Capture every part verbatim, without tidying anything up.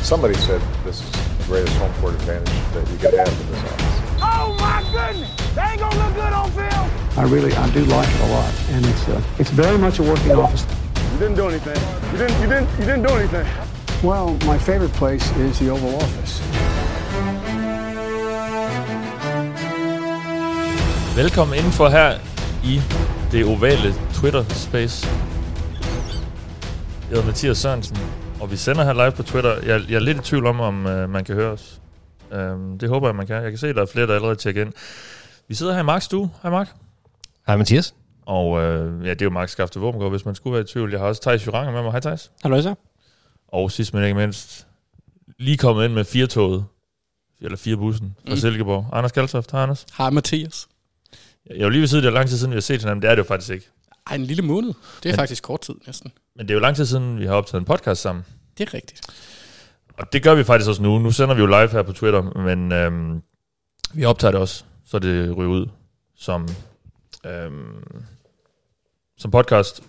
Somebody said this is the greatest home court advantage that you could have in this office. Oh my goodness! They ain't gonna look good on film. I really, I do like it a lot, and it's uh, it's very much a working office. You didn't do anything. You didn't. You didn't. You didn't do anything. Well, my favorite place is the Oval Office. Velkommen indenfor her i det ovale Twitter-space. Jeg hedder Mathias Sørensen, og vi sender her live på Twitter. Jeg, jeg er lidt i tvivl om, om uh, man kan høre os. Um, det håber jeg, man kan. Jeg kan se, at der er flere, der allerede tjekker ind. Vi sidder her i Marks stue. Hej Mark. Hej Mathias. Og uh, ja, det er jo Mark Skafte Våbengård, hvis man skulle være i tvivl. Jeg har også Theis Juranger med mig. Hej Theis. Hallo så. Og sidst men ikke mindst, lige kommet ind med fire-toget, eller fire-bussen fra mm. Silkeborg. Anders Kaltoft. Hej Anders. Hej Mathias. Jeg vil lige ved siden, det er lang tid siden, vi har set hinanden. Det er det jo faktisk ikke. Ej, en lille måned. Det er men, faktisk kort tid næsten. Men det er jo lang tid siden, vi har optaget en podcast sammen. Det er rigtigt. Og det gør vi faktisk også nu. Nu sender vi jo live her på Twitter, men øhm, vi optager det også, så det ryger ud som, øhm, som podcast.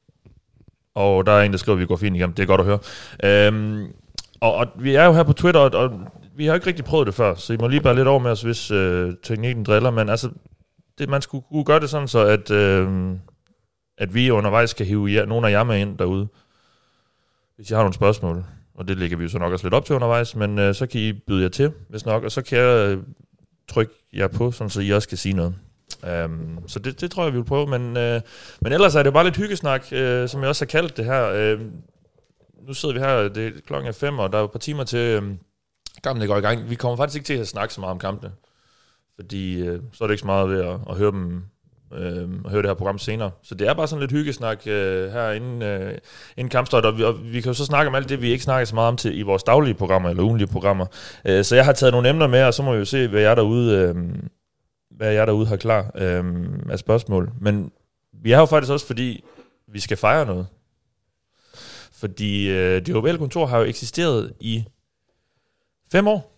Og der er en, der skriver, at vi går fint igennem. Det er godt at høre. Øhm, og, og vi er jo her på Twitter, og, og vi har ikke rigtig prøvet det før, så I må lige bare lidt over med os, hvis øh, teknikken driller. Men altså, det, man skulle kunne gøre det sådan, så at, øh, at vi undervejs kan hive jer, nogle af jer med ind derude, hvis I har nogle spørgsmål. Og det lægger vi jo så nok også lidt op til undervejs, men øh, så kan I byde jer til, hvis nok, og så kan jeg øh, trykke jer på, sådan så I også kan sige noget. Um, så det, det tror jeg, vi vil prøve, men, øh, men ellers er det jo bare lidt hyggesnak, øh, som jeg også har kaldt det her. Øh, nu sidder vi her, det er klokken er fem, og der er jo et par timer til øh, kampen, går i gang. Vi kommer faktisk ikke til at snakke så meget om kampene, fordi øh, så er det ikke så meget ved at, at høre dem, øh, at høre det her program senere. Så det er bare sådan lidt hyggesnak øh, her inden, øh, inden kampstart, og vi, og vi kan jo så snakke om alt det, vi ikke snakker så meget om til i vores daglige programmer, eller ugenlige programmer. Øh, så jeg har taget nogle emner med, og så må vi jo se, hvad jeg derude... Øh, hvad jeg derude har klar øhm, af spørgsmål. Men vi er jo faktisk også, fordi vi skal fejre noget. Fordi øh, det ovale kontor har jo eksisteret i fem år.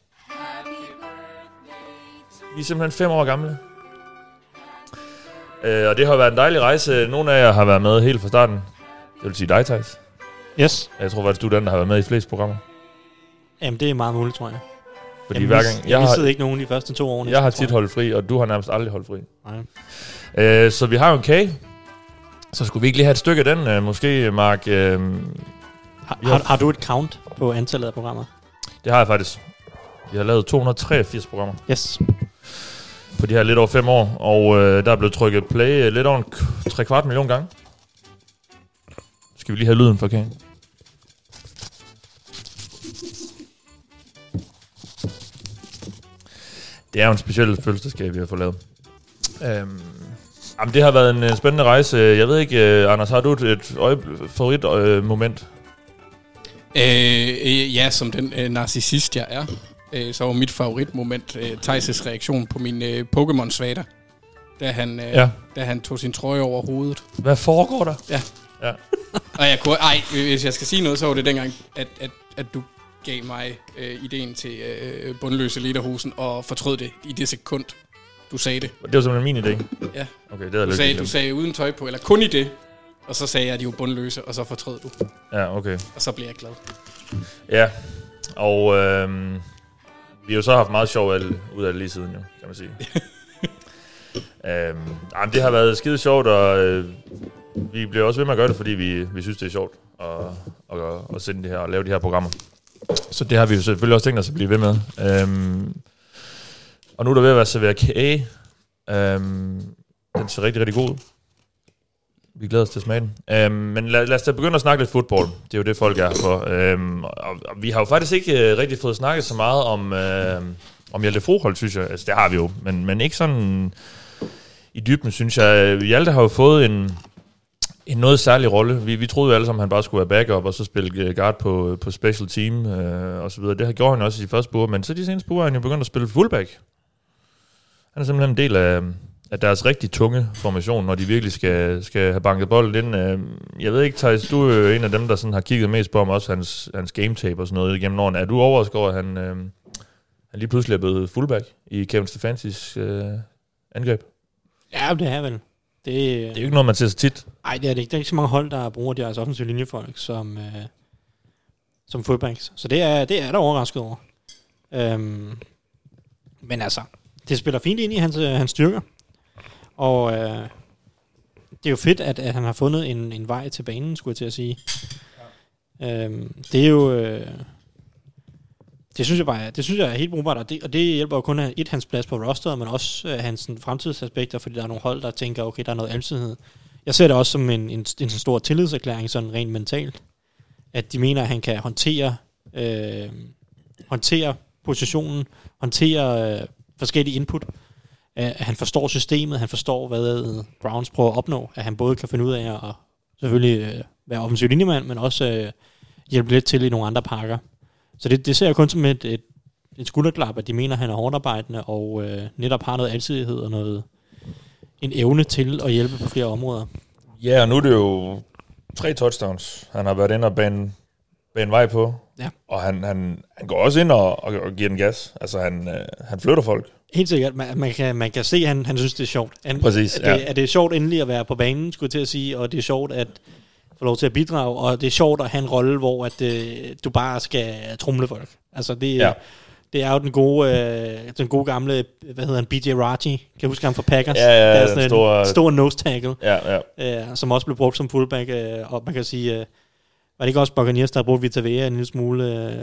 Vi er simpelthen fem år gamle. Øh, og det har været en dejlig rejse. Nogle af jer har været med helt fra starten. Det vil sige dig, Theis. Yes. Jeg tror faktisk, du er den, der har været med i flest programmer. Jamen, det er meget muligt, tror jeg. Fordi jeg hver mis, gang, jeg, jeg, jeg har, ikke nogen de første to år. Jeg har tit holdt fri, og du har nærmest aldrig holdt fri. Nej. Øh, så vi har jo en kage. Så skulle vi ikke lige have et stykke af den, øh, måske, Mark? Øh, har, har, har du et count på antallet af programmer? Det har jeg faktisk. Vi har lavet to hundrede og treogfirs programmer. Yes. På de her lidt over fem år, og øh, der er blevet trykket play lidt over en tre kvart million gange. Skal vi lige have lyden for kagen? Det er jo en speciel fødselsdagsgave, vi har fået lavet. Øhm, jamen, det har været en uh, spændende rejse. Jeg ved ikke, uh, Anders, har du et, et favoritmoment? Uh, øh, ja, som den uh, narcissist, jeg er, uh, så var mit favoritmoment uh, Theis' reaktion på min uh, Pokémon-svater, da han, uh, ja. da han tog sin trøje over hovedet. Hvad foregår der? Ja. ja. Og jeg kunne, ej, hvis jeg skal sige noget, så var det dengang, at, at, at du gav mig øh, ideen til øh, bundløse lederhosen, og fortrød det i det sekund, du sagde det. Det var simpelthen min idé? Ja. Okay, det er du, sagde, du sagde uden tøj på, eller kun i det, og så sagde jeg, at de var bundløse, og så fortrød du. Ja, okay. Og så blev jeg glad. Ja, og øh, vi har jo så haft meget sjov ud af det lige siden, jo, kan man sige. øh, jamen, det har været skide sjovt, og øh, vi bliver også ved med at gøre det, fordi vi, vi synes, det er sjovt at, at, at, at sende det her og lave de her programmer. Så det har vi jo selvfølgelig også tænkt os at blive ved med. Øhm, og nu er der ved at være serveret kage. Øhm, den ser rigtig, rigtig god ud. Vi glæder os til at smage den. Øhm, men lad, lad os da begynde at snakke lidt fodbold. Det er jo det, folk er for. Øhm, og, og vi har jo faktisk ikke uh, rigtig fået snakket så meget om, uh, om Hjalte Froholt, synes jeg. Altså, det har vi jo, men, men ikke sådan i dybden, synes jeg. Hjalte har jo fået en... en noget særlig rolle. Vi, vi troede jo alle sammen, at han bare skulle være backup, og så spille guard på, på special team, øh, og så videre. Det har gjort han også i de første uger, men så de seneste uger har han jo begyndt at spille fullback. Han er simpelthen en del af, af deres rigtig tunge formation, når de virkelig skal, skal have banket bolden ind. Øh, jeg ved ikke, Theis, du er jo en af dem, der sådan har kigget mest på ham, også hans, hans game tape og sådan noget igennem årene. Er du overrasket over, at han, øh, han lige pludselig er blevet fullback i Kevin Stefansis øh, angreb? Ja, det er vel. Det, det er jo ikke noget, man ser så tit. Nej, det er det ikke. Der er ikke så mange hold, der bruger deres offensive linjefolk som, øh, som fullbacks. Så det er, det er der overrasket over. Øhm, men altså, det spiller fint ind i hans, hans styrker. Og øh, det er jo fedt, at, at han har fundet en, en vej til banen, skulle jeg til at sige. Ja. Øhm, det er jo... Øh, det synes jeg bare det synes jeg er helt brugbart, og det, og det hjælper jo kun at et hans plads på rosteret, men også øh, hans fremtidsaspekter, fordi der er nogle hold, der tænker, okay, der er noget alsidighed. Jeg ser det også som en, en, en stor tillidserklæring, sådan rent mentalt, at de mener, at han kan håndtere øh, håndtere positionen, håndtere øh, forskellige input, at han forstår systemet, han forstår, hvad Browns prøver at opnå, at han både kan finde ud af at selvfølgelig øh, være offensiv linjemand, men også øh, hjælpe lidt til i nogle andre pakker. Så det, det ser jeg kun som et, et, et skulderklap, at de mener, at han er hårdt arbejdende og øh, netop har noget alsidighed og noget, en evne til at hjælpe på flere områder. Ja, og nu er det jo tre touchdowns, han har været inde og bane, bane vej på. Ja. Og han, han, han går også ind og, og, og giver den gas. Altså, han, øh, han flytter folk. Helt sikkert. Man, man, kan, man kan se, at han, han synes, det er sjovt. Han, Præcis, at ja. det, at det er sjovt endelig at være på banen, skulle jeg til at sige, og det er sjovt at få lov til at bidrage, og det er sjovt at have en rolle, hvor at, øh, du bare skal trumle folk. Altså, det, ja. det er jo den gode, øh, den gode gamle, hvad hedder han, B J Raji, kan du huske ham fra Packers? Ja, ja, der er den sådan store, en stor nose tackle, ja, ja. Øh, som også blev brugt som fullback, øh, og man kan sige, øh, var det ikke også Buccaneers, der har brugt Vita Vea en lille smule? Øh,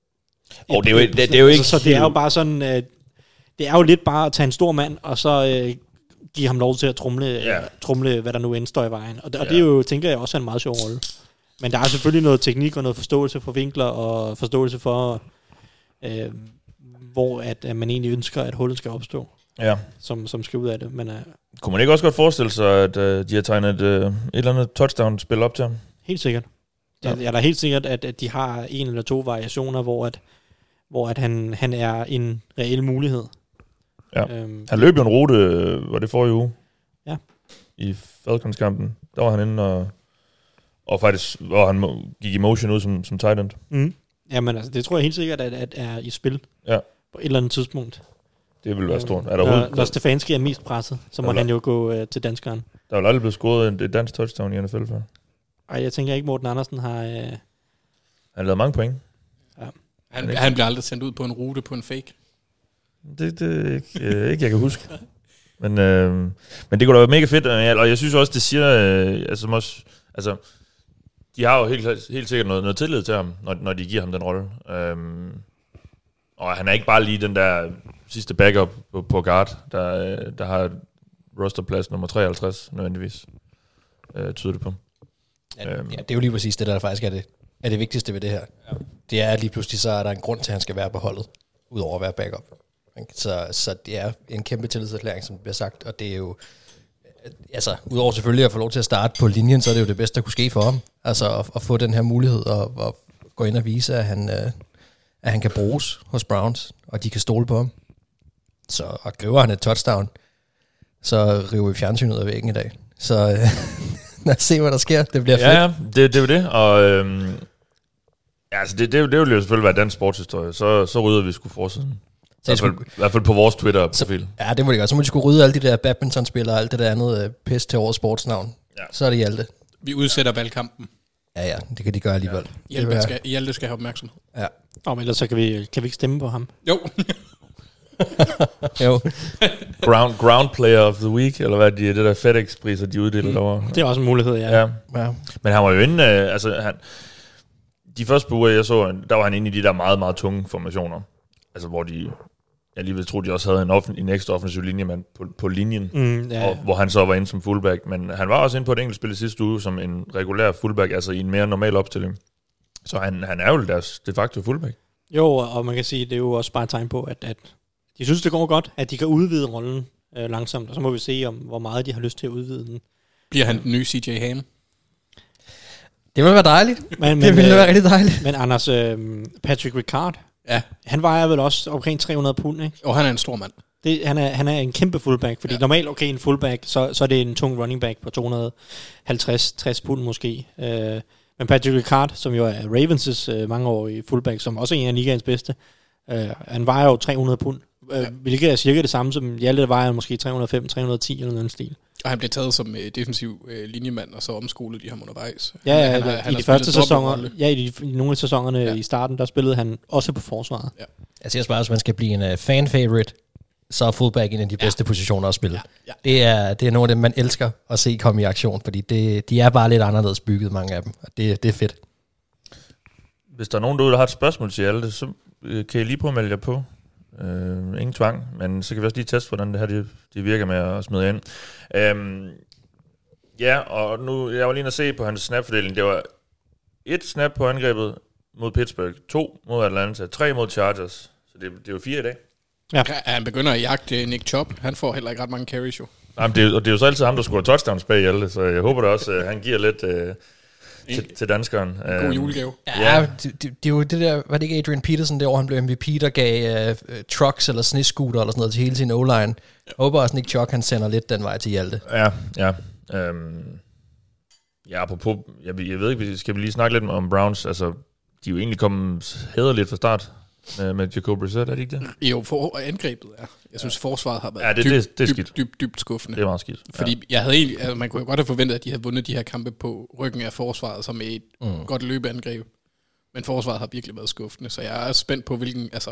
oh, det, er jo, det, det er jo ikke... Så, så det er jo bare sådan, øh, det er jo lidt bare at tage en stor mand, og så øh, give ham lov til at trumle, ja. trumle hvad der nu end står i vejen. Og, og ja. det er jo, tænker jeg, også er en meget sjov rolle. Men der er selvfølgelig noget teknik og noget forståelse for vinkler, og forståelse for, øh, hvor at, at man egentlig ønsker, at hullet skal opstå. Ja. Som, som skal ud af det. Men, uh, kunne man ikke også godt forestille sig, at uh, de har tegnet uh, et eller andet touchdown-spil op til ham? Helt sikkert. Ja. Jeg er da helt sikkert, at, at de har en eller to variationer, hvor, at, hvor at han, han er en reel mulighed. Ja. Øhm, han løb jo en rute, var det forrige uge? Ja. I Falcons-kampen. Der var han inde og... Og faktisk, hvor han gik i motion ud som, som tight end. Mm. Jamen altså, det tror jeg helt sikkert, at, at er i spil. Ja. På et eller andet tidspunkt. Det vil være stort. Er der når, når Stefanski er mest presset, så må han jo gå uh, til danskeren. Der er jo aldrig blevet scoret et dansk touchdown i N F L før. Ej, jeg tænker ikke, Morten Andersen har... Uh... Han har lavet mange point. Ja. Han, han bliver aldrig sendt ud på en rute på en fake. Det, det er ikke, øh, ikke, jeg kan huske. Men, øh, men det kunne da være mega fedt. Og jeg synes også, det siger... Øh, altså, også, altså de har jo helt, helt sikkert noget, noget tillid til ham, når, når de giver ham den rolle. Øhm, og han er ikke bare lige den der sidste backup på, på guard, der, der har rosterplads nummer treoghalvtreds nødvendigvis, øh, tyder det på. Ja, øhm. ja, det er jo lige præcis det, der faktisk er det, er det vigtigste ved det her. Ja. Det er, at lige pludselig så er der en grund til, at han skal være på holdet, udover at være backup. Så, så det er en kæmpe tillidserklæring, som bliver sagt, og det er jo... Altså, udover selvfølgelig at få lov til at starte på linjen, så er det jo det bedste, der kunne ske for ham. Altså, at, at få den her mulighed og, og gå ind og vise, at han, øh, at han kan bruges hos Browns, og de kan stole på ham. Så og griber han et touchdown, så river vi fjernsynet ud af væggen i dag. Så øh, lad os se, hvad der sker. Det bliver ja, fedt. Ja, det, det er jo det. Og øhm, ja, altså det, det, det vil jo selvfølgelig være dansk sportshistorie. Så, så rydder vi sgu forsiden. I hvert, fald, I hvert fald på vores Twitter-profil. Ja, det må de gøre. Så må de skulle rydde alle de der badmintonspillere og alt det der andet øh, pis til årets sportsnavn. Ja. Så er det Hjalte. Vi udsætter valgkampen. Ja, ja, det kan de gøre alligevel. Ja. Hjalte, skal, Hjalte skal have opmærksomhed. Ja. Nå, men ellers så kan vi, kan vi ikke stemme på ham. Jo. jo. Ground, ground Player of the Week, eller hvad er det, det der FedEx-priser, de uddeler mm. derovre. Det er også en mulighed, ja. ja. ja. Men han var jo inde, øh, altså han, de første par uger, jeg så, der var han inde i de der meget, meget tunge formationer. Altså hvor de... Jeg lige vil tro, de også havde en, offen, en ekstra offensiv linjemand på, på linjen, mm, ja, ja. Og, hvor han så var inde som fullback. Men han var også inde på et enkelt spil i sidste uge som en regulær fullback, altså i en mere normal opstilling. Så han, han er jo deres de facto fullback. Jo, og man kan sige, det er jo også bare et tegn på, at, at de synes, det går godt, at de kan udvide rollen øh, langsomt. Og så må vi se, om hvor meget de har lyst til at udvide den. Bliver han den nye C J Ham? Det ville være dejligt. Men, men, det ville øh, være rigtig dejligt. Men Anders, øh, Patrick Ricard, ja. Han vejer vel også omkring tre hundrede pund, ikke? Og han er en stor mand. Det, han, er, han er en kæmpe fullback, fordi ja. Normalt, okay, en fullback, så, så er det en tung running back på to hundrede og halvtreds til tres pund måske. Øh, men Patrick Ricard, som jo er Ravens' øh, mangeårige fullback, som også er en af ligaens bedste, øh, han vejer jo tre hundrede pund. øh, ja. hvilket er cirka det samme som Hjalte, der vejer måske tre hundrede og fem, tre hundrede og ti eller noget stil. Og han blev taget som øh, defensiv øh, linjemand, og så omskolede de ham undervejs. Ja, ja, han, ja, han, han i har de første sæsoner, rolle. ja, i, de, i nogle af sæsonerne ja. i starten, der spillede han også på forsvaret. Ja. Jeg siger bare, hvis man skal blive en uh, fan-favorite, så er fullback en af de ja. bedste positioner at spille. Ja. Ja. Det, er, det er nogle af dem, man elsker at se komme i aktion, fordi det, de er bare lidt anderledes bygget, mange af dem, og det, det er fedt. Hvis der er nogen derude, der har et spørgsmål til alle, så kan I lige prøve at melde jer på. Øh, ingen tvang, men så kan vi også lige teste, hvordan det her det, det virker med at smide ind. Øhm, ja, og nu, jeg var lige inde at se på hans snapfordeling. Det var et snap på angrebet mod Pittsburgh, to mod Atlanta, tre mod Chargers. Så det, det er jo fire i dag. Ja. Ja, han begynder at jagte Nick Chubb. Han får heller ikke ret mange carries jo. Jamen, det, er, og det er jo så altid ham, der scorer touchdowns bag i alle, så jeg håber da også, at han giver lidt øh, til, til danskeren. En god julegave. Ja, ja. Det, det, det er jo det der, var det ikke Adrian Peterson, det år han blev M V P, der gav uh, trucks eller snescooter eller sådan noget til hele sin O-line. Jeg håber også, Nick Chubb, han sender lidt den vej til Hjalte. Ja, ja. Øhm, ja, apropos, jeg, jeg ved ikke, skal vi lige snakke lidt om Browns? Altså, de er jo egentlig kommet hæderligt fra start med, med Jacob Brissett, er det ikke det? Jo, for angrebet er. Jeg synes, ja. forsvaret har været ja, det, dybt, det, det er dybt, dybt, dybt, dybt skuffende. Det er meget skidt. Fordi ja. jeg havde egentlig, altså, man kunne jo godt have forventet, at de havde vundet de her kampe på ryggen af forsvaret, som et mm. godt løbeangreb. Men forsvaret har virkelig været skuffende, så jeg er spændt på, hvilken, altså,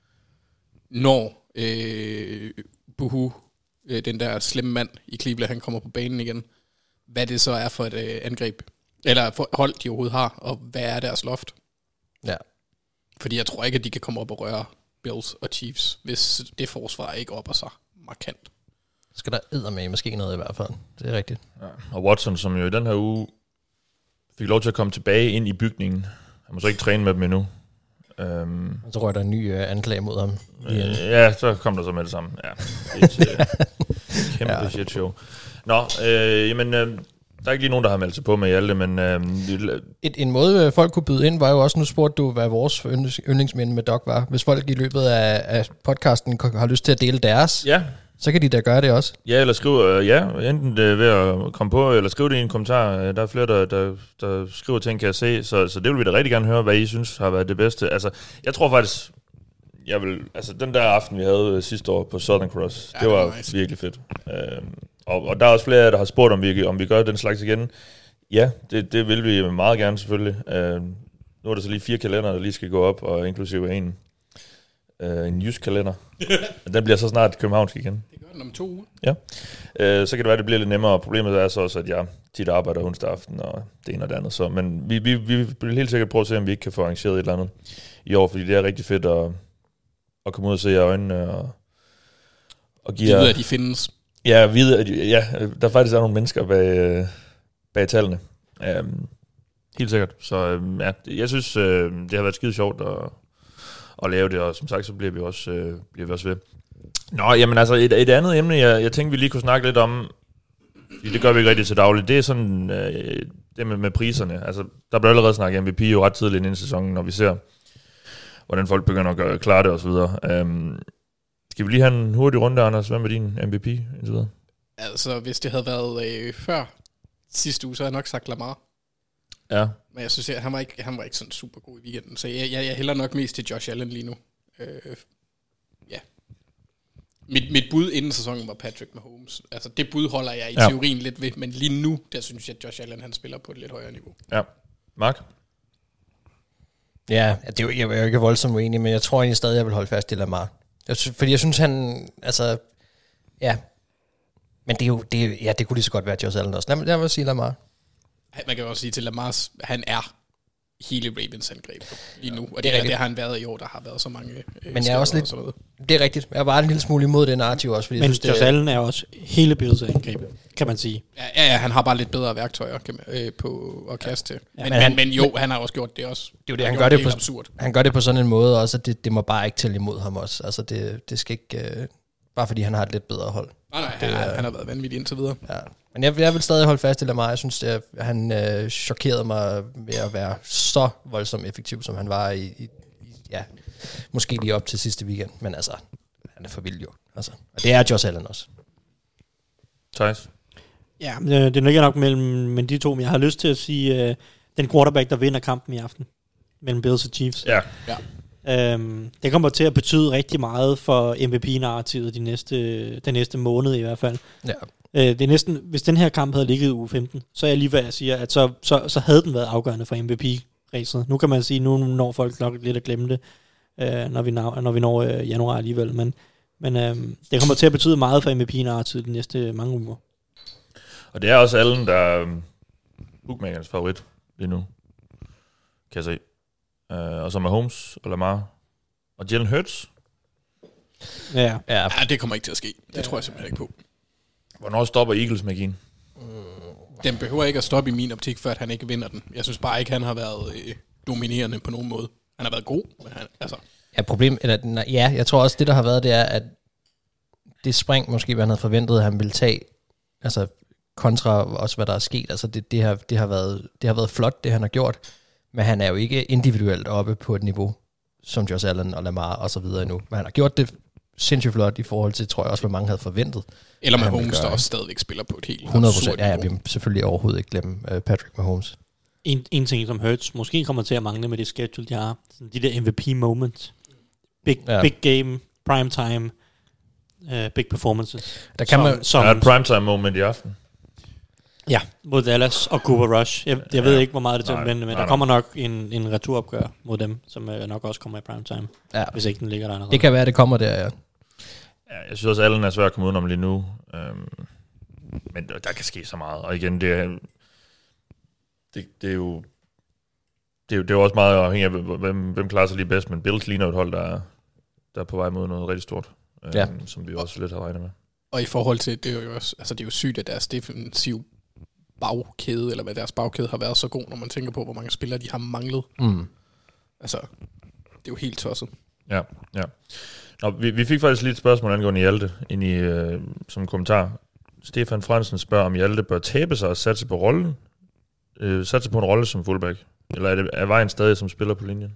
når øh, Buhu, øh, den der slemme mand i Cleveland, han kommer på banen igen, hvad det så er for et øh, angreb, eller for hold, de overhovedet har, og hvad er deres loft. Ja. Fordi jeg tror ikke, at de kan komme op og røre Bills og Chiefs, hvis det forsvar ikke opper sig markant. Skal der eddermame måske noget i hvert fald. Det er rigtigt. Ja. Og Watson, som jo i den her uge fik lov til at komme tilbage ind i bygningen. Han må så ikke træne med dem endnu. Um, og så rører der en ny uh, anklage mod ham. Øh, ja, så kom der så med det samme. Ja, et uh, kæmpe ja. shit show. Nå, øh, jamen... Øh, der er ikke lige nogen, der har meldt sig på med Hjalte, men... Øhm, Et, en måde, folk kunne byde ind, var jo også, nu spurgte du, hvad vores yndlingsmænd med Doc var. Hvis folk i løbet af, af podcasten har lyst til at dele deres, ja. så kan de da gøre det også. Ja, eller skrive, øh, ja, enten det ved at komme på, eller skrive det i en kommentar. Der er flere, der, der, der skriver ting, kan jeg se, så, så det vil vi da rigtig gerne høre, hvad I synes har været det bedste. Altså, jeg tror faktisk, jeg vil, altså den der aften, vi havde sidste år på Southern Cross, ja, det var nice. Virkelig fedt. Øhm, Og, og der er også flere, der har spurgt, om vi, om vi gør den slags igen. Ja, det, det vil vi meget gerne selvfølgelig. Uh, nu er der så lige fire kalender, der lige skal gå op, og inklusive en, uh, en jysk kalender. Den bliver så snart københavnsk igen. Det gør den om to uger. Ja. Uh, så kan det være, det bliver lidt nemmere. Problemet er så også, at jeg tit arbejder onsdag aften, og det ene og det andet. Så, men vi, vi, vi vil helt sikkert prøve at se, om vi ikke kan få arrangeret et eller andet i år, fordi det er rigtig fedt at, at komme ud og se i øjnene. Og, og give de ved, at de findes. Ja, vide, at ja, der faktisk er nogle mennesker bag, bag tallene. Um, helt sikkert. Så um, ja, jeg synes, uh, det har været skide sjovt at, at lave det, og som sagt, så bliver vi også, uh, bliver vi også ved. Nå, jamen altså, et, et andet emne, jeg, jeg tænkte, vi lige kunne snakke lidt om, fordi det gør vi ikke rigtig til dagligt, det er sådan, uh, det med, med priserne. Altså, der bliver allerede snakket M V P jo ret tidligt ind i sæsonen, når vi ser, hvordan folk begynder at gøre, klare det og så videre. Um, Skal vi lige have en hurtig runde, Anders? Hvem er din M V P indtil videre? Altså, hvis det havde været øh, før sidste uge, så havde jeg nok sagt Lamar. Ja. Men jeg synes, at han var ikke, han var ikke sådan super god i weekenden. Så jeg, jeg, jeg hælder nok mest til Josh Allen lige nu. Øh, ja. Mit, mit bud inden sæsonen var Patrick Mahomes. Altså, det bud holder jeg i ja. teorien lidt ved. Men lige nu, der synes jeg, at Josh Allen han spiller på et lidt højere niveau. Ja. Mark? Ja, det er jo, jeg er jo ikke voldsomt uenig, men jeg tror egentlig stadig, jeg vil holde fast i Lamar. Jeg synes, fordi jeg synes, han... Altså, ja. Men det er jo... Det er, ja, det kunne lige så godt være Josh Allen også. Lad mig, lad mig sige Lamar. Man kan jo også sige til Lamars, han er hele Ravens angreb lige nu. Og det, det er det har han været i år, der har været så mange... Øh, men jeg er også lidt... Det er rigtigt. Jeg er bare en lille smule imod det narrativ også. Fordi men synes, Josh Allen er også hele Bills angreb, kan man sige. Ja, ja, ja, han har bare lidt bedre værktøjer kan man, øh, på at kaste til. Ja, men, men, han, men jo, han har også gjort det også. Det er jo det, han, han gør det, det på absurd. Han gør det på sådan en måde også, at det, det må bare ikke tælle imod ham også. Altså det, det skal ikke... Øh, bare fordi han har et lidt bedre hold. Nej, nej, det, han, han har været vanvittig indtil videre. Ja. Men jeg, jeg vil stadig holde fast i Lamar. Jeg synes, at han øh, chokerede mig ved at være så voldsomt effektiv, som han var i, i, i... Ja, måske lige op til sidste weekend. Men altså, han er for vild jo. Altså. Og det er Josh Allen også. Thijs? Ja, det ligger nok mellem men de to, men jeg har lyst til at sige, uh, den quarterback, der vinder kampen i aften, mellem Bills og Chiefs. Ja. ja. Øhm, det kommer til at betyde rigtig meget for M V P-narrativet de næste, den næste måned i hvert fald. Ja. Øh, det er næsten, hvis den her kamp havde ligget i uge femten, så er jeg lige hvad jeg siger, at så, så, så havde den været afgørende for M V P-ræset. Nu kan man sige, nu når folk nok lidt at glemme det, øh, når vi når, når, vi når øh, januar alligevel, men, men øh, det kommer til at betyde meget for M V P-narrativet de næste mange uger. Og det er også Allen, der er bookmakernes favorit lige nu, kan jeg se. Uh, og så Mahomes og Lamar og Jalen Hurts. Ja. ja, ja det kommer ikke til at ske. Det ja. tror jeg simpelthen ikke på. Hvornår stopper Eagles McGinn? Mm. Den behøver ikke at stoppe i min optik, før at han ikke vinder den. Jeg synes bare ikke, han har været øh, dominerende på nogen måde. Han har været god, men han, altså... Ja, problem, eller, ja, jeg tror også, det der har været, det er, at det spring, måske hvad han havde forventet, at han ville tage, altså kontra også, hvad der er sket. Altså, det, det, har, det, har været, det har været flot, det han har gjort, men han er jo ikke individuelt oppe på et niveau, som Josh Allen og Lamar og så videre endnu. Men han har gjort det sindssygt flot i forhold til, tror jeg også, hvad mange havde forventet. Eller Mahomes, der også stadigvæk spiller på et helt hundrede procent. Ja, jeg vil selvfølgelig overhovedet ikke glemme uh, Patrick Mahomes. En, en ting, som Hurts måske kommer til at mangle med det schedule, de har, sådan de der M V P moments. Big, ja. big game, prime time, uh, big performances. Der kan som, man, som, der er et primetime moment i aften. Ja, mod Dallas og Cooper Rush. Jeg, jeg ved ja. ikke, hvor meget det til at vende, men nej, der kommer nok en, en returopgør mod dem, som uh, nok også kommer i primetime, ja. hvis ikke den ligger der allerede. Det kan være, det kommer der, ja. Ja, jeg synes også, at Allen er svært at komme udenom lige nu. Øhm, men der, der kan ske så meget. Og igen, det er, det, det er jo... Det er, jo, det er jo også meget afhængigt af, hvem, hvem klarer sig lige bedst, men Bills ligner et hold, der er, der er på vej mod noget rigtig stort, ja. øhm, som vi også lidt har regnet med. Og i forhold til, det er jo også, altså det er jo sygt, at deres defensiv bagkæde, eller hvad deres bagkæde har været så god, når man tænker på, hvor mange spillere de har manglet. Mm. Altså, det er jo helt tosset. Ja, ja. Nå, vi, vi fik faktisk lige et spørgsmål angående Hjalte, ind i, øh, som kommentar. Stefan Fransen spørger, om Hjalte bør tabe sig og satse på rollen, øh, satse på en rolle som fullback. Eller er, det, er vejen stadig som spiller på linjen?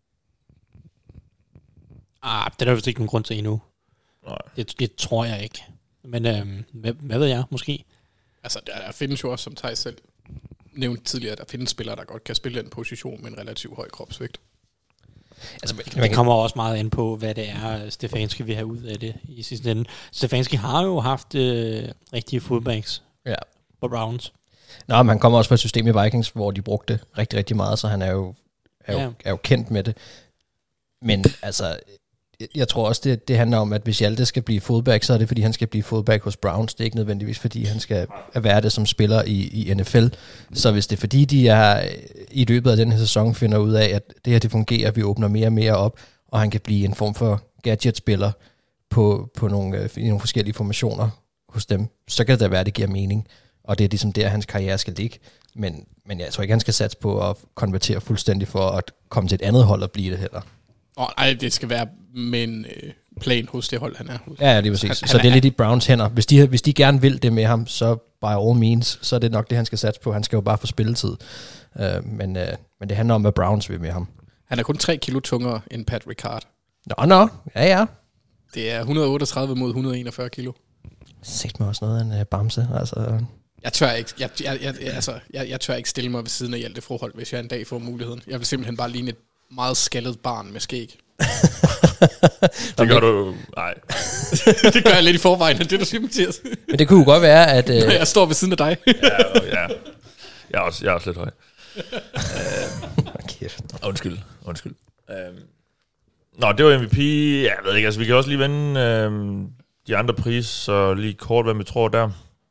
Ah, det er der vist ikke nogen grund til endnu. Nej. Det, det tror jeg ikke. Men øhm, hvad, hvad ved jeg, måske? Altså, der, der findes jo også, som Thijs selv nævnte tidligere, der findes spillere, der godt kan spille den position med en relativt høj kropsvægt. Altså, det kommer også meget ind på, hvad det er, Stefanski vil have ud af det i sidste ende. Stefanski har jo haft øh, rigtige fullbacks ja. på Browns. Nå, men han kommer også fra et system i Vikings, hvor de brugte rigtig, rigtig meget, så han er jo, er jo, ja. er jo kendt med det. Men altså, jeg tror også, det, det handler om, at hvis Hjalte skal blive fullback, så er det, fordi han skal blive fullback hos Browns. Det er ikke nødvendigvis, fordi han skal være det som spiller i, i N F L. Så hvis det er, fordi de er i løbet af den her sæson finder ud af, at det her det fungerer, vi åbner mere og mere op, og han kan blive en form for gadget-spiller på, på nogle, i nogle forskellige formationer hos dem, så kan det da være, at det giver mening. Og det er ligesom der, hans karriere skal ligge. Men, men jeg tror ikke, han skal satse på at konvertere fuldstændig for at komme til et andet hold og blive det heller. Oh, nej, det skal være med en øh, plan hos det hold, han er hos. Ja, det er præcis. Han, så han det er lidt i Browns hænder. Hvis de, hvis de gerne vil det med ham, så by all means, så er det nok det, han skal satse på. Han skal jo bare få spilletid. Uh, men, uh, men det handler om, hvad Browns vil med ham. Han er kun tre kilo tungere end Pat Ricard. Nå, nå. Ja, ja. Det er et hundrede og otteogtredive mod et hundrede og enogfyrre kilo. Sæt mig også noget af en uh, bamse, altså... Jeg tør ikke, jeg, jeg, jeg, altså, jeg, jeg tør ikke stille mig ved siden af Hjalte Froholt, hvis jeg en dag får muligheden. Jeg vil simpelthen bare ligne et meget skaldet barn med skæg. Det gør du... Nej. Det gør jeg lidt i forvejen, det du siger, Mathias. Men det kunne jo godt være, at... Uh... Jeg står ved siden af dig. ja, ja. Jeg er også, jeg er også lidt høj. Okay. Undskyld, undskyld. Um, nå, det var M V P. Jeg ved ikke, altså vi kan også lige vende um, de andre priser, så lige kort, hvad vi tror der.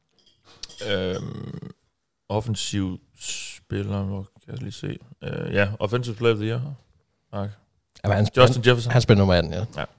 Um, offensiv spiller, hvor kan jeg lige se. Uh, ja, offensive player of the year. Mark. Jamen, han, Justin han, Jefferson. Han spiller nummer atten, ja. ja.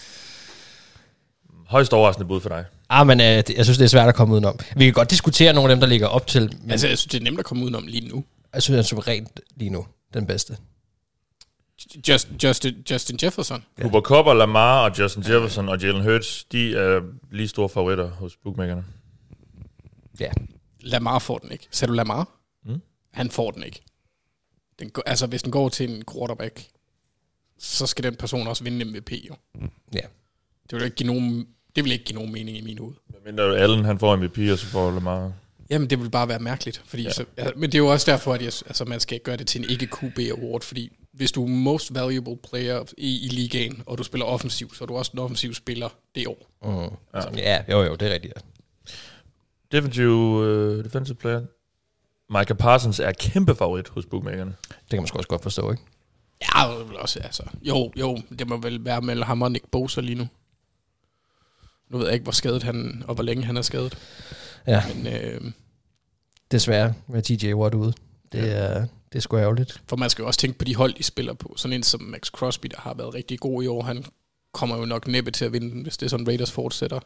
Højst overraskende bud for dig. Ah, men uh, det, jeg synes, det er svært at komme udenom. Vi kan godt diskutere nogle af dem, der ligger op til. Men altså, jeg synes, det er nemt at komme udenom lige nu. Jeg synes, han er suverænt lige nu den bedste. Just, Justin, Justin Jefferson. Ja. Cooper Kupp og Lamar og Justin Jefferson og Jalen Hurts, de er lige store favoritter hos bookmakerne. Ja. Lamar får den ikke. Sagde du Lamar? Mm. Han får den ikke. Den, altså, hvis den går til en quarterback, så skal den person også vinde M V P, jo. Ja. Det vil ikke give nogen, det vil ikke give nogen mening i min hoved. Men der Allen, han får M V P, og så får Lamar. Jamen, det vil bare være mærkeligt. Fordi ja. så, ja, men det er jo også derfor, at jeg, altså, man skal gøre det til en ikke-Q B-award, fordi hvis du er most valuable player i, i ligaen, og du spiller offensiv, så er du også en offensiv spiller det år. Mm. Ja. ja, jo jo, det er rigtigt. Ja. Defensive, uh, defensive player. Micah Parsons er kæmpe favorit hos bookmakerne. Det kan man sgu også godt forstå, ikke? Ja, også, altså. Jo, jo, det må vel være mellem ham og Nick Bosa lige nu. Nu ved jeg ikke, hvor skadet han, og hvor længe han er skadet. Ja. Men, øh, desværre med T J Watt ude. Det ja. er, det er sgu ærgerligt. For man skal jo også tænke på de hold, de spiller på. Sådan en som Max Crosby, der har været rigtig god i år, han kommer jo nok næppe til at vinde den, hvis det er sådan Raiders fortsætter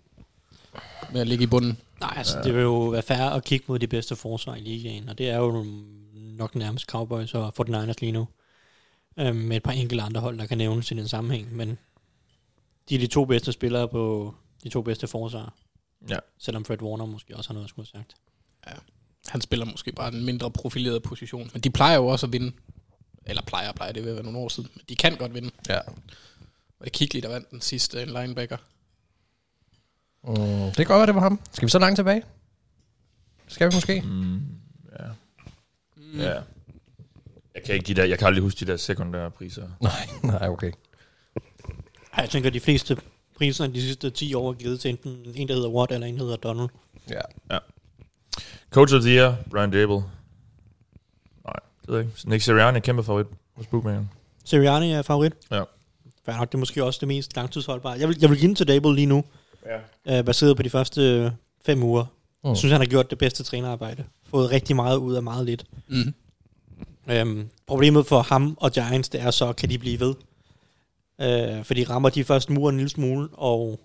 med at ligge i bunden. Nej, altså ja. Det vil jo være fair at kigge mod de bedste forsvar i ligaen, og det er jo nok nærmest Cowboys og forty-niners lige nu. Øhm, med et par enkelte andre hold, der kan nævnes i den sammenhæng, men de er de to bedste spillere på de to bedste forsvar. Ja. Selvom Fred Warner måske også har noget at skulle have sagt. Ja. Han spiller måske bare en mindre profileret position, men de plejer jo også at vinde. Eller plejer plejer det ved at være nogle år siden, men de kan godt vinde. Ja. Og det Kigley, der vandt den sidste en linebacker. Mm, det kan godt være, det var ham. Skal vi så langt tilbage? Skal vi måske? Mm, ja. Mm. Ja. Jeg kan ikke de der, jeg kan aldrig huske de der sekundære priser. Nej, nej, okay. Ej, jeg tænker, at de fleste priser de sidste ti år er givet til enten en, der hedder Watt, eller en, der hedder Donald. Ja. Ja. Coach of the Year, Brian Dable. Nej, det ved jeg ikke. Nick Sirianni er kæmpe favorit hos bookmakeren. Sirianni er favorit? Ja. Fair nok, det er måske også det mest langtidsholdbare. Jeg vil, jeg vil give den til Dable lige nu. Ja. Øh, baseret på de første fem uger. Mm. Jeg synes, han har gjort det bedste trænerarbejde. Fået rigtig meget ud af meget lidt. Mm. Øhm, problemet for ham og Giants, det er så, kan de blive ved. Øh, for de rammer de første mure en lille smule, og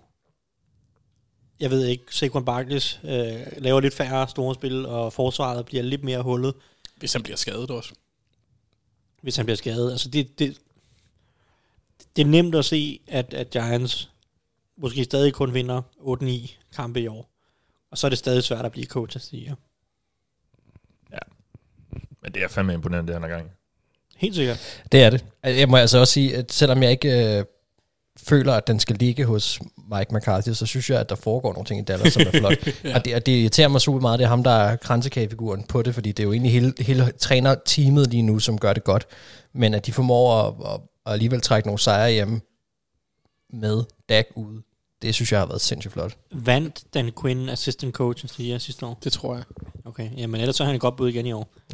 jeg ved ikke, Saquon Barkley øh, laver lidt færre store spil, og forsvaret bliver lidt mere hullet. Hvis han bliver skadet også. Hvis han bliver skadet. Altså det, det, det er nemt at se, at, at Giants måske stadig kun vinder otte ni kampe i år. Og så er det stadig svært at blive coach at sige. Ja. Men det er fandme imponerende, det han er gang. Helt sikkert. Det er det. Jeg må altså også sige, at selvom jeg ikke øh, føler, at den skal ligge hos Mike McCarthy, så synes jeg, at der foregår nogle ting i Dallas, som er flot. ja. Og det, det irriterer mig super meget, det er ham, der er kransekagefiguren på det, fordi det er jo egentlig hele, hele trænerteamet lige nu, som gør det godt. Men at de formår at, at, at alligevel trække nogle sejre hjem med Dak ude, det synes jeg har været sindssygt flot. Vandt Dan Quinn assistant coach til sidste år? Det tror jeg. Okay, jamen ellers så har han et godt bud igen i år. Ja.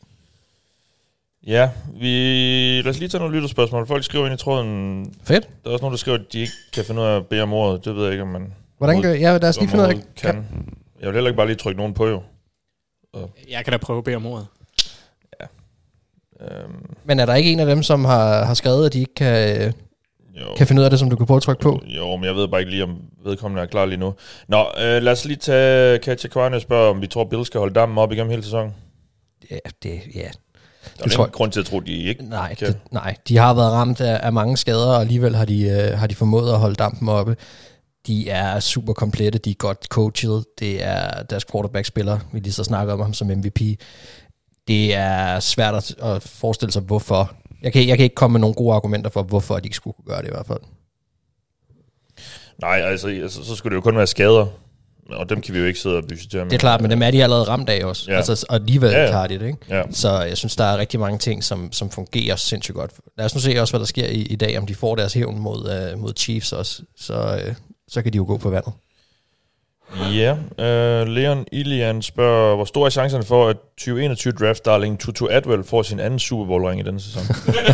Ja, vi... lad os lige tage nogle lytterspørgsmål. Folk skriver ind i tråden. Fedt. Der er også nogen, der skriver, at de ikke kan finde ud af at bede om ordet. Det ved jeg ikke, om man... Hvordan gør ja, lad os lige finde ud af kan. Jeg vil heller ikke bare lige trykke nogen på, jo. Og. Jeg kan da prøve at bede om ordet. Ja. Øhm. Men er der ikke en af dem, som har, har skrevet, at de ikke kan, kan finde ud af det, som du kan prøve at trykke på? Jo, men jeg ved bare ikke lige, om vedkommende er klar lige nu. Nå, øh, lad os lige tage Katja Kvarne og spørge, om vi tror, Bills skal holde dammen op igennem hele sæsonen. Ja, det... Ja. Der er ingen grund til at tro, de ikke nej, kan. Det, nej, de har været ramt af, af mange skader, og alligevel har de, øh, har de formået at holde dampen oppe. De er super komplette, de er godt coachet, det er deres quarterback-spiller, vi lige så snakker om ham som M V P. Det er svært at, at forestille sig, hvorfor. Jeg kan, jeg kan ikke komme med nogle gode argumenter for, hvorfor de ikke skulle kunne gøre det i hvert fald. Nej, altså, altså så skulle det jo kun være skader. Og dem kan vi jo ikke sidde og budgettere med. Det er klart, men dem er de allerede ramt af også. Ja. Altså, og alligevel ja, ja. klarer de det, ikke? Ja. Så jeg synes, der er rigtig mange ting, som, som fungerer sindssygt godt. Lad os nu se også, hvad der sker i, i dag, om de får deres hævn mod, uh, mod Chiefs også. Så, uh, så kan de jo gå på vandet. Ja, uh, Leon Ilian spørger, hvor store er chancerne for, at tyve enogtyve draft darling Tutu Atwell får sin anden Super Bowl ring i denne sæson?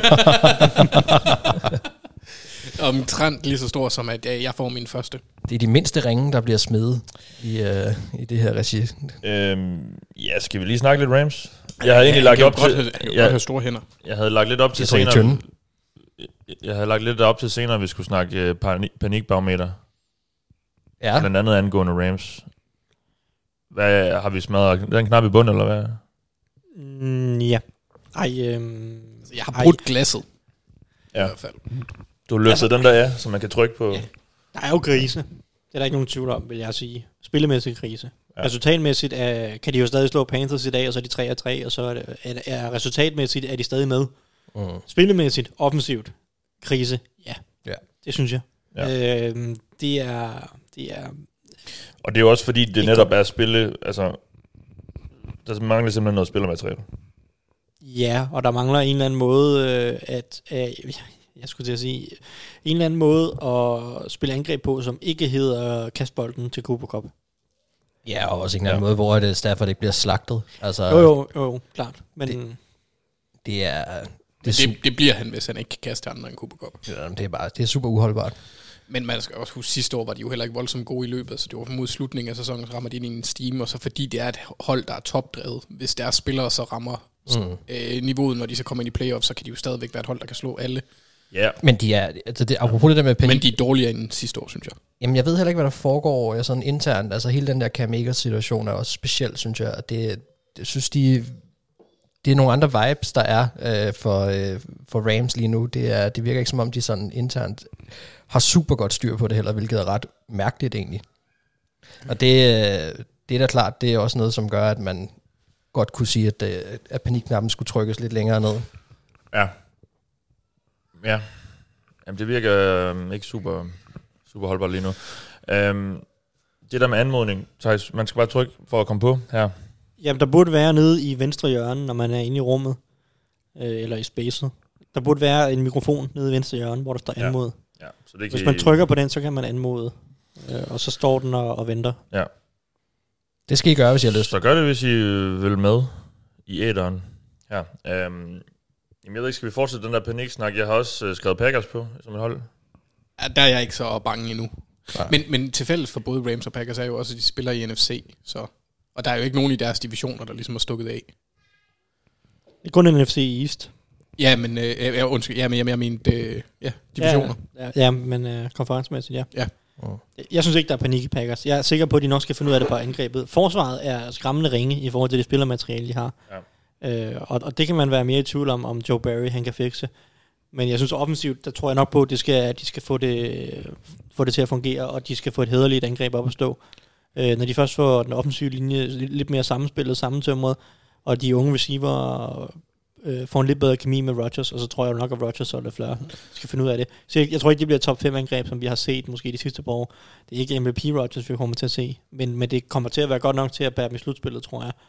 Omtrent lige så stor som, at jeg får min første. Det er de mindste ringe, der bliver smidt i, uh, i det her regi. Øhm, ja, skal vi lige snakke lidt Rams? Jeg havde egentlig lagt op til... Jeg kan godt have store hænder. Jeg havde lagt lidt op til senere... Jeg, jeg havde lagt lidt op til senere, at vi skulle snakke uh, panik, panikbarometer. Ja. Blandt andet angående Rams. Hvad, har vi smadret den knap i bund, eller hvad? Mm, ja. Ej, øhm, jeg har brudt glasset. Ja. I hvert fald. Du har løftet den der, ja, som man kan trykke på. Ja. Der er jo krise. Det er der ikke nogen tvivl om, vil jeg sige. Spillemæssig krise. Ja. Resultatmæssigt er, kan de jo stadig slå Panthers i dag, og så er de tre og tre, og så er, det, er, er resultatmæssigt er de stadig med. Mm. Spillemæssigt, offensivt, krise, ja. ja. Det synes jeg. Ja. Øhm, det er... Det er og det er jo også fordi, det netop er at spille... Altså, der mangler simpelthen noget spillermateriale. Ja, og der mangler en eller anden måde, øh, at, øh, jeg skulle til at sige, en eller anden måde at spille angreb på, som ikke hedder kastbolden til Cooper Kupp. Ja, og også en eller anden ja. måde, hvor det Stafford ikke bliver slagtet. Altså, jo, jo, jo, klart. Men det, det er... Det, det, det bliver han, hvis han ikke kan kaste andre end Cooper Kupp. Ja, det er bare, det er super uholdbart. Men man skal også huske, sidste år var de jo heller ikke voldsomt gode i løbet, så det var mod slutningen af sæsonen, så rammer de ind i en steam, og så fordi det er et hold, der er topdrevet, hvis deres spillere så rammer mm. øh, niveauet, når de så kommer ind i playoff, så kan de jo stadigvæk være et hold, der kan slå alle. Ja. Yeah. Men de er, altså det, apropos det der med panik. Men de er dårligere end sidste år, synes jeg. Jamen, jeg ved heller ikke, hvad der foregår sådan internt. Altså hele den der Cam Akers-situation er også speciel, synes jeg. Det, jeg synes, de... Det er nogle andre vibes, der er øh, for, øh, for Rams lige nu. Det, er, det virker ikke som om, de sådan internt har super godt styr på det heller, hvilket er ret mærkeligt egentlig. Og det, det er da klart, det er også noget, som gør, at man godt kunne sige, at, at panikknappen skulle trykkes lidt længere ned. Ja. Ja. Jamen, det virker øh, ikke super, super holdbart lige nu. Øhm, det der med anmodning, Thijs, man skal bare trykke for at komme på her. Jamen, der burde være nede i venstre hjørne, når man er inde i rummet, øh, eller i spacet. Der burde være en mikrofon nede i venstre hjørne, hvor der står anmod. Ja. Ja, så det Hvis man trykker på den, så kan man anmode, øh, og så står den og, og venter. Ja. Det skal I gøre, hvis I har lyst. Så gør det, hvis I vil med i æderen. Ja. Øhm, jamen, jeg ved ikke, skal vi fortsætte den der paniksnak? Jeg har også øh, skrevet Packers på, som et hold. Ja, der er jeg ikke så bange endnu. Men, men til fælles for både Rams og Packers er jo også, at de spiller i N F C, så... Og der er jo ikke nogen i deres divisioner, der ligesom er stukket af. Det er kun en N F C East. Ja, men øh, jeg, undskyld, ja, men jeg, jeg mente, øh, ja, divisioner. Ja, ja, ja men øh, konferencemæssigt, ja. Ja. Mm. Jeg synes ikke, der er panik i Packers. Jeg er sikker på, at de nok skal finde ud af det på angrebet. Forsvaret er skræmmende ringe i forhold til det spillermateriale, de har. Ja. Øh, og, og det kan man være mere i tvivl om, om Joe Barry han kan fikse. Men jeg synes offensivt, der tror jeg nok på, at de skal, at de skal få, det, få det til at fungere, og de skal få et hæderligt angreb op at stå. Øh, når de først får den offensive linje lidt mere sammenspillet, sammentømret, og de unge receiver øh, får en lidt bedre kemi med Rodgers, og så tror jeg nok, at Rodgers og LaFleur skal finde ud af det. Så jeg, jeg tror ikke, det bliver top fem angreb, som vi har set måske de sidste par år. Det er ikke M V P Rodgers, vi kommer til at se, men, men det kommer til at være godt nok til at bære dem i slutspillet, tror jeg.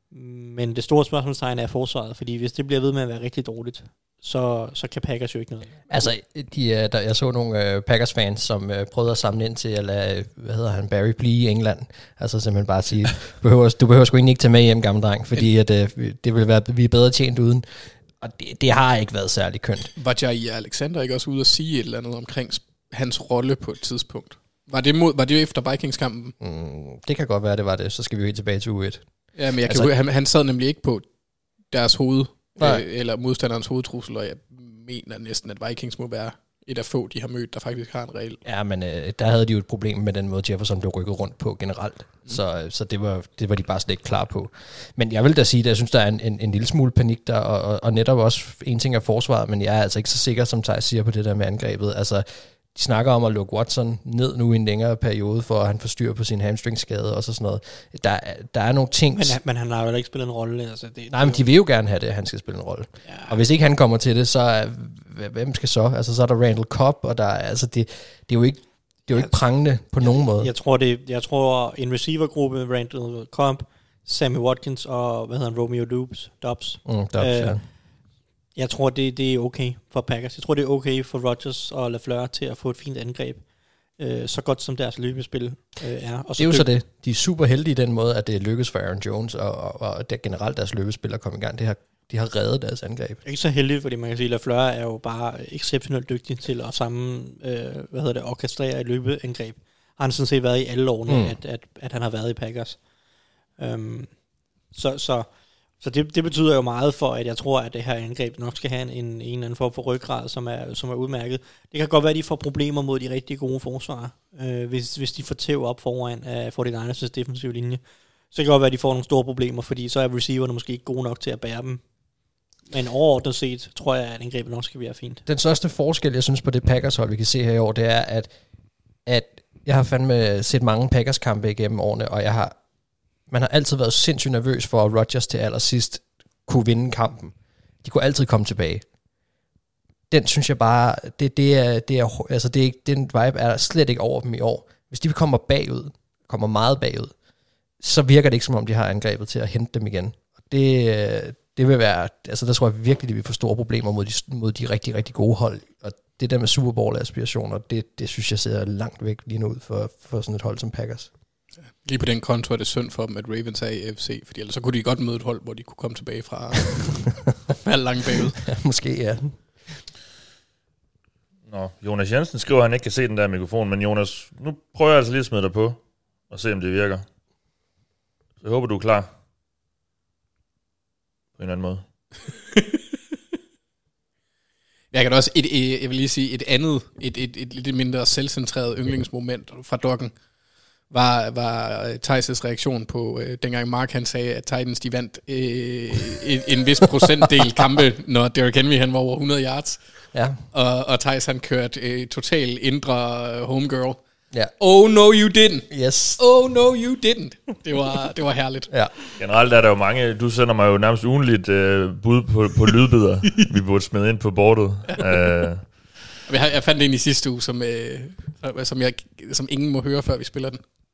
Men det store spørgsmålstegn er forsvaret, fordi hvis det bliver ved med at være rigtig dårligt, så, så kan Packers jo ikke noget. Altså, de, der, jeg så nogle uh, Packers-fans, som uh, prøvede at samle ind til at lade, hvad hedder han, Barry blive i England. Altså simpelthen bare at sige, du behøver, du behøver sgu egentlig ikke tage med hjem, gamle dreng, fordi at, uh, det vil være, vi er bedre tjent uden. Og det, det har ikke været særlig kønt. Var Jair Alexander ikke også ude at sige et eller andet omkring hans rolle på et tidspunkt? Var det, mod, var det efter Vikings-kampen? Mm, det kan godt være, det var det. Så skal vi jo helt tilbage til U et. Ja, men jeg altså, kan, han, han sad nemlig ikke på deres hoved, øh, eller modstanderens hovedtrussel, og jeg mener næsten, at Vikings må være et af få, de har mødt, der faktisk har en regel. Ja, men øh, der havde de jo et problem med den måde, Jefferson blev rykket rundt på generelt, mm. så, så det, var, det var de bare slet ikke klar på. Men jeg vil da sige, at jeg synes, der er en, en, en lille smule panik der, og, og, og netop også en ting af forsvaret, men jeg er altså ikke så sikker, som Thijs siger på det der med angrebet. Altså, de snakker om at lukke Watson ned nu i en længere periode, for at han får styr på sin hamstringskade og så sådan noget. Der, der er nogle ting... Men, men han har jo ikke spillet en rolle. Altså det, nej, men de vil jo gerne have det, at han skal spille en rolle. Ja. Og hvis ikke han kommer til det, så hvem skal så? Altså, så er der Randall Cobb, og der altså det, det er jo ikke, det er jo ikke prangende på nogen måde. Jeg tror, det, jeg tror en receivergruppe, Randall Cobb, Sammy Watkins og, hvad hedder han, Romeo Doubs. Doubs. Mm, Doubs, øh, ja. Jeg tror, det, det er okay for Packers. Jeg tror, det er okay for Rodgers og LaFleur til at få et fint angreb. Øh, så godt som deres løbespil øh, er. Og det er jo så det. De er super heldige i den måde, at det lykkes for Aaron Jones, og, og, og det generelt deres løbespil er kommet i gang. Det har, de har reddet deres angreb. Ikke så heldigt, fordi man kan sige, at LaFleur er jo bare exceptionelt dygtig til at sammen, øh, hvad hedder det, orkestrere et løbeangreb. Har han sådan set været i alle årene, mm. at, at, at han har været i Packers. Um, så... så Så det, det betyder jo meget for, at jeg tror, at det her angreb nok skal have en, en, en eller anden form for ryggrad, som er, som er udmærket. Det kan godt være, at de får problemer mod de rigtig gode forsvar, øh, hvis, hvis de får tæv op foran af forty-niners' defensive linje. Så kan det godt være, at de får nogle store problemer, fordi så er receiverne måske ikke gode nok til at bære dem. Men overordnet set, tror jeg, at angrebet nok skal være fint. Den største forskel, jeg synes på det Packers-hold, vi kan se her i år, det er, at, at jeg har fandme set mange Packers-kampe igennem årene, og jeg har man har altid været sindssygt nervøs for, at Rodgers til allersidst kunne vinde kampen. De kunne altid komme tilbage. Den synes jeg bare, det, det er, det er, altså det, den vibe er slet ikke over dem i år. Hvis de kommer bagud, kommer meget bagud, så virker det ikke som om, de har angrebet til at hente dem igen. Og det, det vil være, altså der tror jeg virkelig, det vil få store problemer mod de, mod de rigtig, rigtig gode hold. Og det der med Super Bowl-aspirationer, det, det synes jeg ser langt væk lige nu ud for, for sådan et hold som Packers. Ja. Lige på den konto er det synd for dem, at Ravens er i A F C, fordi ellers så kunne de godt møde et hold, hvor de kunne komme tilbage fra halv langt bagud. Ja, måske, ja. Nå, Jonas Jensen skriver, at han ikke kan se den der mikrofon, men Jonas, nu prøver jeg altså lige at smide dig på, og se om det virker. Så jeg håber, du er klar. På en eller anden måde. Jeg kan da også, et, et, jeg vil lige sige, et andet, et, et, et lidt mindre selvcentreret yndlingsmoment fra Doggen, var, var Theis' reaktion på, øh, dengang Mark han sagde, at Titans de vandt øh, en, en vis procentdel kampe, når Derrick Henry han var over hundrede yards. Ja. Og, og Theis han kørte øh, total indre homegirl. Ja. Oh no you didn't. Yes. Oh no you didn't. Det var, det var herligt. Ja. Generelt er der jo mange, du sender mig jo nærmest ugenligt øh, bud på, på lydbider, vi burde smide ind på bordet. uh. jeg, jeg fandt en i sidste uge, som, øh, som, jeg, som ingen må høre, før vi spiller den.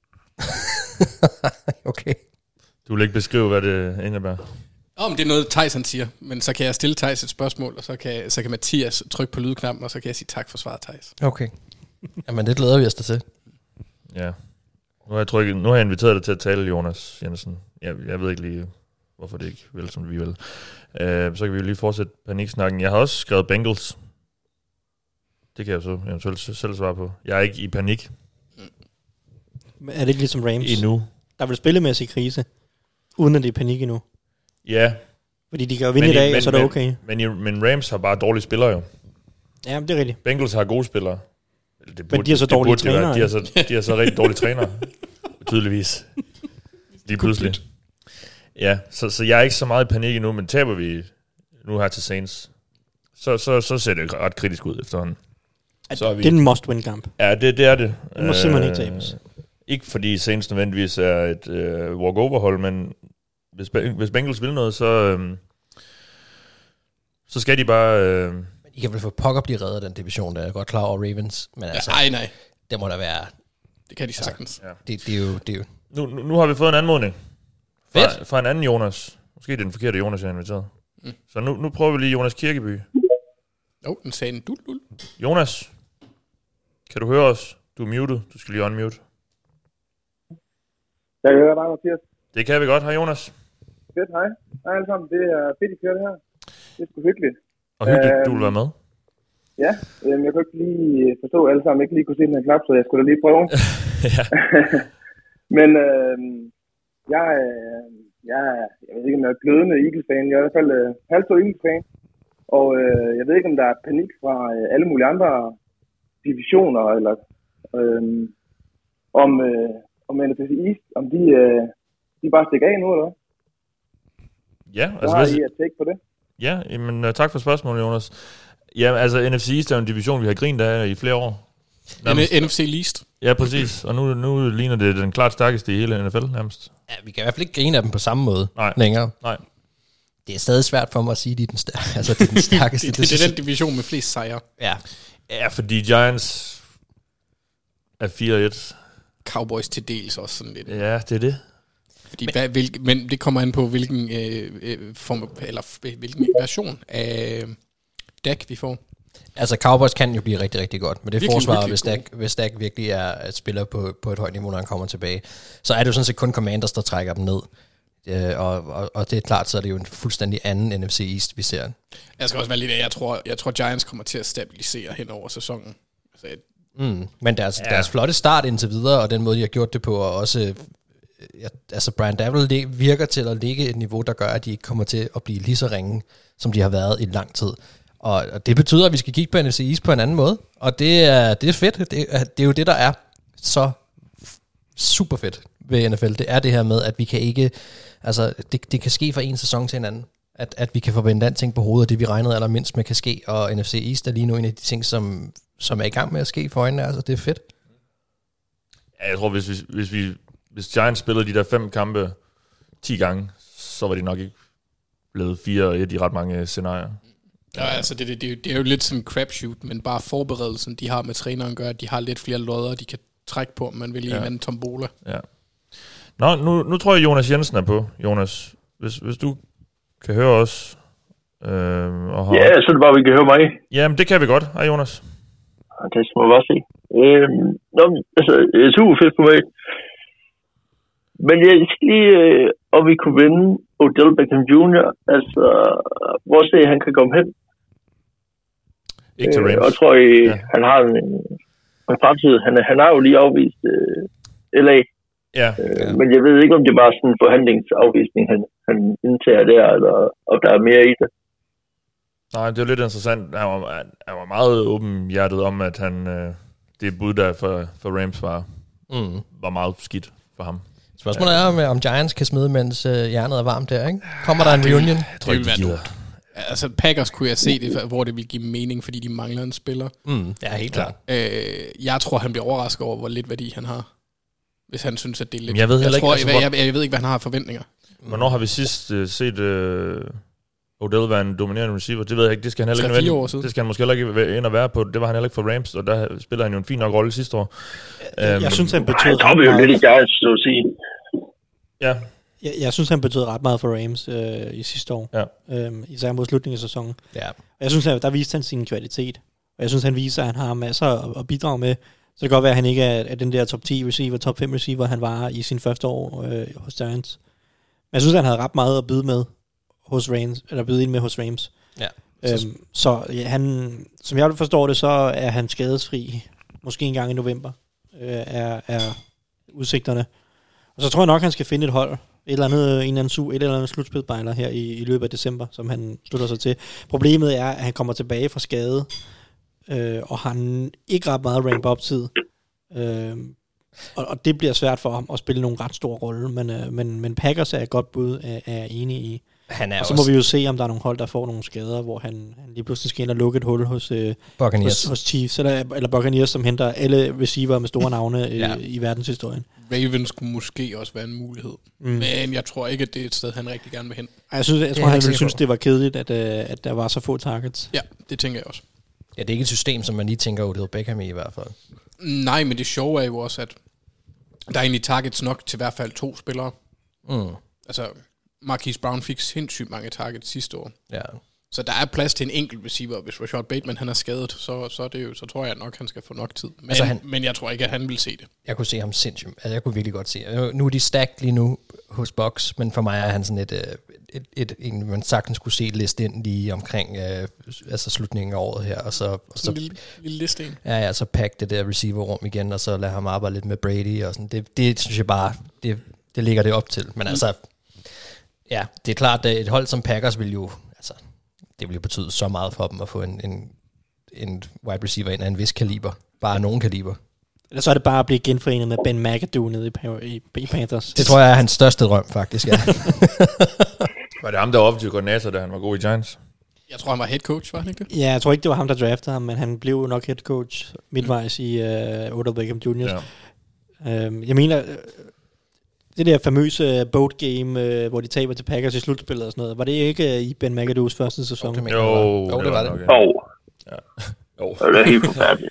Okay. Du vil ikke beskrive, hvad det indebærer? Om oh, det er noget, Theis han siger, men så kan jeg stille Theis et spørgsmål, og så kan, så kan Mathias trykke på lydknappen, og så kan jeg sige tak for svaret, Theis. Okay. Jamen, det glæder vi os da til. Ja. Nu har jeg, trykket, nu har jeg inviteret dig til at tale, Jonas Jensen. Jeg, jeg ved ikke lige, hvorfor det ikke vil, som vi vil. Uh, så kan vi jo lige fortsætte paniksnakken. Jeg har også skrevet Bengals. Det kan jeg så eventuelt selv svare på. Jeg er ikke i panik. Er det ikke ligesom Rams? Endnu. Der er vel spillemæssig krise, uden at det er panik endnu. Ja. Fordi de kan jo vinde i dag, og så er det okay. Men, men, men Rams har bare dårlige spillere jo. Ja, det er rigtigt. Bengals har gode spillere. Det burde, men de har så dårlige trænere. De har så, de har så rigtig dårlige trænere. Tydeligvis. Lige pludselig. Ja, så, så jeg er ikke så meget i panik endnu, men taber vi nu her til Saints, så, så, så ser det ret kritisk ud efterhånden. Så er vi, det er en must-win-kamp. Ja, det, det er det. Det må uh, simpelthen ikke tabes. Ikke fordi Saints nødvendigvis er et uh, walk-over-hold, men hvis, hvis Bengals vil noget, så, um, så skal de bare... Uh, I kan vel få pokker blive reddet af den division, der er godt klar over Ravens. Men altså, ja, nej, nej. Det må der være... Det kan de sagtens. Altså, ja. det, det, er jo, det er jo... Nu, nu, nu har vi fået en anmodning. Fra, fra en anden Jonas. Måske det er den forkerte Jonas, jeg har inviteret. Mm. Så nu, nu prøver vi lige Jonas Kirkeby. Jo, oh, den sagde en dul, dul. Jonas, kan du høre os? Du er muted. Du skal lige unmute. Jeg kan høre dig, Mathias. Det kan vi godt. Hej, Jonas. Fedt, hej. Hej alle sammen. Det er fedt, I kører det her. Det er sgu hyggeligt. Og hyggeligt, øhm, du vil være med. Ja, øhm, jeg kunne ikke lige forstå, at alle sammen ikke lige kunne se den her knap, så jeg skulle da lige prøve. Men øhm, jeg, jeg, jeg ved ikke, om jeg er glødende Eagles-fan. Jeg er i hvert fald øh, halvstor Eagles-fan. Og øh, jeg ved ikke, om der er panik fra øh, alle mulige andre divisioner, eller øh, om, øh, om N F C East, om de, øh, de bare stikker af nu, eller hvad? Ja, altså... Så har I at take på det? Ja, men uh, tak for spørgsmålet, Jonas. Ja, altså N F C East er en division, vi har grint af i flere år. Nærmest. N F C Least. Ja, præcis. Og nu, nu ligner det den klart stærkeste i hele N F L nærmest. Ja, vi kan i hvert fald ikke grine af dem på samme måde Nej. længere. Nej. Det er stadig svært for mig at sige, at de er den, stær- altså, det er den stærkeste. det, det, det er den division med flest sejre. Ja. Ja, fordi Giants er fire et. Cowboys til dels også sådan lidt. Ja, det er det. Fordi men, hvad, hvil, men det kommer an på, hvilken, øh, form, eller, hvilken version af Dak vi får. Altså Cowboys kan jo blive rigtig, rigtig godt, men det forsvar, hvis Dak, hvis Dak virkelig er et spiller på, på et højt niveau, når han kommer tilbage, så er det jo sådan set kun Commanders, der trækker dem ned. Øh, og, og, og det er klart, så er det jo en fuldstændig anden N F C East, vi ser. Jeg skal også være lidt af, jeg tror, jeg tror Giants kommer til at stabilisere hen over sæsonen. Altså, et, mm, men deres, ja. deres flotte start indtil videre, og den måde, de har gjort det på, og også... Ja, altså Brian Daboll virker til at ligge et niveau, der gør, at de ikke kommer til at blive lige så ringe, som de har været i lang tid. Og, og det betyder, at vi skal kigge på N F C East på en anden måde. Og det er, det er fedt. Det, det er jo det, der er så super fedt ved N F L. Det er det her med, at vi kan ikke... Altså, det, det kan ske fra en sæson til en anden. At, at vi kan forvente ting på hovedet, det vi regnede allermindst med kan ske. Og N F C East er lige nu en af de ting, som, som er i gang med at ske for øjnene. Altså, det er fedt. Ja, jeg tror, hvis vi... Hvis vi Hvis Giants spillede de der fem kampe ti gange, så var de nok ikke blevet fire og et i ret mange scenarier. Ja, altså det, det, det, det er jo lidt sådan en crapshoot, men bare forberedelsen, de har med træneren, gør, at de har lidt flere lodder, de kan trække på, om man vil i ja. en anden tombola. Ja. Nå, nu, nu tror jeg, Jonas Jensen er på. Jonas, hvis, hvis du kan høre os. Øh, og har... Ja, så er det bare, vi kan høre mig. Jamen, det kan vi godt. Hej, Jonas. Det må jeg bare se. Øh, nå, altså, super fedt på mig. Men jeg skal lige, øh, om vi kunne vinde Odell Beckham junior Altså, hvor ser I, han kan komme hen? Ikke til Rams. Øh, og tror I, ja. han har en, en fremtid. Han, han har jo lige afvist øh, L A. Ja. Øh, men jeg ved ikke, om det er bare sådan en forhandlingsafvisning, han, han indtager der, eller om der er mere i det. Nej, det er jo lidt interessant. Han var, han var meget åbenhjertet om, at han, øh, det bud der for, for Rams var, mm. var meget skidt for ham. Spørgsmålet er, om, om Giants kan smide, mens øh, hjernet er varmt der, ikke? Kommer der en reunion? Jeg tror, det vil være dumt. Altså, Packers kunne jeg se det, hvor det ville give mening, fordi de mangler en spiller. Mm, ja, helt klart. Øh, jeg tror, han bliver overrasket over, hvor lidt værdi han har. Hvis han synes, at det er lidt... Jeg ved, jeg, tror, ikke, jeg, jeg, jeg, jeg ved ikke, hvad han har forventninger. Hvornår har vi sidst uh, set uh, Odell være en dominerende receiver? Det ved jeg ikke. Det skal han heller ikke være. Det skal han måske heller ikke ind og være på. Det var han heller ikke for Rams, og der spiller han jo en fin nok rolle sidste år. Jeg, um, jeg synes, han betød ret meget. Jo lidt i Giants, så at sige. Ja. Jeg, jeg synes, han betød ret meget for Rams øh, i sidste år. Ja. Øhm, især mod slutningen af sæsonen. Ja. Og jeg synes, at der viste han sin kvalitet. Og jeg synes, han viser, at han har masser at, at bidrage med. Så det kan godt være, at han ikke er, er den der top ti receiver, top fem receiver, han var i sin første år øh, hos Giants. Men jeg synes, at han havde ret meget at byde med hos Rams, eller byde ind med hos Rams. Ja. Øhm, så ja, han, som jeg forstår det, så er han skadesfri. Måske en gang i november øh, er, er udsigterne. Og så tror jeg nok, han skal finde et hold. Et eller andet, en eller anden, su, et eller andet slutspilsbejler her i, i løbet af december, som han slutter sig til. Problemet er, at han kommer tilbage fra skade, øh, og har ikke ret meget ramp-up-tid. Øh, og, og det bliver svært for ham at spille nogle ret store rolle, men, øh, men, men Packers er et godt bud, er, er enig i. Han er og så også... må vi jo se, om der er nogle hold, der får nogle skader, hvor han, han lige pludselig skal ind og lukke et hul hos, øh, hos, hos Chiefs, eller, eller Buccaneers, som henter alle receiver med store navne øh, ja. i verdenshistorien. Ravens kunne måske også være en mulighed. Mm. Men jeg tror ikke, at det er et sted, han rigtig gerne vil hen. Jeg, synes, jeg tror, han ville synes, det var kedeligt, at, øh, at der var så få targets. Ja, det tænker jeg også. Ja, det er ikke et system, som man lige tænker, Odell Beckham i i hvert fald. Nej, men det sjove er jo også, at der er egentlig targets nok til i hvert fald to spillere. Mm. Altså, Marquise Brown fik sindssygt mange targets sidste år. Ja. Så der er plads til en enkelt receiver. Hvis Rashad Bateman han er skadet, så, så, er det jo, så tror jeg nok, han skal få nok tid. Men, altså han, men jeg tror ikke, at han vil se det. Jeg kunne se ham sindssygt. Altså, jeg kunne virkelig godt se. Nu er de stacked lige nu hos Bucks, men for mig er han sådan et, et, et, et en, man sagtens kunne se liste ind lige omkring øh, altså slutningen af året her. Og så, og så, så en lille, lille liste ind. Ja, ja, så pakke det der receiver-rum igen, og så lade ham arbejde lidt med Brady. Og sådan. Det, det synes jeg bare, det, det ligger det op til. Men mm. altså... Ja, det er klart, at et hold som Packers vil jo, altså, det vil jo betyde så meget for dem at få en, en, en wide receiver ind af en vis kaliber. Bare nogen kaliber. Eller så er det bare at blive genforenet med Ben McAdoo nede i, i, i Panthers. Det tror jeg er hans største drøm, faktisk, ja. Var det ham, der var offensiv koordinator, da han var god i Giants? Jeg tror, han var head coach, var han ikke det? Ja, jeg tror ikke, det var ham, der draftede ham, men han blev jo nok head coach midtvejs i uh, Odell Beckham junior Ja. Um, jeg mener... Det der famøse boat game, øh, hvor de taber til Packers i slutspillet og sådan noget, var det ikke øh, i Ben McAdoos første sæson? Oh, jo, jo, det var det. Åh. Oh. Ja. Jo. Det er helt forfærdeligt.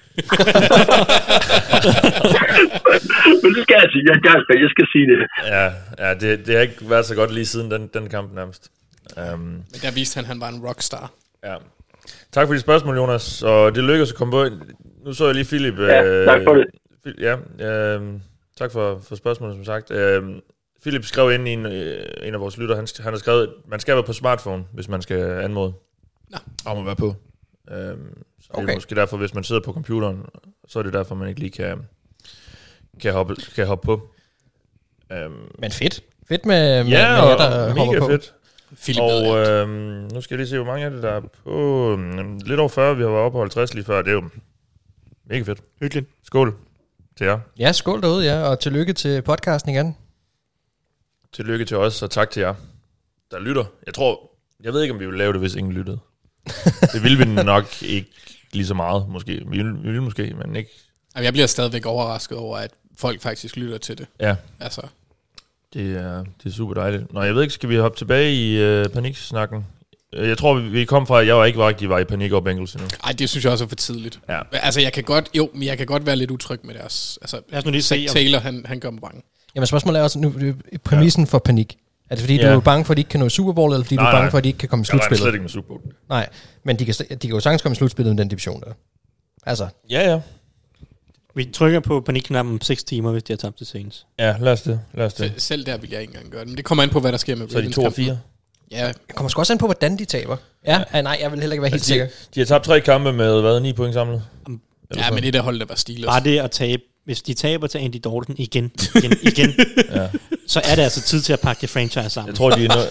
Men det skal jeg sige. Jeg, jeg, jeg skal sige det. Ja, ja det, det har ikke været så godt lige siden den, den kamp nærmest. Um, Men der viste han, at han var en rockstar. Ja. Tak for de spørgsmål, Jonas. Og det lykkedes at komme på. Nu så jeg lige Philip. Ja, øh, tak for det. Ja, øh, tak for, for spørgsmålet, som sagt. Øh, Philip skrev ind i en, øh, en af vores lytter, han, han har skrevet, man skal være på smartphone, hvis man skal anmode. Nå. Om at være på. Øh, så okay. Det er måske derfor, hvis man sidder på computeren, så er det derfor, man ikke lige kan, kan, hoppe, kan hoppe på. Øh, Men fedt. Fedt med, med, ja, med jer, der og mega på. Fedt. Philip og øh, nu skal jeg lige se, hvor mange af det der er på. Øh, lidt over fyrre, vi har været oppe på halvtreds lige før. Det er jo mega fedt. Hyggeligt. Skål til jer. Ja, skål derude, ja. Og tillykke til podcasten igen. Tillykke til os, og tak til jer, der lytter. Jeg tror, jeg ved ikke, om vi vil lave det, hvis ingen lyttede. Det ville vi nok ikke lige så meget, måske. Vi ville, vi ville måske, men ikke. Jeg bliver stadigvæk overrasket over, at folk faktisk lytter til det. Ja. Altså. Det er, det er super dejligt. Nå, jeg ved ikke, skal vi hoppe tilbage i øh, paniksnakken? Jeg tror, vi kom fra, at jeg var ikke rigtig var i panik over Bengals endnu. Nej, det synes jeg også er for tidligt. Ja. Altså, jeg kan godt, jo, men jeg kan godt være lidt utryg med deres. Altså, lad os nu lige se, Taylor, han, han gør mig bange. Jamen, spørgsmålet er også, nu, præmissen ja. for panik, Er det fordi, ja. du er bange for, at de ikke kan nå Super Bowl, eller fordi nej, du er bange nej. for, at de ikke kan komme i slutspillet? Jeg er slet ikke med Super Bowl. Nej, men de kan, de kan jo sagtens komme i slutspillet med den division der. Altså. Ja, ja. Vi trykker på panikknappen om seks timer, hvis de har tabt til Saints. Ja, lad os det. Lad os det. Selv, selv der vil jeg ikke engang gøre det. Men det kommer an på, hvad der sker med så er de to og fire? Ja. Det kommer sgu også an på, hvordan de taber. Ja, ja nej, jeg vil heller ikke være altså, helt de, sikker. De har tabt tre kampe med, hvad, ni point samlet? Um, ja, men det der hold, der var Steelers. Bare det at tabe. Hvis de taber til Andy Dalton igen, igen, igen, ja. så er det altså tid til at pakke det franchise sammen. Jeg tror, de er, no-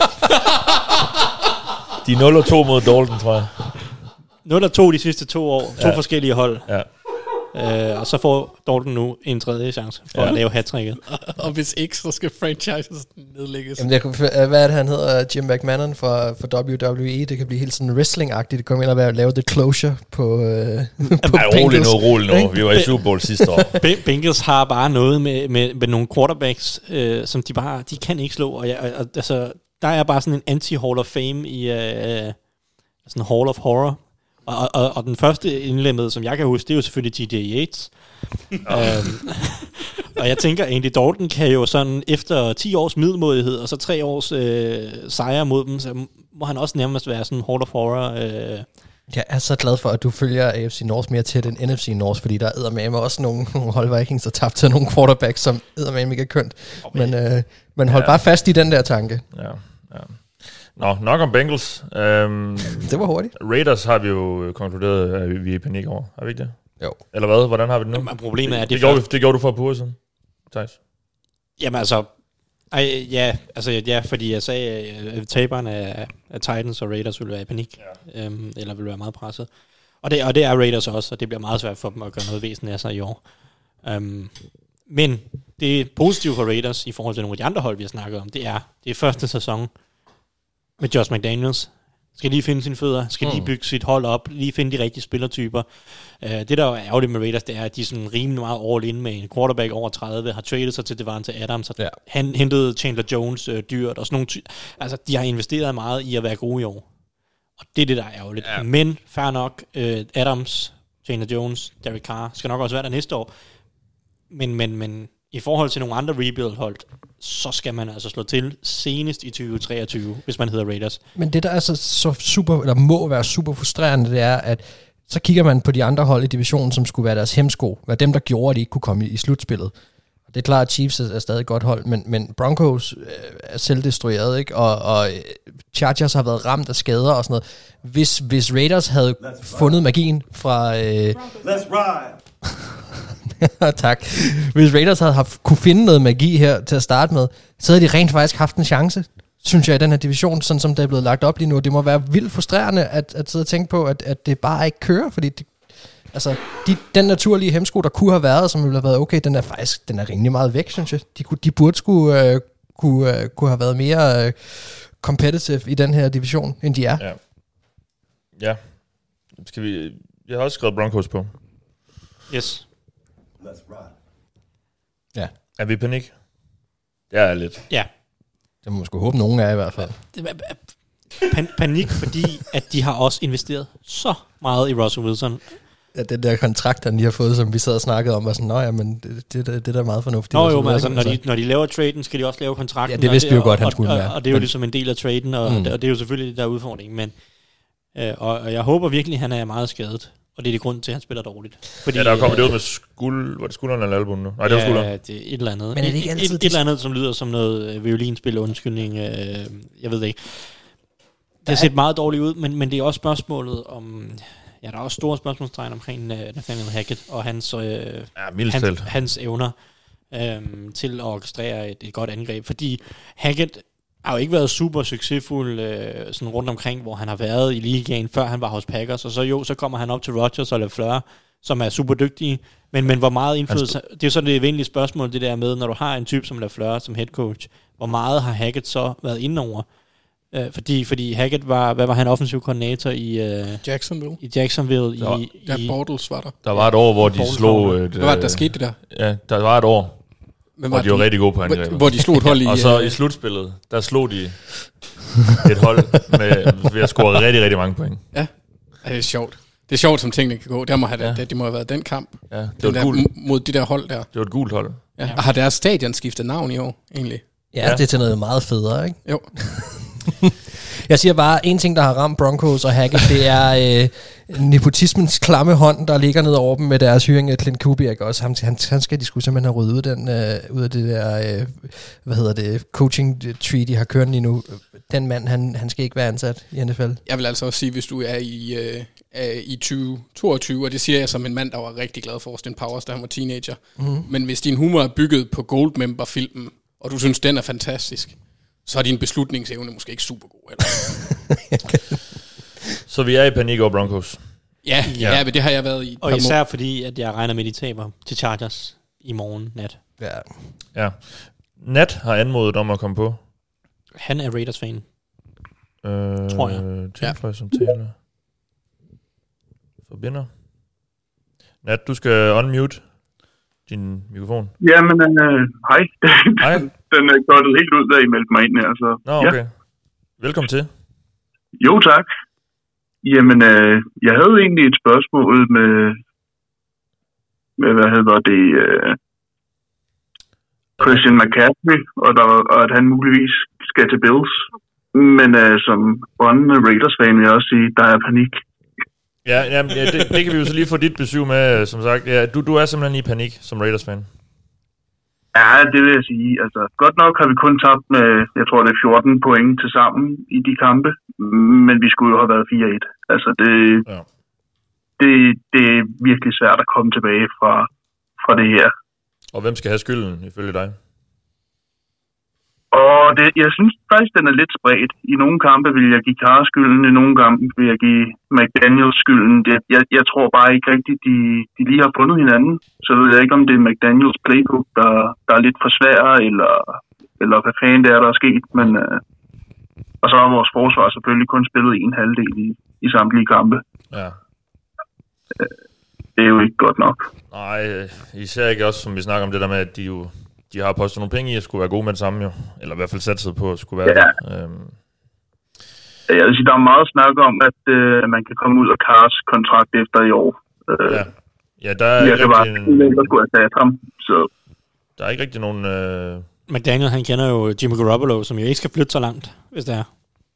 de er nul og to mod Dalton, tror jeg. nul og to de sidste to år. To ja. forskellige hold. Ja. Uh, og så får Dalton nu en tredje chance for ja. at lave hat-tricket. Og hvis ikke, så skal franchises nedlægges. Jamen, det, hvad er det, han hedder? Jim McMahon fra, for W W E. Det kan blive helt sådan wrestling-agtigt. Det kommer ind og lave the closure på, øh, på Ej, rolig nu, rolig nu. Vi var i Super Bowl sidste år. Bengals har bare noget med, med, med nogle quarterbacks, øh, som de bare, de kan ikke slå. Og, jeg, og, og altså, der er bare sådan en anti-Hall of Fame i øh, sådan en Hall of Horror. Og, og, og den første indlemmede, som jeg kan huske, det er jo selvfølgelig T J Yates. øhm, og jeg tænker, Andy Dalton kan jo sådan, efter ti års middelmådighed, og så tre års øh, sejre mod dem, så må han også nærmest være sådan en Hall of Horror. Øh. Jeg er så glad for, at du følger A F C North mere tæt end N F C North, fordi der er eddermame også nogle, nogle hold Vikings, der tabte til nogle quarterbacks, som eddermame ikke er kønt. Okay. Men, øh, men hold ja. bare fast i den der tanke. Ja, ja. Nå, nok om Bengals. Um, det var hurtigt. Raiders har vi jo konkluderet, at vi er i panik over. Har vi ikke det? Jo. Eller hvad? Hvordan har vi det nu? Jamen, problemet er, det, det, gjorde, vi, det gjorde du for et par uger siden, Thijs. Jamen altså, ej, ja, altså, ja, fordi jeg sagde, at taberen af, af Titans og Raiders ville være i panik. Ja. Øhm, eller ville være meget presset. Og det, og det er Raiders også, og det bliver meget svært for dem at gøre noget væsentligt af sig i år. Um, men det positive for Raiders i forhold til nogle af de andre hold, vi har snakket om, det er, det er første sæson med Josh McDaniels. Skal lige finde sine fødder, skal mm. lige bygge sit hold op, lige finde de rigtige spillertyper. Uh, det, der er ærgerligt med Raiders, det er, at de er sådan rimelig meget all in med en quarterback over tredive, har traded sig til Devante Adams, har ja. han, hentet Chandler Jones uh, dyrt, og sådan nogle ty- altså, de har investeret meget i at være gode i år. Og det er det, der er ærgerligt. Ja. Men fair nok, uh, Adams, Chandler Jones, Derek Carr, skal nok også være der næste år. Men, men, men i forhold til nogle andre rebuild-hold, så skal man altså slå til senest i tyve treogtyve, hvis man hedder Raiders. Men det, der er så, så super, eller må være super frustrerende, det er, at så kigger man på de andre hold i divisionen, som skulle være deres hemsko, hvad dem, der gjorde, at de ikke kunne komme i, i slutspillet. Og det er klart, at Chiefs er, er stadig et godt hold, men, men Broncos øh, er selvdestrueret, ikke? Og, og Chargers har været ramt af skader og sådan noget. Hvis, hvis Raiders havde fundet magien fra... Øh, Let's ride! Tak. Hvis Raiders havde haft, kunne finde noget magi her til at starte med, så havde de rent faktisk haft en chance, synes jeg, i den her division, sådan som det er blevet lagt op lige nu. Det må være vildt frustrerende at, at sidde og tænke på, at, at det bare ikke kører, fordi det, altså, de, den naturlige hemsko, der kunne have været, som ville have været okay, den er faktisk den er rimelig meget væk, synes jeg. De, de burde skulle, uh, kunne, uh, kunne have været mere uh, competitive i den her division, end de er. Ja. Ja. Skal vi... Jeg har også skrevet Broncos på. Yes. Ja. Er vi i panik? Det er lidt. Ja. Det må man sgu håbe, nogen er i hvert fald. Pan- panik, fordi at de har også investeret så meget i Russell Wilson. Ja, den der kontrakt, han lige har fået, som vi sad og snakkede om, var sådan, nå ja, men det, det, det, det der er meget fornuftigt. Nå jo, men altså, når de, når de laver traden, skal de også lave kontrakten. Ja, det vidste vi jo godt, han og, skulle og, være. Og, og det er jo ligesom en del af traden, og, mm. og det er jo selvfølgelig det, der er udfordringen. Men, øh, og, og jeg håber virkelig, han er meget skadet. Og det er det grund til, at han spiller dårligt. Fordi, ja, der er kommet det ud med skuld... Var det skulderen eller albuen nu? Nej, det var ja, skulderen. Ja, det er et eller andet. Men er det ikke altid... Et, et, et eller andet, som lyder som noget violinspil, undskyldning. Øh, jeg ved det ikke. Det har set meget dårligt ud, men, men det er også spørgsmålet om... Ja, der er også store spørgsmålstegn omkring uh, Nathaniel Hackett og hans, uh, ja, hans, hans evner um, til at orkestrere et, et godt angreb. Fordi Hackett har jo ikke været super succesfuld uh, sådan rundt omkring, hvor han har været i ligaen, før han var hos Packers. Og så jo, så kommer han op til Rodgers og LaFleur, som er super dygtige. Men, men hvor meget indflydelse... Det er jo sådan det eventlige spørgsmål, det der med, når du har en type som LaFleur som head coach, hvor meget har Hackett så været inde over? Uh, fordi, fordi Hackett var, hvad var han, offensiv koordinator i... Uh, Jacksonville. I Jacksonville. Der var, i, ja, i, Bortles var der. Der var et år, hvor de Bortles slog... Et, hvad var det, der skete der? Ja, der var et år, Men hvor var de var rigtig gode på angrebet. Hvor, hvor de slog et hold i... Og så i slutspillet, der slog de et hold med, ved at score rigtig, rigtig mange point. Ja, ja, det er sjovt. Det er sjovt, som tingene kan gå. Det må have, ja. det, det må have været den kamp. Ja, det den var der, gul. mod de der hold der. Det var et gult hold. Ja. Ja. Har deres stadion skiftet navn i år, egentlig? Ja, ja, det er til noget meget federe, ikke? Jo. Jeg siger bare, en ting, der har ramt Broncos og Hackett, det er øh, nepotismens klamme hånd, der ligger ned over dem med deres hyring af Clint Kubiak også. Han, han, han skal de skulle simpelthen have ryddet ud, den, øh, ud af det der, øh, hvad hedder det, coaching tree, de har kørt lige nu. Den mand, han, han skal ikke være ansat i N F L. Jeg vil altså også sige, hvis du er i, øh, er i tyve toogtyve, og det siger jeg som en mand, der var rigtig glad for Austin Powers, da han var teenager. Mm-hmm. Men hvis din humor er bygget på Goldmember-filmen, og du synes, den er fantastisk, så er din beslutningsevne måske ikke super god. Eller? Så vi er i panik over Broncos. Ja, ja, ja, men det har jeg været i. Og især må- fordi, at jeg regner med, de taber til Chargers i morgen nat. Ja. Ja. Nat har anmodet om at komme på. Han er Raiders-fan. Øh, tror jeg. Tilføj som taler. Forbinder. Nat, du skal unmute din mikrofon. Jamen, øh, hej. Hej. Den er gået helt ud, da I meldte mig ind her. Så. Nå, okay. Ja. Velkommen til. Jo, tak. Jamen, øh, jeg havde egentlig et spørgsmål med, med hvad hedder det, øh, Christian McCaffrey, og, der, og at han muligvis skal til Bills. Men øh, som brændende Raiders-fan vil jeg også sige, der er panik. Ja, jamen, ja det, det kan vi jo så lige få dit besøg med, som sagt. Ja, du, du er simpelthen i panik som Raiders-fan. Ja, det vil jeg sige. Altså, godt nok har vi kun tabt med, jeg tror det er fjorten point til sammen i de kampe, men vi skulle jo have været fire et. Altså, det, ja. det, det er virkelig svært at komme tilbage fra, fra det her. Og hvem skal have skylden, ifølge dig? Og det, jeg synes faktisk, den er lidt spredt. I nogle kampe vil jeg give Carr skylden, i nogle kampe vil jeg give McDaniels skylden. Det, jeg, jeg tror bare ikke rigtigt, de, de lige har fundet hinanden. Så ved jeg ikke, om det er McDaniels playbook, der, der er lidt for svær, eller, eller hvad fanden det er, der er sket. Men, øh, og så har vores forsvar selvfølgelig kun spillet en halvdel i, i samtlige kampe. Ja. Øh, det er jo ikke godt nok. Nej, især ikke også, som vi snakker om det der med, at de jo... De har postet nogle penge i at skulle være gode med det samme jo. Eller i hvert fald satset på at skulle være ja. det. Øhm. Jeg vil sige, der er meget snak om, at øh, man kan komme ud af Carrs kontrakt efter i år. Øh, ja. ja, der er ikke rigtig en... der skulle have ham, så... Der er ikke rigtig nogen... Øh... McDaniel, han kender jo Jimmy Garoppolo, som jo ikke skal flytte så langt, hvis det er.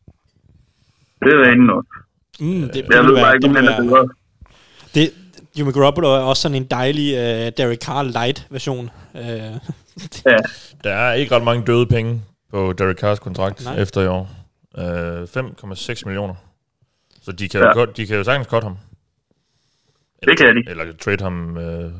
Det er rent nok. Mm, det, det, jeg det ved være, bare ikke, om han er bedre. Det, Jimmy Garoppolo er også sådan en dejlig uh, Derek Carr light-version. Uh, ja. Der er ikke ret mange døde penge på Derek Carrs kontrakt Nej. efter i år. Uh, fem komma seks millioner. Så de kan, ja. jo, godt, de kan jo sagtens godt ham. Eller, det kan de. Eller trade ham, uh,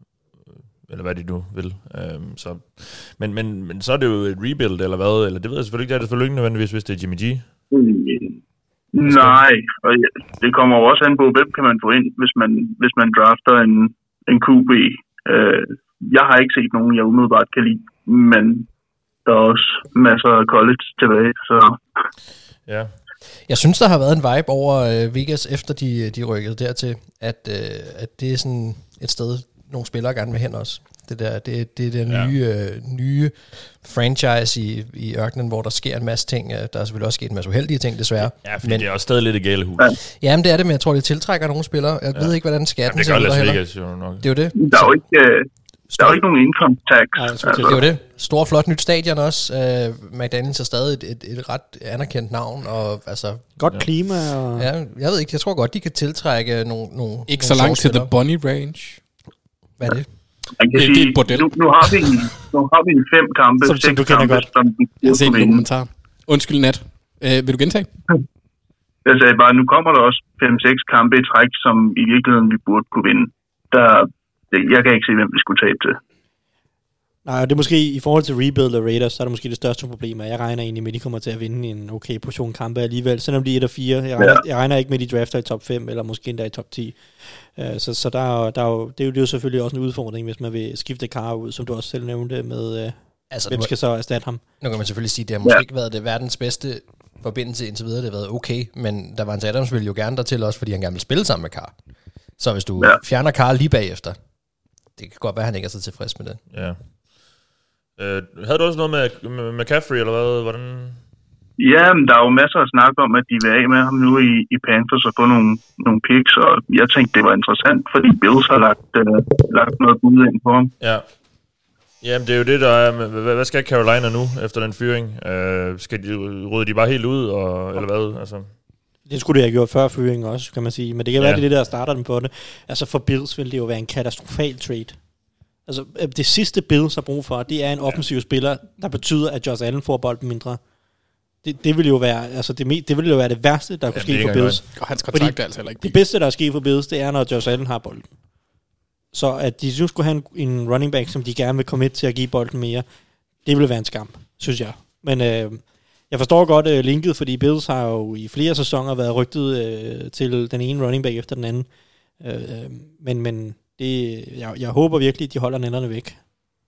eller hvad de nu vil. Uh, så. Men, men, men så er det jo et rebuild, eller hvad? Eller det ved jeg selvfølgelig ikke. Det er det selvfølgelig ikke nødvendigvis, hvis det er Jimmy G. Mm. Nej, og det kommer jo også an på, hvem kan man få ind, hvis man, hvis man drafter en, en Q B. Uh, jeg har ikke set nogen, jeg umiddelbart kan lide, men der er også masser af college tilbage, så... Ja. Jeg synes, der har været en vibe over øh, Vegas, efter de, de rykkede dertil, at, øh, at det er sådan et sted, nogle spillere gerne vil hen også. Det der, det, det er den ja. nye, øh, nye franchise i, i ørkenen, hvor der sker en masse ting. Der er selvfølgelig også sket en masse uheldige ting, desværre. Ja, fordi men, det er også stadig lidt i gale hus. Ja. Jamen, det er det, men jeg tror, det tiltrækker nogle spillere. Jeg ja. ved ikke, hvordan skatten ser ud der heller. Det er jo det. Der er jo ikke, øh, der er jo ikke nogen income tax. Nej, altså. Det er jo det. Stor, flot nyt stadion også. Uh, McDaniels er stadig et, et, et ret anerkendt navn. Og, altså, godt ja. klima. Og... Ja, jeg ved ikke, jeg tror godt, de kan tiltrække nogle... nogle ikke nogle så langt til The Bunny Range. Hvad er det? Man kan det, sige, det er et bordel. Nu, nu, har vi, nu har vi en fem kampe, som, som du kender godt. Som jeg har set en dokumentar. Undskyld, Nat. Uh, vil du gentage? Jeg sagde bare, nu kommer der også fem seks kampe i træk, som i virkeligheden vi burde kunne vinde. Der, jeg kan ikke se, hvem vi skulle tabe til. Nej, det er måske i forhold til rebuild og Raiders, så er det måske det største problem, at jeg regner egentlig med, at de kommer til at vinde en okay portion kampe alligevel, selvom de er et og fire. Jeg regner, ja. jeg regner ikke med, at de drafter i top fem, eller måske endda i top ti. Uh, så så der, der er jo, det, er jo, det er jo selvfølgelig også en udfordring, hvis man vil skifte Carr ud, som du også selv nævnte med, uh, altså, hvem skal så erstatte ham? Nu kan man selvfølgelig sige, at det har måske ja. ikke været det verdens bedste forbindelse indtil videre, det har været okay, men der var en Adams ville jo gerne dertil også, fordi han gerne vil spille sammen med Carr. Så hvis du ja. fjerner Carr lige bagefter, det kan godt være, at han ikke er så tilfreds med det. Ja. Uh, havde du også noget med, med McCaffrey, eller hvad? Hvordan? Ja, men der er jo masser af snak om, at de vil af med ham nu i, i Panthers og få nogle, nogle picks, og jeg tænkte, det var interessant, fordi Bills har lagt, uh, lagt noget bud ind på ham. Ja. Jamen, det er jo det, der er... Hvad skal Carolina nu, efter den fyring? Øh, skal de rydde de bare helt ud, og, eller hvad? Altså... Det skulle det have gjort før fyringen også, kan man sige. Men det kan ja. være, det er det, der starter dem på det. Altså for Bills vil det jo være en katastrofal trade. Altså det sidste Bills har brug for, det er en offensiv ja. spiller, der betyder, at Josh Allen får bolden mindre. Det, det vil jo være, altså det, det vil jo være det værste, der ja, kunne ske for Bills. Og hans kontrakt er altså heller ikke det bedste, der er sket for Bills, det er, når Josh Allen har bolden. Så at de nu skulle have en, en running back, som de gerne vil komme til at give bolden mere, det vil være en skam, synes jeg. Men øh, jeg forstår godt uh, linket, fordi Bills har jo i flere sæsoner været rygtet uh, til den ene running back efter den anden. Uh, men men det, jeg, jeg håber virkelig, at de holder nænderne væk.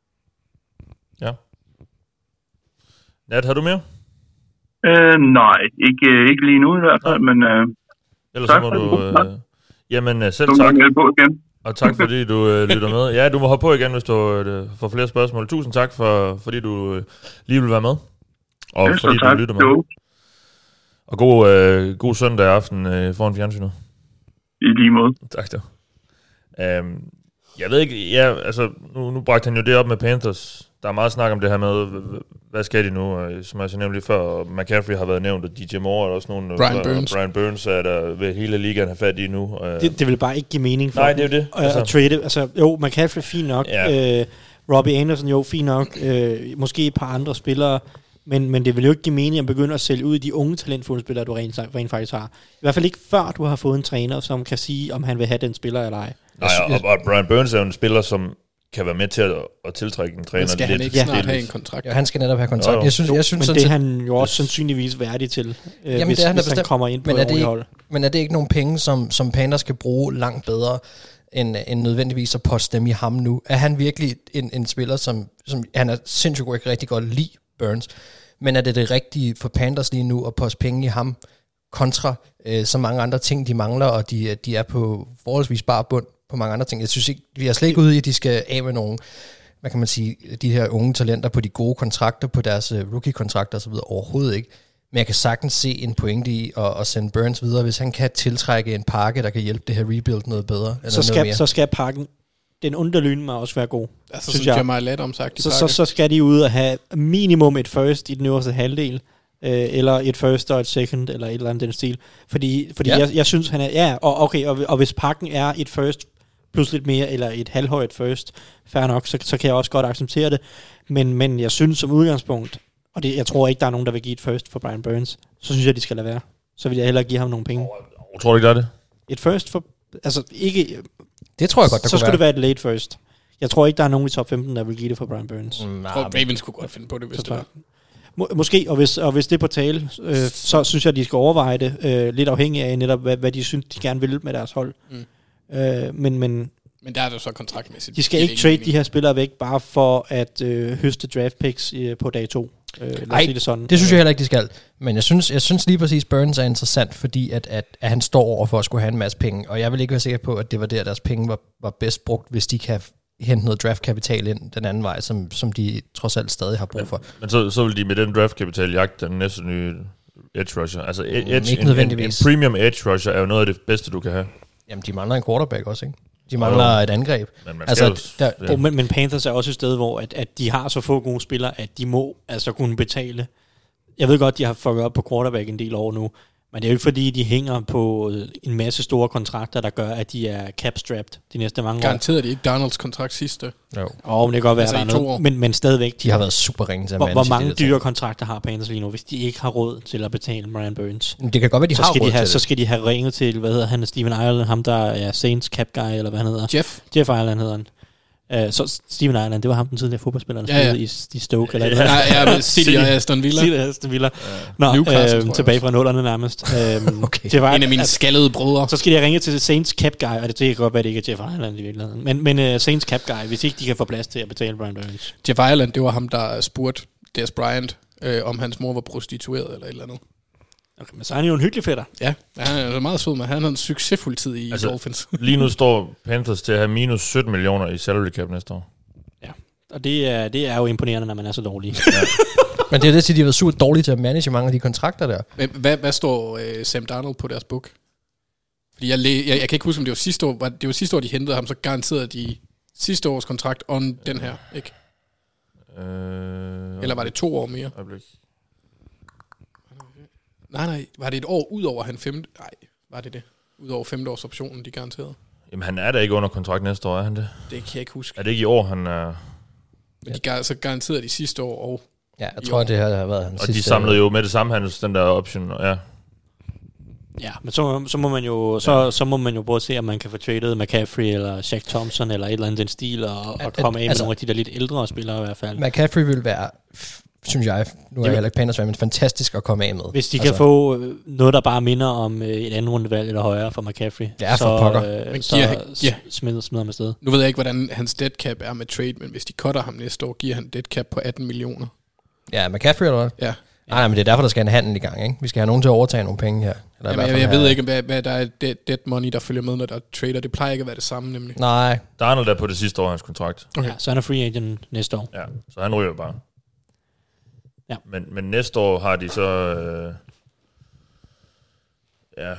Ja. Nat, har du mere? Øh, nej, ikke, ikke lige nu i hvert fald, men... Øh, Ellers så må du... Øh, jamen, selv tak. På igen. Og tak, fordi du øh, lytter med. Ja, du må hoppe på igen, hvis du øh, får flere spørgsmål. Tusind tak, for, fordi du øh, lige vil være med. Og ja, fordi tak. du lytter med. Og god, øh, god søndag aften øh, foran fjernsynet. I lige måde. Tak da. Um, jeg ved ikke, ja, altså, nu, nu bragte han jo det op med Panthers. Der er meget snak om det her med, hvad skal de nu? Som jeg så nævnte lige før, McCaffrey har været nævnt, og D J Moore er også nogen. Brian Burns. Brian Burns er der ved hele ligaen har fat i nu. Det, det vil bare ikke give mening for Nej, det er jo det. At, altså. at trade. Altså, jo, McCaffrey fint nok. Ja. Øh, Robbie Anderson, jo, fint nok. Øh, måske et par andre spillere. Men, men det vil jo ikke give mening at begynde at sælge ud de unge talentfulde spillere, du rent, rent faktisk har. I hvert fald ikke før du har fået en træner, som kan sige, om han vil have den spiller eller ej. Nej, og, og Brian Burns er jo en spiller, som kan være med til at, at tiltrække en træner. Men skal lidt han ikke snart have en kontrakt? Ja, han skal netop have kontrakt. Jo, jo. Jeg synes, jeg synes, men det er han jo også sandsynligvis værdig til, øh, jamen, hvis, det er han, hvis han kommer ind på men er, det hold. ikke, men er det ikke nogle penge, som, som Panthers skal bruge langt bedre, end, end nødvendigvis at poste dem i ham nu? Er han virkelig en, en spiller, som, som han er sindssygt ikke rigtig godt lide, Burns, men er det det rigtige for Panthers lige nu at poste penge i ham, kontra øh, så mange andre ting, de mangler, og de, de er på forholdsvis bare bund på mange andre ting. Jeg synes ikke, vi er slet ikke ude i, at de skal af med nogle, hvad kan man sige, de her unge talenter på de gode kontrakter, på deres uh, rookie-kontrakter osv. Overhovedet ikke. Men jeg kan sagtens se en pointe i at, at sende Burns videre, hvis han kan tiltrække en pakke, der kan hjælpe det her rebuild noget bedre. Eller så, skal, noget mere. så skal pakken, den underlyne må også være god. Altså, synes jeg meget let omsagt i så, så, så skal de ud og have minimum et first i den øverste halvdel, øh, eller et first og et second, eller et eller andet den stil. Fordi, fordi ja. jeg, jeg synes, han er... Ja, og, okay, og, og hvis pakken er et first plus lidt mere, eller et halvhøjt first, fair nok, så, så kan jeg også godt acceptere det. Men, men jeg synes som udgangspunkt, og det, jeg tror ikke, der er nogen, der vil give et first for Brian Burns, så synes jeg, de skal lade være. Så vil jeg hellere give ham nogle penge. Jeg tror du ikke, der er det? Et first for... Altså, ikke... Det tror jeg godt, der så kunne skulle være. det være et late first. Jeg tror ikke, der er nogen i top femten, der vil give det for Brian Burns. Mm, jeg tror, Ravens kunne godt finde på det, hvis det var. Må, måske, og hvis, og hvis det er på tale, øh, så synes jeg, de skal overveje det, øh, lidt afhængig af netop, hvad, hvad de synes, de gerne vil med deres hold. Mm. Øh, men, men, men der er det så kontraktmæssigt. De skal ikke trade mening. de her spillere væk, bare for at øh, høste draft picks øh, på dag to. Øh, Ej, det, sådan. det synes jeg heller ikke, de skal. Men jeg synes, jeg synes lige præcis, Burns er interessant, fordi at, at, at han står over for at skulle have en masse penge. Og jeg vil ikke være sikker på, at det var der, deres penge var, var bedst brugt, hvis de kan hente noget draftkapital ind den anden vej, som, som de trods alt stadig har brug for. Men, men så, så vil de med den draftkapital jagte den næste nye edge rusher. Altså edge, ikke en, en, en premium edge rusher er jo noget af det bedste, du kan have. Jamen, de mangler en quarterback også, ikke? De mangler oh, et angreb. Men, altså, jo, der, ja. oh, men, men Panthers er også et sted, hvor at, at de har så få gode spillere, at de må altså kunne betale. Jeg ved godt, de har fucket op på quarterback en del år nu, men det er jo ikke fordi, de hænger på en masse store kontrakter, der gør, at de er cap-strapped de næste mange år. Garanterer de ikke Donalds kontrakt sidste? Jo. Åh, oh, men det kan godt være, altså, der er noget. Men, men stadigvæk. De har været super ringe til at hvor, hvor mange dyre kontrakter har Panthers lige nu, hvis de ikke har råd til at betale Brian Burns? Det kan godt være, de så har skal råd de have, til Så skal de have ringet til, hvad hedder han, Steven Ireland, ham der er Saints cap guy, eller hvad han hedder. Jeff. Jeff Ireland hedder han. Uh, så Steven Ireland, det var ham den tidligere fodboldspiller, der ja, ja. spillede i, i Stoke. Eller ja, ja, ja, City og Aston Villa. City og Aston Villa. Nå, Newcastle, øh, tilbage fra nullerne nærmest. um, okay. Det var, en af mine skaldede brødre. Så skal de ringe til Saints cap guy, og det kan godt være, det ikke er Jeff Ireland i virkeligheden. Men, men uh, Saints cap guy, hvis ikke de kan få plads til at betale Brian Burns. Jeff Ireland, det var ham, der spurgte Des Bryant, øh, om hans mor var prostitueret eller et eller andet. Okay, men så er han jo en hyggelig fætter. Ja, ja han er meget sød, men han havde en succesfuld tid i altså, Dolphins. Lige nu står Panthers til at have minus sytten millioner i salary cap næste år. Ja, og det er, det er jo imponerende, når man er så dårlig. Ja. Men det er det, at de har været super dårlige til at manage mange af de kontrakter der. Men hvad, hvad står øh, Sam Darnold på deres book? Fordi jeg, jeg, jeg kan ikke huske, om det var sidste år, det var sidste år, de hentede ham, så garanterede de sidste års kontrakt on den her, ikke? Øh, Eller var det to år mere? Øjeblik. Nej, nej. Var det et år ud over han femte? Nej, var det det? Ud over femte års optionen, de garanterede? Jamen, han er da ikke under kontrakt næste år, er han det? Det kan jeg ikke huske. Er det ikke i år, han er... Men de gar- så garanterede de sidste år og Ja, jeg tror, år. det har været hans Og sidste de samlede jo med det samme handels, den der option, ja. Ja, men så, så må man jo så, ja. så må man jo både se, om man kan få traded McCaffrey eller Shaq Thompson eller et eller andet den stil, og, og komme af med altså, nogle af de der lidt ældre spillere i hvert fald. McCaffrey vil være, synes jeg, nu er jeg heller ikke Panthers, men fantastisk at komme af med. Hvis de altså, kan få noget, der bare minder om et andet rundevalg eller højere for McCaffrey, ja, for så, pokker. øh, så ja. smider, smider ham afsted. Nu ved jeg ikke, hvordan hans dead cap er med trade, men hvis de cutter ham næste år, giver han dead cap på atten millioner. Ja, McCaffrey eller hvad? Ja. Nej, nej, men det er derfor, der skal en handel i gang, ikke? Vi skal have nogen til at overtage nogle penge her. Eller Jamen, jeg, jeg ved ikke, hvad, hvad der er dead, dead money, der følger med, når der er trader. Det plejer ikke at være det samme, nemlig. Nej. Darnold er på det sidste år af hans kontrakt. Okay. Ja, så han er free agent næste år. Ja, så han ryger bare. Ja. Men, men næste år har de så... Øh, ja...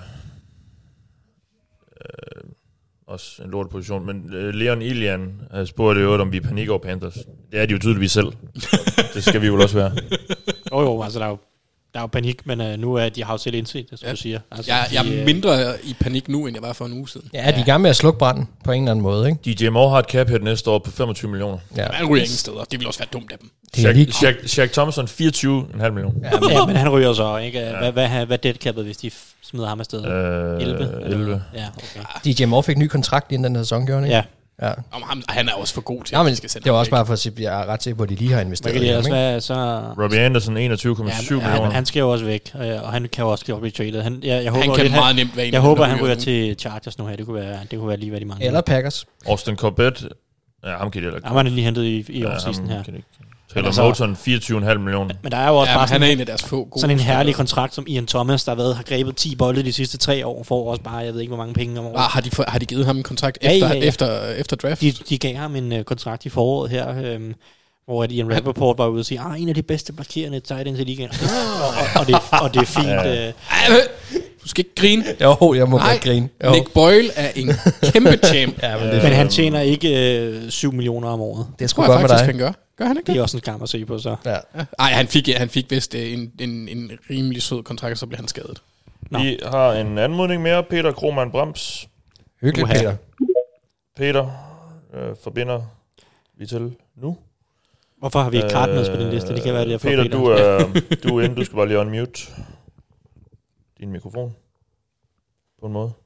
Øh, også en lort position. Men øh, Leon Ilian har spurgt jo, om vi er panik over Panthers. Det er de jo tydeligvis selv. Det skal vi jo også være. Jo jo, altså der er jo, der er jo panik, men øh, nu er de har jo selv indset det, som ja. du siger. Altså, jeg, jeg de, er mindre i panik nu, end jeg var for en uge siden. Ja, de er i gang med at slukke branden på en eller anden måde, ikke? D J Moore har et cap her næste år på femogtyve millioner. Ja. Han ryger ingen steder. Det vil også være dumt af dem. Shaq, lige... Shaq, Shaq Thompson fireogtyve komma fem millioner. Ja, men, ja, men han ryger så, ikke? Hvad, ja. hvad, hvad, hvad dead capet, hvis de smider ham afsted? Øh, elleve? elleve. Ja, okay. D J Moore fik ny kontrakt inden den her sæson, gjorde han, ikke? Ja. Ja. Om ham, han er også for god til, ja, men at skal sende det var også bare for at sige, at jeg er ret sikker på, at de lige har investeret i ham, ikke? Så... Robbie Anderson enogtyve komma syv ja, millioner. Han, han skal jo også væk, og han kan jo også blive traded. Han, jeg, jeg håber, han kan lidt, meget nemt være en. Jeg håber, han ryger til Chargers nu her. Det kunne være, det kunne være lige, hvad de mangler. Eller Packers. Austin Corbett. Ja, ham kan de heller ikke. Ham har han lige hentet i, i ja, offseason her. Taylor altså, Moton fireogtyve komma fem millioner. Men der er jo også ja, bare sådan, han er en af deres få gode sådan en herlig kontrakt, som Ian Thomas, der har, været, har grebet ti bolde de sidste tre år, får også bare, jeg ved ikke, hvor mange penge om året. Ah, har, de for, har de givet ham en kontrakt ja, efter, ja, ja. efter, efter draft? De, de gav ham en uh, kontrakt i foråret her, øhm, hvor Ian Rappaport var ude og sige, ah, en af de bedste blokerende tight ends i ligaen. og, og, og, det, og det er fint. Ja. Øh. Du skal ikke grine. Jo, jeg må Nej, godt grine. Jo. Nick Boyle er en kæmpe champ. ja, men, det, men han tjener ikke øh, syv millioner om året. Det tror jeg faktisk, han gør. Gør han ikke det? Det er også en skam at se på, så. Ja. Ej, han fik, han fik vist en, en, en rimelig sød kontrakt, så blev han skadet. Nå. Vi har en anmodning mere. Peter Krohmann Brams. Hyggeligt, Peter. Peter øh, forbinder vi til nu. Hvorfor har vi ikke Cardinals øh, på din liste? Det kan være, det er for Peter, Peter. Du, er, du er inde. Du skal bare lige unmute din mikrofon. På en måde.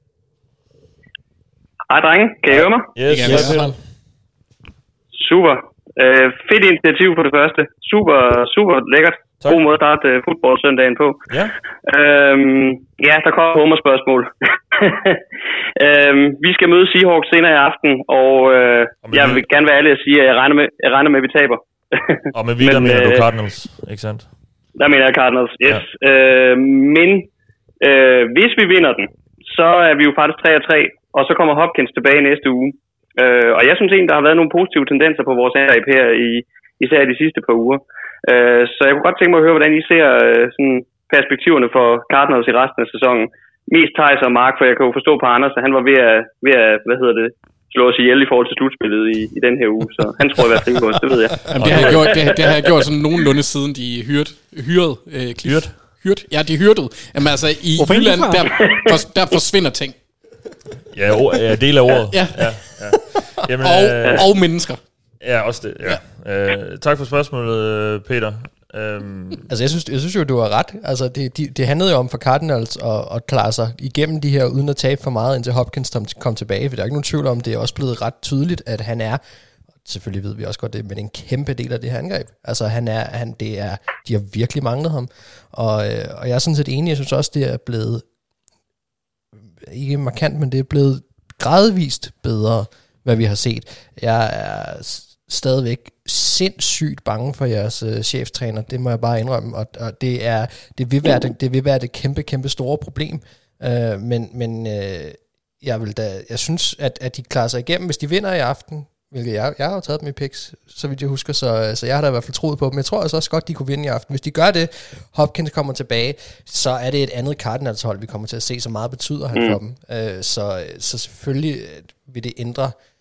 Hej, drenge. Kan I høre mig? Yes, yes, yes Peter. Super. Uh, fedt initiativ for det første. Super, super lækkert. Tak. God måde at starte uh, fodboldsøndagen på. Ja. Øhm, ja, der kommer Homer-spørgsmål. øhm, vi skal møde Seahawks senere i aften, og uh, jeg vil gerne være ærlig at sige, at jeg regner med, jeg regner med at vi taber. og med vi, der mener du Cardinals, ikke sandt? Der mener jeg Cardinals, yes. Ja. Øh, men øh, hvis vi vinder den, så er vi jo faktisk tre og tre, og så kommer Hopkins tilbage næste uge. Øh, og jeg synes egentlig, der har været nogle positive tendenser på vores angreb her, i, især de sidste par uger. Øh, så jeg kunne godt tænke mig at høre, hvordan I ser øh, sådan perspektiverne for Cardinals i resten af sæsonen. Mest Thijs og Mark, for jeg kan jo forstå på Anders, at han var ved at, ved at hvad hedder det, slå os ihjel i forhold til slutspillet i, i den her uge. Så han tror jeg, at det det ved jeg. Jamen, det, har jeg gjort, det, det har jeg gjort sådan nogenlunde siden de hyrede. Hyret, øh, hyret? Hyret? Ja, de hyrdede. Jamen altså, i Hvorfor Jylland, der, for, der forsvinder ting. Ja, o- ja, del af ordet. Ja. ja, ja. Jamen, og, øh, og mennesker. Ja, også det. Ja. Ja. Øh, tak for spørgsmålet, Peter. Um, altså jeg synes, jeg synes jo, du har ret. Altså det, de, det handlede jo om for Cardinals at, at klare sig igennem de her, uden at tabe for meget, indtil Hopkins kom tilbage. For der er ikke nogen tvivl om, det er også blevet ret tydeligt, at han er, selvfølgelig ved vi også godt det, men en kæmpe del af det her angreb. Altså han er, han, det er, de har virkelig manglet ham. Og, og jeg er sådan set enig, jeg synes også, det er blevet, ikke markant, men det er blevet gradvist bedre, hvad vi har set. Jeg er stadigvæk sindssygt bange for jeres øh, cheftræner, det må jeg bare indrømme, og, og det er det vil være det, det vil være det kæmpe kæmpe store problem. Øh, men men øh, jeg vil da jeg synes at at de klarer sig igennem, hvis de vinder i aften, hvilket jeg jeg har jo taget dem i picks, så vidt jeg husker, så så jeg har da i hvert fald troet på dem. Jeg tror altså også godt de kunne vinde i aften. Hvis de gør det, Hopkins kommer tilbage, så er det et andet Cardinals hold, vi kommer til at se, så meget betyder han mm. for dem. Øh, så så selvfølgelig vil det ændre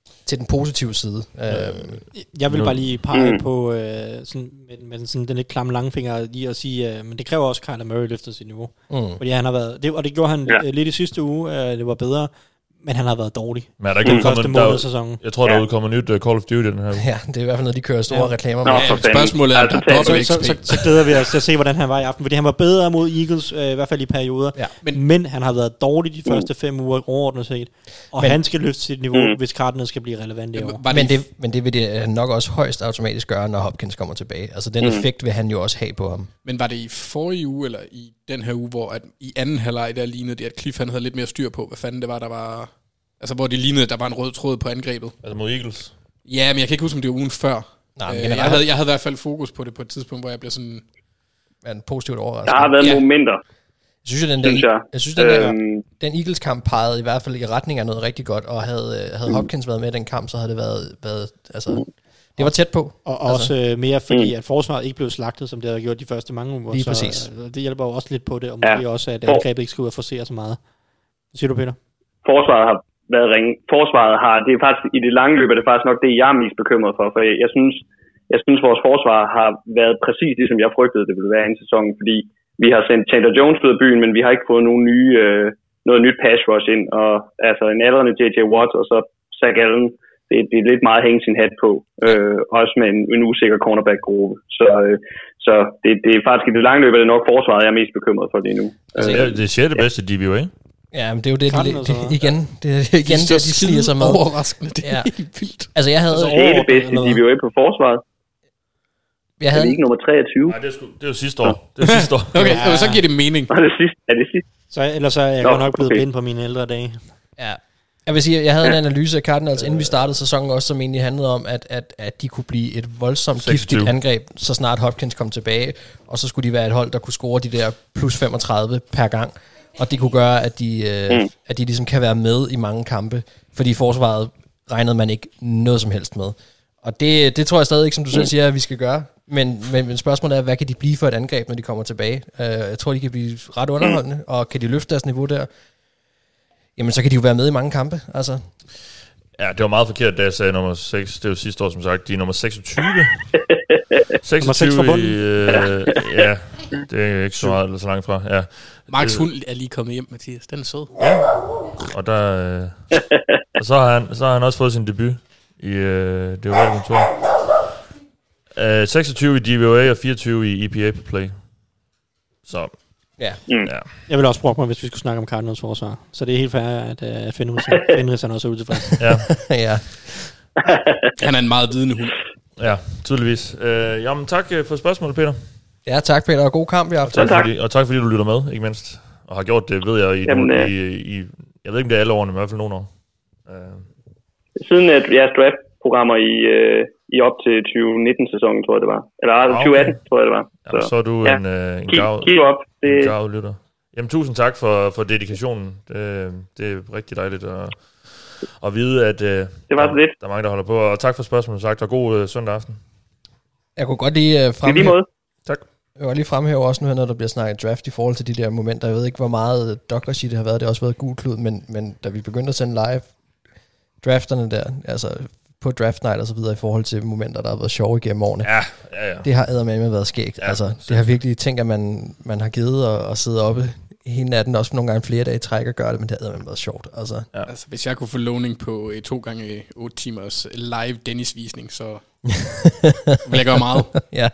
til den positive side. Øh, jeg vil bare lige pege mm. på øh, sådan, med, med sådan den lidt klamme langfinger lige at sige, øh, men det kræver også Kyler Murray løfter sit niveau. Mm. Fordi han har været, det, og det gjorde han ja. lidt i sidste uge, øh, det var bedre, men han har været dårlig. Men er der ikke udkommet, der, der, jeg tror, der ja. udkommer nyt uh, Call of Duty den her. Ja, det er i hvert fald noget, de kører store ja. reklamer med. Ja, spørgsmålet er, altså, der så, så, så, så glæder vi os til at se, hvordan han var i aften, fordi han var bedre mod Eagles, øh, i hvert fald i perioder, ja. men, men han har været dårlig de første fem uger overordnet set, og men, han skal løfte sit niveau, mm. hvis Cardinals skal blive relevant i år. Men det, men det vil det nok også højst automatisk gøre, når Hopkins kommer tilbage. Altså den mm. effekt vil han jo også have på ham. Men var det i forrige uge, eller i den her uge, hvor at i anden halvleg der lignede det, at Cliff han havde lidt mere styr på, hvad fanden det var, der var... Altså, hvor det lignede, at der var en rød tråd på angrebet. Altså mod Eagles? Ja, men jeg kan ikke huske, om det var ugen før. Nej, men øh, jeg, havde, jeg havde i hvert fald fokus på det på et tidspunkt, hvor jeg blev sådan... Ja, en positivt overrasket. Der har været ja. momenter. Jeg synes, at den, synes jeg. Jeg synes, den, der, øhm. den Eagles-kamp pegede i hvert fald i retning af noget rigtig godt, og havde, havde mm. Hopkins været med i den kamp, så havde det været... været altså, det var tæt på. Og altså. også mere fordi, mm. at forsvaret ikke blev slagtet, som det havde gjort de første mange uger. Lige så, præcis. Det hjælper jo også lidt på det, og måske ja. også, at angrebet ikke skal ud og forsere så meget. Hvad siger du, Peter? Forsvaret har været ringe. Forsvaret har, det er faktisk, i det lange løb er det faktisk nok det, jeg er mest bekymret for, for jeg synes, jeg synes vores forsvar har været præcis det, som jeg frygtede, det ville være i en sæson, fordi vi har sendt Chandler Jones ud af byen, men vi har ikke fået nogen nye, øh, noget nyt pass rush ind, og altså en aldrende J J Watt, og så Zach Allen, det, det er lidt meget at hænge sin hat på, øh, også med en, en usikker cornerback-gruppe, så, øh, så det, det er faktisk i det lange løb er det nok forsvaret, jeg er mest bekymret for lige nu. Altså, øh, det er sjette bedste D V O A. Ja, men det er jo det, det, det, det igen, det er igen det, de sniger sig med. Overraskende, det er ja. helt vildt. Altså, jeg havde... Det er det bedste D V O A på forsvaret. Jeg havde... Er det ikke nummer treogtyve? Nej, det er, sgu, det er jo sidste år. Det er sidste år. Okay, ja. Så giver det mening. Nej, det er sidste. Er det sidste? Så, ellers er jeg Nå, nok blevet okay. blind på mine ældre dage. Ja. Jeg vil sige, jeg havde ja. en analyse af Cardinals, inden vi startede sæsonen også, som egentlig handlede om, at, at, at de kunne blive et voldsomt giftigt angreb, så snart Hopkins kom tilbage, og så skulle de være et hold, der kunne score de der plus femogtredive per gang. Og det kunne gøre, at de, øh, mm. at de ligesom kan være med i mange kampe, fordi forsvaret regnede man ikke noget som helst med. Og det, det tror jeg stadig ikke, som du selv siger, at vi skal gøre. Men, men, men spørgsmålet er, hvad kan de blive for et angreb, når de kommer tilbage? Uh, jeg tror, de kan blive ret underholdende, og kan de løfte deres niveau der, jamen så kan de jo være med i mange kampe. Altså. Ja, det var meget forkert, da jeg sagde nummer seks. Det var sidste år, som sagt. De er nummer seksogtyve. seksogtyve i... Øh, ja, det er ikke så meget eller så langt fra. Ja. Marks hund er lige kommet hjem, Mathias. Den er sød. Ja, og der... Øh, og så har, han, så har han også fået sin debut i øh, det ovale kontor. Uh, seksogtyve i D V O A og fireogtyve i E P A per play. Så... Ja. Mm. ja. Jeg vil også bruge mig, hvis vi skulle snakke om Cardinals forsvar. Så det er helt fair, at uh, Fenris han også er utilfreds. Ja. ja. Han er en meget vidende hund. Ja, tydeligvis. Uh, jamen, tak for spørgsmålet, Peter. Ja, tak, Peter. Og god kamp i aften. Og tak, fordi, og tak fordi du lytter med, ikke mindst. Og har gjort det, ved jeg, i, Jamen, nogle, i, i jeg ved ikke, om det er alle årene, men i hvert fald nogle år. Uh. Siden at jeres draft-programmer i... Uh i op til tyve nitten-sæsonen, tror jeg, det var. Eller okay. tyve atten, tror jeg, det var. Så, Jamen, så er du ja. en, øh, en, gav, kig op. Det... en gavlytter. Jamen, tusind tak for, for dedikationen. Det, det er rigtig dejligt at, at vide, at øh, det var der, lidt. der er mange, der holder på. Og tak for spørgsmålet, sagt, og god øh, søndag aften. Jeg kunne godt lige uh, fremhæve... I lige måde. Tak. Jeg vil lige fremhæve også nu, når der bliver snakket draft i forhold til de der momenter. Jeg ved ikke, hvor meget Douglas det har været. Det har også været gul klud, men, men da vi begyndte at sende live drafterne der, altså... på draft night og så videre i forhold til momenter, der har været sjove igennem årene. Ja, ja, ja. Det har eddermame været skægt. Ja, altså, det har virkelig tænkt, at man, man har givet at, at sidde oppe hele natten, også nogle gange flere dage i træk og gøre det, men det har eddermame været sjovt. Altså. Ja. Altså, hvis jeg kunne få lovning på uh, to gange otte timers live Dennis-visning, så vil jeg gøre meget. ja.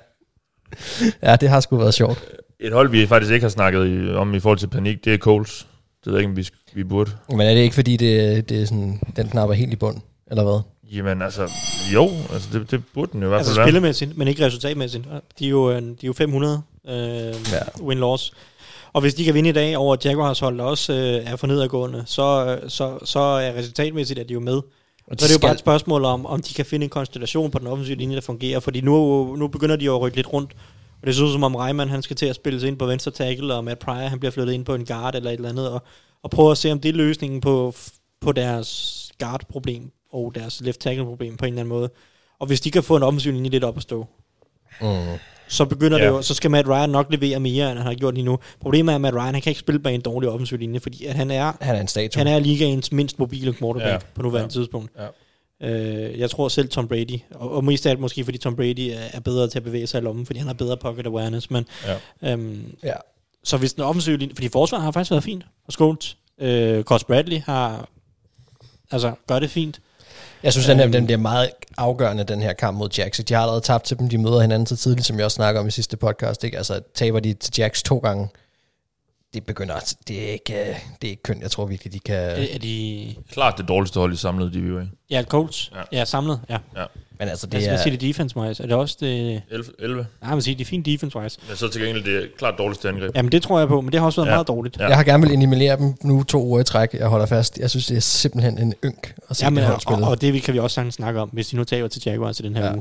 ja, det har sgu været sjovt. Et hold, vi faktisk ikke har snakket i, om i forhold til panik, det er Coles. Det ved jeg ikke, om vi, vi burde. Men er det ikke, fordi det, det er sådan, den knapper helt i bund, eller hvad? Jamen altså, jo, altså det, det burde den jo i hvert fald altså, være. Spillemæssigt, men ikke resultatmæssigt. De er jo, de er jo fem hundrede øh, ja. win-loss. Og hvis de kan vinde i dag over Jaguars hold, der også øh, er for nedadgående, så, så, så er resultatmæssigt, at de er jo med. Og så er det jo bare et spørgsmål om, om de kan finde en konstellation på den offensive linje, der fungerer. Fordi nu, nu begynder de at rykke lidt rundt. Og det ser ud som om Reimann, han skal til at spille sig ind på venstre tackle, og Matt Pryor, han bliver flyttet ind på en guard eller et eller andet. Og, og prøve at se, om det er løsningen på, på deres guard-problem og deres left tackle-problem på en eller anden måde. Og hvis de kan få en offensiv linje lidt op at stå, mm. så begynder yeah. det jo, så skal Matt Ryan nok levere mere, end han har gjort lige nu. Problemet er, at Matt Ryan, han kan ikke spille bag en dårlig offensiv linje, fordi at han er, han er en statue. Han er ligaens mindst mobile quarterback yeah. på nuværende yeah. tidspunkt. Øh, jeg tror selv Tom Brady, og, og mest af alt måske fordi Tom Brady er, er bedre til at bevæge sig i lommen, fordi han har bedre pocket awareness, men ja. øhm, ja. så hvis den offensive linje, fordi forsvaret har faktisk været fint, og Scholes, øh, Gus Bradley har, altså gør det fint. Jeg synes, den, den bliver meget afgørende, den her kamp mod Jax. De har allerede tabt til dem, de møder hinanden så tidligt, som jeg også snakker om i sidste podcast. Ikke? Altså, taber de til Jax to gange, det begynder, det er ikke, det er ikke kønt. Jeg tror virkelig, de kan... Er, er de... Klart det dårligste hold i samlet D V O A. Ja, Colts. Ja, ja samlet, ja. ja. Men altså, det altså, er... hvad siger det defense-wise? Er det også det... elleve. Nej, man siger, det er fint defense-wise. Men så til gengæld, det er klart dårligste angreb. Jamen, det tror jeg på, men det har også været ja. meget dårligt. Ja. Jeg har gerne vil eliminere dem nu to uger i træk. Jeg holder fast. Jeg synes, det er simpelthen en ynk at se ja, men, det hold spille. Og, og det kan vi også sagtens snakke om, hvis de nu taber til Jaguars i den her ja. uge.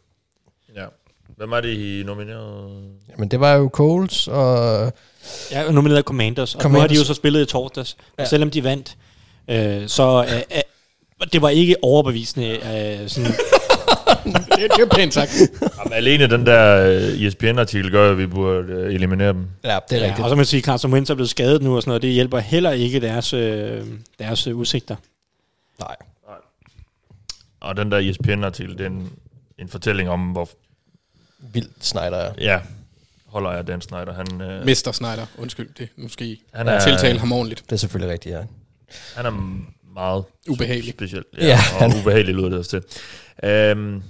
Ja. Hvem er det, I nomineret? Jamen, det var jo Coles og... Ja, nomineret Commanders. Og Commanders. Nu har de jo så spillet i torsdags. Ja. Og selvom de vandt, øh, så øh, øh, det var ikke overbevisende. Øh, sådan det, det er pænt sagt. Jamen, alene den der E S P N-artikel gør, at vi burde uh, eliminere dem. Ja, det er ja, rigtigt. Og så man sige, Carson Wentz er blevet skadet nu og sådan noget. Det hjælper heller ikke deres, øh, deres øh, udsigter. Nej. Nej. Og den der E S P N-artikel, det er en, en fortælling om, hvor... Vildt Snyder er. Ja, holder jeg Dan Snyder. Han, øh, mister Snyder, undskyld det. Nu skal I han er, tiltale ham ordentligt. Det er selvfølgelig rigtigt, ja. Han er meget... ubehagelig. Specielt. Ja, ja og han... ubehagelig lyder det også til. Øhm,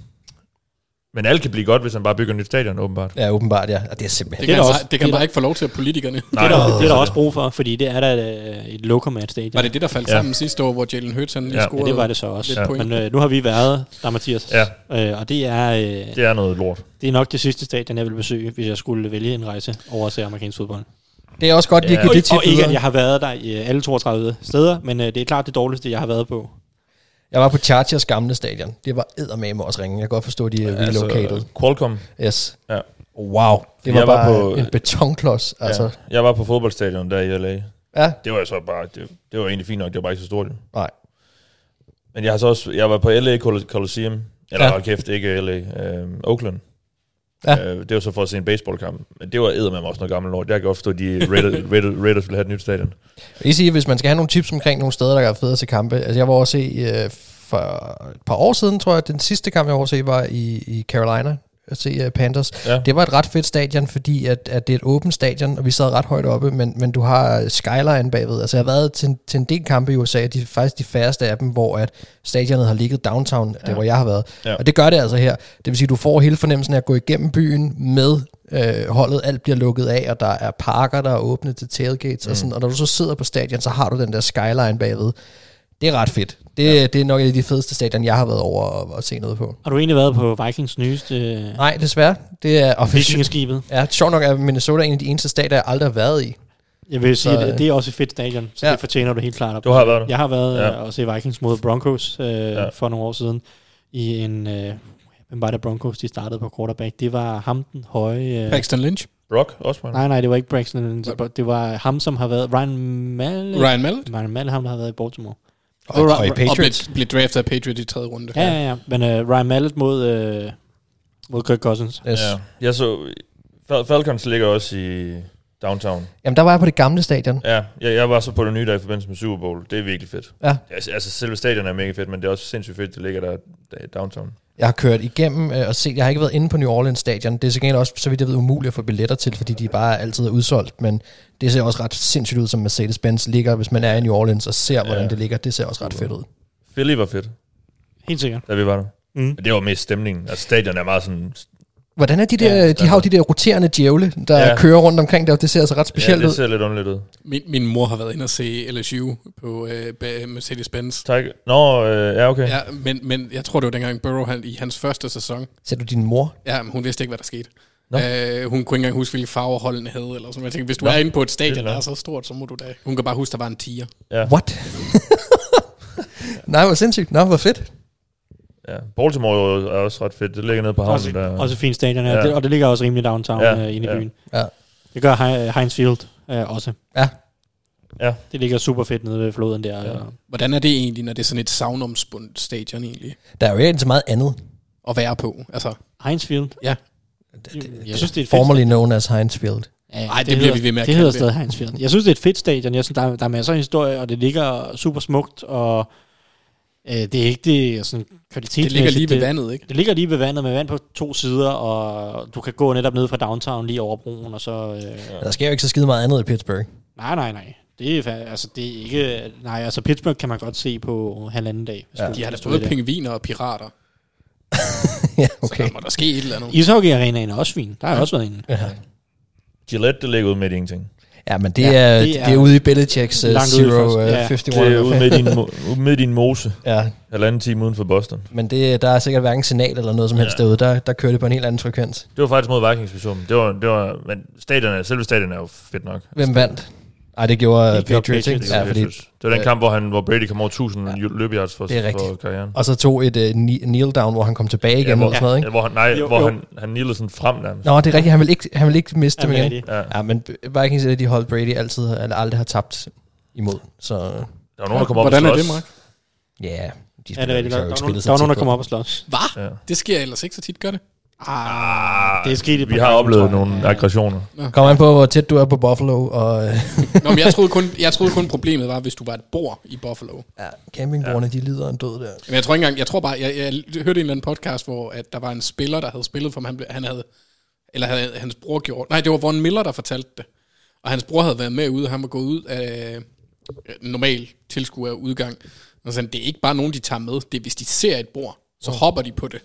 men alt kan blive godt, hvis han bare bygger et nyt stadion, åbenbart. Ja, åbenbart, ja. Og det er simpelthen... Det kan, det også, det kan bare ikke få lov til, at politikerne... Det er, der, det er der også brug for, fordi det er der et, et locomat stadion. Var det det, der faldt ja. sammen sidste år, hvor Jalen Hurts han lige ja. scorede? Ja, det var det så også. Ja. Men øh, nu har vi været der, Mathias. Ja. Øh, og det er... Øh, det er noget lort. Det er nok det sidste stadion, jeg vil besøge, hvis jeg skulle vælge en rejse over at se amerikansk fodbold. Det er også godt, lige ja. at give det tip Og ikke, at jeg har været der i alle toogtredive steder, men øh, det er klart det dårligste, jeg har været på. Jeg var på Chargers gamle stadion. Det var eddermame også ringe. Jeg kan godt forstå, de er relocated. Altså, Qualcomm. Yes. Ja. Wow. Det var jeg bare var på, en betonklods. Ja. Altså. Jeg var på fodboldstadion der i L A. Ja. Det var så bare, det, det var egentlig fint nok. Det var bare ikke så stort. Nej. Men jeg har så også, jeg var på L A Coliseum. Eller ja. kæft, ikke L A. Øh, Oakland. Ja. Øh, det var så for at se en baseballkamp. Men det var eddermame også noget gammelt lort. Jeg kan godt forstå, at de Raiders, Raiders, Raiders ville have et nyt stadion. Jeg siger, hvis man skal have nogle tips omkring nogle steder, der er federe til kampe. Altså jeg var over at se øh, for et par år siden, tror jeg, den sidste kamp, jeg var over at se, var i, i Carolina. At se uh, Panthers. Ja. Det var et ret fedt stadion, fordi at, at det er et åbent stadion, og vi sad ret højt oppe, men, men du har skyline bagved. Altså jeg har været til, til en del kampe i U S A, og de er faktisk de færreste af dem, hvor at stadionet har ligget downtown, ja. Det hvor jeg har været. Ja. Og det gør det altså her. Det vil sige, du får hele fornemmelsen af at gå igennem byen med øh, holdet, alt bliver lukket af, og der er parker, der er åbne til tailgates, mm. og sådan, og når du så sidder på stadion, så har du den der skyline bagved. Det er ret fedt. Det, ja. det er nok et af de fedeste stadion, jeg har været over at, at se noget på. Har du egentlig været på Vikings nyeste? Nej, desværre. Det er Vikingeskibet. Ja, sjovt nok er Minnesota en af de eneste stater, jeg aldrig har været i. Jeg vil sige, at det er også et fedt stadion, så ja. det fortjener du helt klart op. Du har været der? Jeg har været ja. og se Vikings mod Broncos øh, ja. for nogle år siden i en... Øh, hvem var det Broncos, de startede på quarterback? Det var ham den høje... Øh, Braxton Lynch? Brock Osweiler? Nej, nej, det var ikke Braxton Lynch. Det var ham, som har været... Ryan Mallett? Ryan Mallett? Ryan Mallett, ham der har været i Baltimore. Og, og, og, og blev, blev draftet af Patriots i tredje runde. Ja, ja, ja. Men uh, Ryan Mallett mod, uh, mod Kirk Cousins. Yes. Ja. Jeg så... Falcons ligger også i downtown. Jamen, der var jeg på det gamle stadion. Ja, jeg, jeg var så på det nye der i forbindelse med Super Bowl. Det er virkelig fedt. Ja. Altså, altså selve stadion er mega fedt, men det er også sindssygt fedt, det ligger der, der i downtown. Jeg har kørt igennem øh, og set, jeg har ikke været inde på New Orleans stadion. Det er så gengæld også, så vidt jeg ved, umuligt at få billetter til, fordi de bare altid er udsolgt. Men det ser også ret sindssygt ud, som Mercedes-Benz ligger, hvis man er i New Orleans og ser, hvordan ja. det ligger. Det ser også ret fedt ud. Philly var fedt. Helt sikkert. Da vi var der. Mm. Men det var mest stemningen. Altså stadion er meget sådan... Hvordan er de der, ja, de har jo de der roterende djævle, der ja. kører rundt omkring der, det ser altså ret specielt ud. Ja, det ser ud. lidt underligt ud. Min, min mor har været inde og se L S U på øh, Mercedes-Benz. Tak. Nå, øh, ja, okay. Ja, men, men jeg tror, det var dengang Burrow han, i hans første sæson. Ser du din mor? Ja, men hun vidste ikke, hvad der skete. Øh, hun kunne ikke engang huske, hvilke farver holdene havde. Eller sådan. Jeg tænkte, hvis du Nå. er inde på et stadion, der er så stort, så må du da... Hun kan bare huske, der var en tiger. Ja. What? Nej, hvor sindssygt. Nå, hvor fedt. Ja, Baltimore er også ret fedt. Det ligger nede på havnen. Også, der. også et fint stadion, ja. det, og det ligger også rimelig downtown ja, uh, inde i ja. byen. Ja. Det gør Heinz Field uh, også. Ja. ja. Det ligger super fedt nede ved floden der. Ja. Hvordan er det egentlig, når det er sådan et savnomspundet stadion egentlig? Der er jo ikke så meget andet at være på. Altså. Heinz Field? Ja. Det, det, jeg synes, det er et formerly known as Heinz Field. Nej, ja, det, det bliver vi ved med at det. Det hedder stadig Heinz Field. Jeg synes, det er et fedt stadion. Jeg synes, der, er, der er masser af historie, og det ligger super smukt, og Øh, det er ikke det sådan kvalitetsmæssigt. Det ligger lige ved vandet, ikke? Det ligger lige ved vandet med vand på to sider, og du kan gå netop ned fra downtown lige over broen, og så... Øh, ja. Der sker jo ikke så skide meget andet i Pittsburgh. Nej, nej, nej. Det er, altså, det er ikke... Nej, altså Pittsburgh kan man godt se på halvanden dag. Ja. De har da både pingviner og pirater. Ja, okay. Så der må der ske et eller andet. Ishockey-arenaen er også fin. Der har ja. også været en. Ja. Gillette, det ligger ud med ingenting. Ja, men det, ja, er, det, er, det er ude i Belichicks uh, Zero uh, ja. halvtreds. Det er ude med din, ude med din mose. Ja. Halvanden time uden for Boston. Men det, der er sikkert hverken signal eller noget som helst ja. derude. Der, der kører det på en helt anden frekvens. Det var faktisk mod Vikings, vi så. Det var, det var, men stadion, selve stadion er jo fedt nok. Hvem vandt? Ej, det gjorde det Patriots, ikke? Ja, fordi det var den kamp, hvor, han, hvor Brady kom over tusind ja. løbeyards for, for karrieren. Og så tog et uh, kneel down, hvor han kom tilbage igen. Ja, hvor, og sådan noget, ikke? Ja, hvor han, nej, jo, hvor jo. han, han kneelede sådan frem nærmest. Nå, det er rigtigt. Han vil ikke, han vil ikke miste ja, dem igen. Ja. ja, men Vikings er de holdt Brady altid, eller aldrig har tabt imod. Så... Der var nogen, der kom op Hvordan og er det, Mark? Ja, de ja, det er, der, der, der, der var nogen, der kom op og slås. Hvad? Ja. Det sker ellers ikke så tit, gør det? Ah, det er sket vi har oplevet nogle aggressioner. Kom an på, hvor tæt du er på Buffalo. Og Nå, men jeg troede, kun, jeg troede kun problemet var, hvis du var et bord i Buffalo. Ja, campingbordene, ja. de lider en død der. Men jeg tror ikke engang, jeg tror bare, jeg, jeg hørte en eller anden podcast, hvor at der var en spiller, der havde spillet for ham, han, han havde, eller havde hans bror gjort, nej, det var Von Miller, der fortalte det. Og hans bror havde været med ude, han var gået ud af normal tilskuer udgang. Og sådan, det er ikke bare nogen, de tager med, det er hvis de ser et bord, så oh. hopper de på det.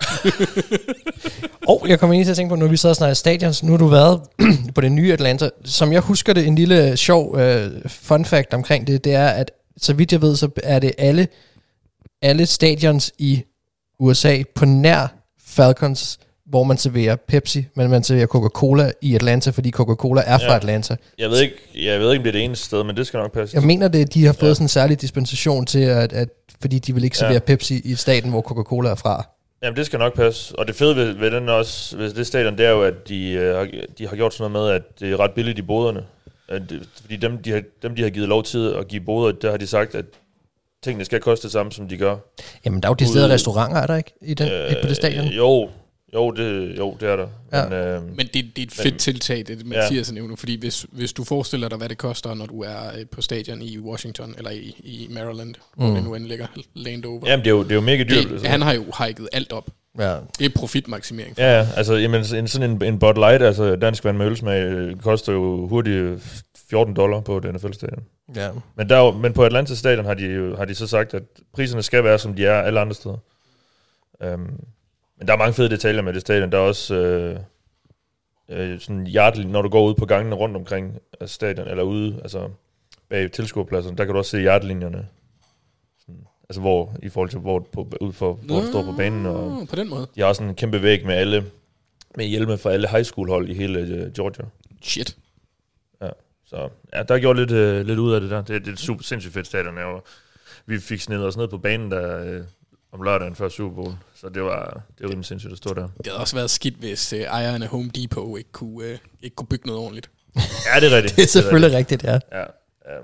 Og oh, jeg kommer ind til at tænke på, når vi så snakker stadions, nu har du været på det nye Atlanta. Som jeg husker det, en lille sjov uh, fun fact omkring det, det er, at så vidt jeg ved, så er det alle, alle stadions i U S A på nær Falcons, hvor man serverer Pepsi, men man serverer Coca-Cola i Atlanta, fordi Coca-Cola er fra ja. Atlanta. Jeg ved ikke, jeg ved ikke, om det er det eneste sted, men det skal nok passe. Jeg mener det, de har fået ja. sådan en særlig dispensation til, at, at fordi de vil ikke servere ja. Pepsi i staten, hvor Coca-Cola er fra. Jamen, det skal nok passe. Og det fede ved, ved den også, ved det stadion, det er jo, at de, øh, de har gjort sådan noget med, at det er ret billigt i boderne. At det, fordi dem de, har, dem, de har givet lov til at give boder, der har de sagt, at tingene skal koste det samme, som de gør. Jamen, der er jo de steder restauranter, er der ikke, i den, øh, ikke på det stadion? Jo, Jo, det, jo, det er der. Ja. Men, øh, men det, det er et fedt men, tiltag, det Mathias ja. nævner, fordi hvis, hvis du forestiller dig, hvad det koster, når du er på stadion i Washington, eller i, i Maryland, mm. hvor det nu end ligger, Landover. Jamen, det er jo, det er jo mega dyrt. Det, han har jo hiket alt op. Ja. Det er profitmaksimering. Ja, ja, altså jamen, en, sådan en, en Bud Light, altså dansk vand med ølsmag, koster jo hurtigt fjorten dollar på det N F L-stadion. Ja. Men, der, men på Atlanta Stadion har de, har de så sagt, at priserne skal være, som de er alle andre steder. Um, Men der er mange fede detaljer med det stadion. Der er også øh, øh, sådan hjerteligt, når du går ud på gangene rundt omkring stadion, eller ude, altså bag tilskuerpladserne, der kan du også se hjertelinjerne. Sådan, altså hvor, i forhold til, hvor, på, ud for, hvor du står på banen. Og på den måde. De har også en kæmpe væg med alle, med hjelme fra alle high school hold i hele uh, Georgia. Shit. Ja, så ja, der er gjort lidt, uh, lidt ud af det der. Det, det er et super sindssygt fedt stadion. Og vi fik snedet os ned på banen, der... Uh, om lørdagen før Super Bowl. Så det var det var rimelig sindssygt at stå der. Det havde også været skidt, hvis uh, ejeren af Home Depot ikke kunne, uh, ikke kunne bygge noget ordentligt. Ja, det er rigtigt. Det er selvfølgelig det er rigtigt. rigtigt, ja. ja um,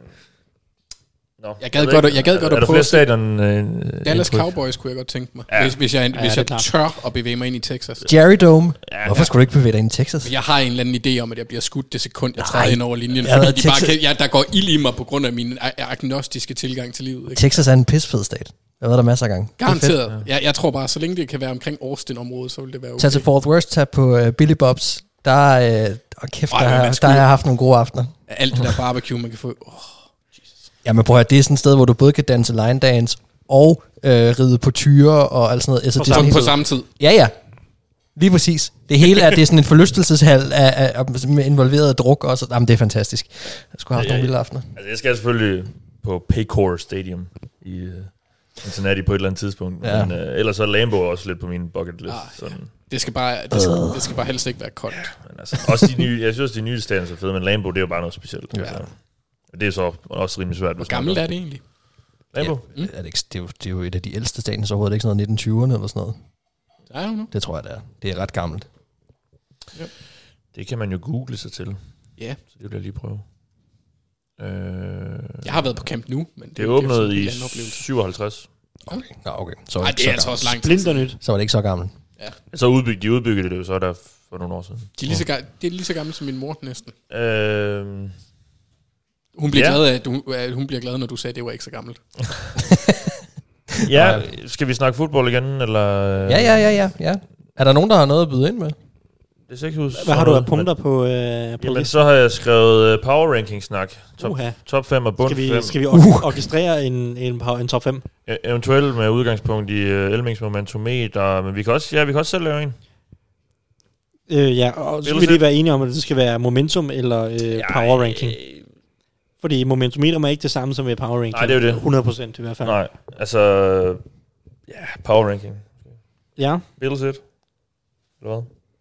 no. Jeg gad godt, jeg gad godt er at prøve at stadion, øh, Dallas Cowboys kunne jeg godt tænke mig. Ja. Hvis, hvis jeg, ja, hvis jeg tør at bevæge mig ind i Texas. Jerry Dome. Ja, Hvorfor ja. skulle du ikke bevæge dig ind i Texas? Jeg har en eller anden idé om, at jeg bliver skudt det sekund, jeg træder ind over linjen. Fordi de bare kan, ja, der går ild i mig på grund af min agnostiske tilgang til livet. Ikke? Texas er en pisfed stat. Jeg har været der masser af gange. Garanteret. Ja. Jeg, jeg tror bare, så længe det kan være omkring Austin-området, så vil det være okay. Tag til Fort Worth, tag på uh, Billy Bob's. Der, uh, oh, kæft, Ej, der, der, der har jeg haft nogle gode aftener. Alt det der barbecue, man kan få. Oh, Jamen prøv at det er sådan et sted, hvor du både kan danse line dance og uh, ride på tyre og alt sådan noget. Altså, på, det sam- helt på samme tid? Ja, ja. Lige præcis. Det hele er, det er sådan en forlystelseshal af, af, af, med involveret druk også. Jamen, det er fantastisk. Jeg skulle have haft ja, nogle vilde aftener. Altså, jeg skal selvfølgelig på Paycor Stadium i... Uh Cincinnati på et eller andet tidspunkt. Ja. Men øh, ellers så er Lambeau også lidt på min bucket list. Ah, sådan. Ja. Det skal bare det skal, uh. det skal bare helst ikke være koldt. Ja, men altså, også de nye, jeg synes de nye stadion er så fede, men Lambeau, det er jo bare noget specielt. Ja. Altså. Det er så også rimelig svært. Hvor gammelt er det egentlig? Lambeau? Ja, mm. er det, ikke, det, er jo, det er jo et af de ældste stadion, så overhovedet det ikke sådan noget nitten tyverne eller sådan noget. I don't know. Det tror jeg, det er. Det er ret gammelt. Ja. Det kan man jo google sig til. Ja. Yeah. Så det vil jeg lige prøve. Øh, jeg har været på Camp Nou, men det, det åbnede i syvoghalvtreds. Okay. Nå, okay. Så Ej, det er altså også langt. Splinternyt. Så var det ikke så gammelt. Ja. Så udbyg, de udbyggede det jo så der for nogle år siden. De er lige så, ga- det er lige så gammelt som min mor næsten. Øh, hun, bliver ja. glad af, du, hun bliver glad, når du sagde, at det var ikke så gammelt. Ja, skal vi snakke fodbold igen, eller? Ja, ja, ja, ja, ja. Er der nogen, der har noget at byde ind med? Det ser ikke ud. Hvad har du af punkter på, øh, på Jamen, så har jeg skrevet uh, power ranking snak. Top, uh-huh. top fem og bund skal vi, fem. Skal vi or- orkestrere en, en, en top fem? E- eventuelt med udgangspunkt i uh, Elmings momentometer, men vi kan også, ja, vi kan også selv lave en. Øh, ja, og så skal vi lige være enige om, at det skal være momentum eller øh, ja, power ranking. Øh, Fordi momentometer er ikke det samme som ved power ranking. Nej, det er jo det. hundrede procent i hvert fald. Nej, altså... Ja, power ranking. Ja. Bills et. Eller hvad?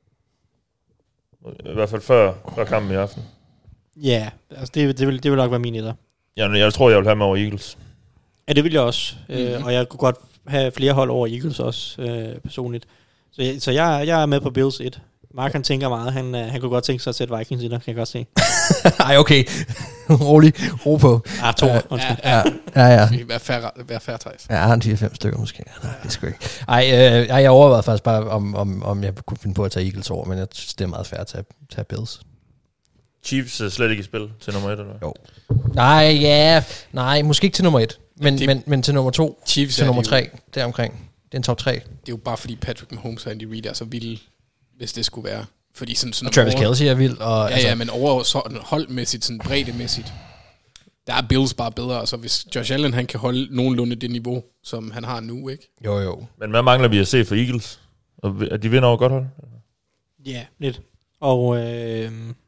I hvert fald før, før kampen i aften. Ja, altså det, det, vil, det vil nok være min etter. Ja, jeg tror, jeg vil have med over Eagles. Ja, det vil jeg også. Mm-hmm. Øh, Mhm. og jeg kunne godt have flere hold over Eagles også, øh, personligt. Så, jeg, så jeg, jeg er med på Bills et. Mark, han tænker meget. Han, øh, han kunne godt tænke sig at sætte Vikings i der, kan jeg godt se. Ej, okay. Rolig. Ro på. Ah, to. Ja, undskyld. ja, ja. ja. Vær fair, vær fair, Thijs. Ja, jeg har en fire fem stykker måske. Nej, det er sgu ikke. Ej, øh, jeg overvejede faktisk bare, om, om, om jeg kunne finde på at tage Eagles over, men jeg synes, det er meget fair at tage, tage Bills. Chiefs er slet ikke i spil til nummer et, eller hvad? Jo. Nej, ja. Nej, måske ikke til nummer et, men, det, men, men til nummer to, Chiefs til nummer jo, tre, deromkring. Det er en top tre. Det er jo bare fordi Patrick Mahomes og Andy Reid er så vilde, hvis det skulle være. Fordi sådan, sådan og Travis over, Kelce er vild. Og, ja, altså, ja, men over sådan holdmæssigt, sådan breddemæssigt, der er Bills bare bedre. Altså hvis Josh Allen, han kan holde nogenlunde det niveau, som han har nu, ikke? Jo, jo. Men hvad mangler vi at se for Eagles? At de vinder over godt hold? Ja, lidt. Og, øh,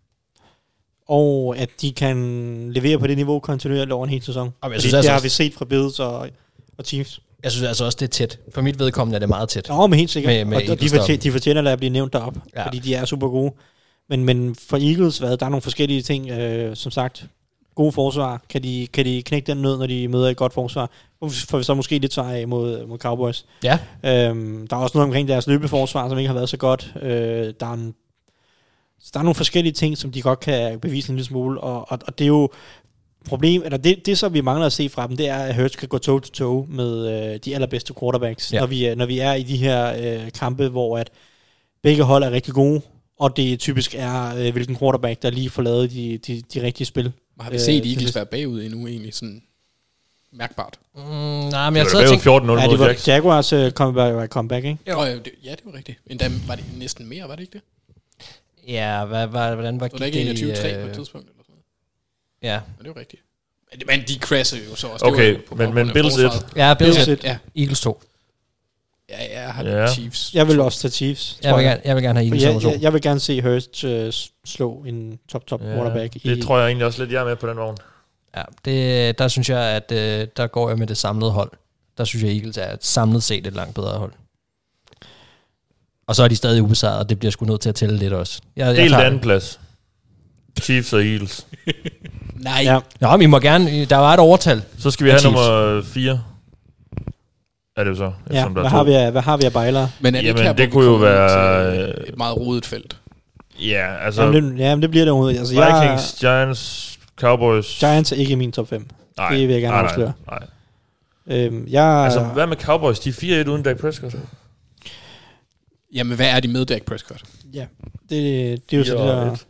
og at de kan levere på det niveau kontinuerligt over en hel sæson. Og jeg Fordi synes det altså har også- vi set fra Bills og, og Chiefs. Jeg synes altså også, det er tæt. For mit vedkommende er det meget tæt. Ja, men helt sikkert. Med, med og og de, Eagles fortjener, deroppe. de fortjener at blive nævnt derop, Ja. ja. fordi de er super gode. Men, men for Eagles, hvad, der er nogle forskellige ting, øh, som sagt. Gode forsvar. Kan de, kan de knække den nød, når de møder et godt forsvar? Får vi så måske lidt sejr af mod, mod Cowboys. Ja. Øhm, der er også noget omkring deres løbeforsvar, som ikke har været så godt. Øh, der, er en, der er nogle forskellige ting, som de godt kan bevise en lille smule, og, og, og det er jo problem, eller det, det, som vi mangler at se fra dem, det er, at Hurts kan gå toe-to-toe med øh, de allerbedste quarterbacks, Ja. når, vi, er- når vi er i de her øh, kampe, hvor at begge hold er rigtig gode, og det typisk er, øh, hvilken quarterback, der lige får lavet de, de, de rigtige spil. Har vi set Øh, Eagles til- være bagud endnu egentlig sådan mærkbart? Mm, nej, men De jeg var sad og bagud tænkte... fjorten nul Ja, mod det var Jacks. Jaguars uh, comeback, comeback, ikke? Jo, ja, det, ja, det var rigtigt. Endda var det næsten mere, var det ikke det? Ja, hvad, hvad, hvordan var Så der ikke enogtyve tre på et øh, tidspunkt? Eller sådan Ja. noget. Men det er jo rigtigt. Men, det- men de crashede jo så også. Det var Okay, jo på men, baggrund men af Bills et. forsvaret. Ja, Bills Bills et. et. Ja. Eagles to. Ja, jeg har Ja. Chiefs. Jeg vil også tage Chiefs. Jeg tror vil, gerne, jeg vil gerne have For Eagles jeg, nummer to. jeg, jeg vil gerne se Hurst uh, slå en top-top Ja, quarterback. det i, tror jeg egentlig også lidt, jeg er med på den vogn. Ja, det, der synes jeg, at øh, der går jeg med det samlede hold. Der synes jeg, Eagles er et samlet set et langt bedre hold. Og så er de stadig ubesejret, og det bliver sgu nødt til at tælle lidt også. Jeg, jeg Del tager anden plads. Chiefs og Eagles. Nej. Ja. Nå, men I må gerne... Der var et overtal. Så skal vi af have Chiefs. nummer fire. Er det jo så? Ja, eftersom der hvad er har, to. vi af, hvad har vi af bejlere? Men er det Jamen, ikke her, det hvor kunne vi jo kommer være- til et meget rodet felt? Ja, altså... Jamen, det, jamen, det bliver det overhovedet. Altså, jeg, Vikings, Giants, Cowboys. Giants er ikke i min top fem. Nej, Det vil jeg gerne nej, afsløre. Nej, Øhm, jeg, Altså, hvad med Cowboys? De er fire et uden Dak Prescott. Jamen, hvad er de med Dak Prescott? ja, det, det er jo så det Fire og der... et.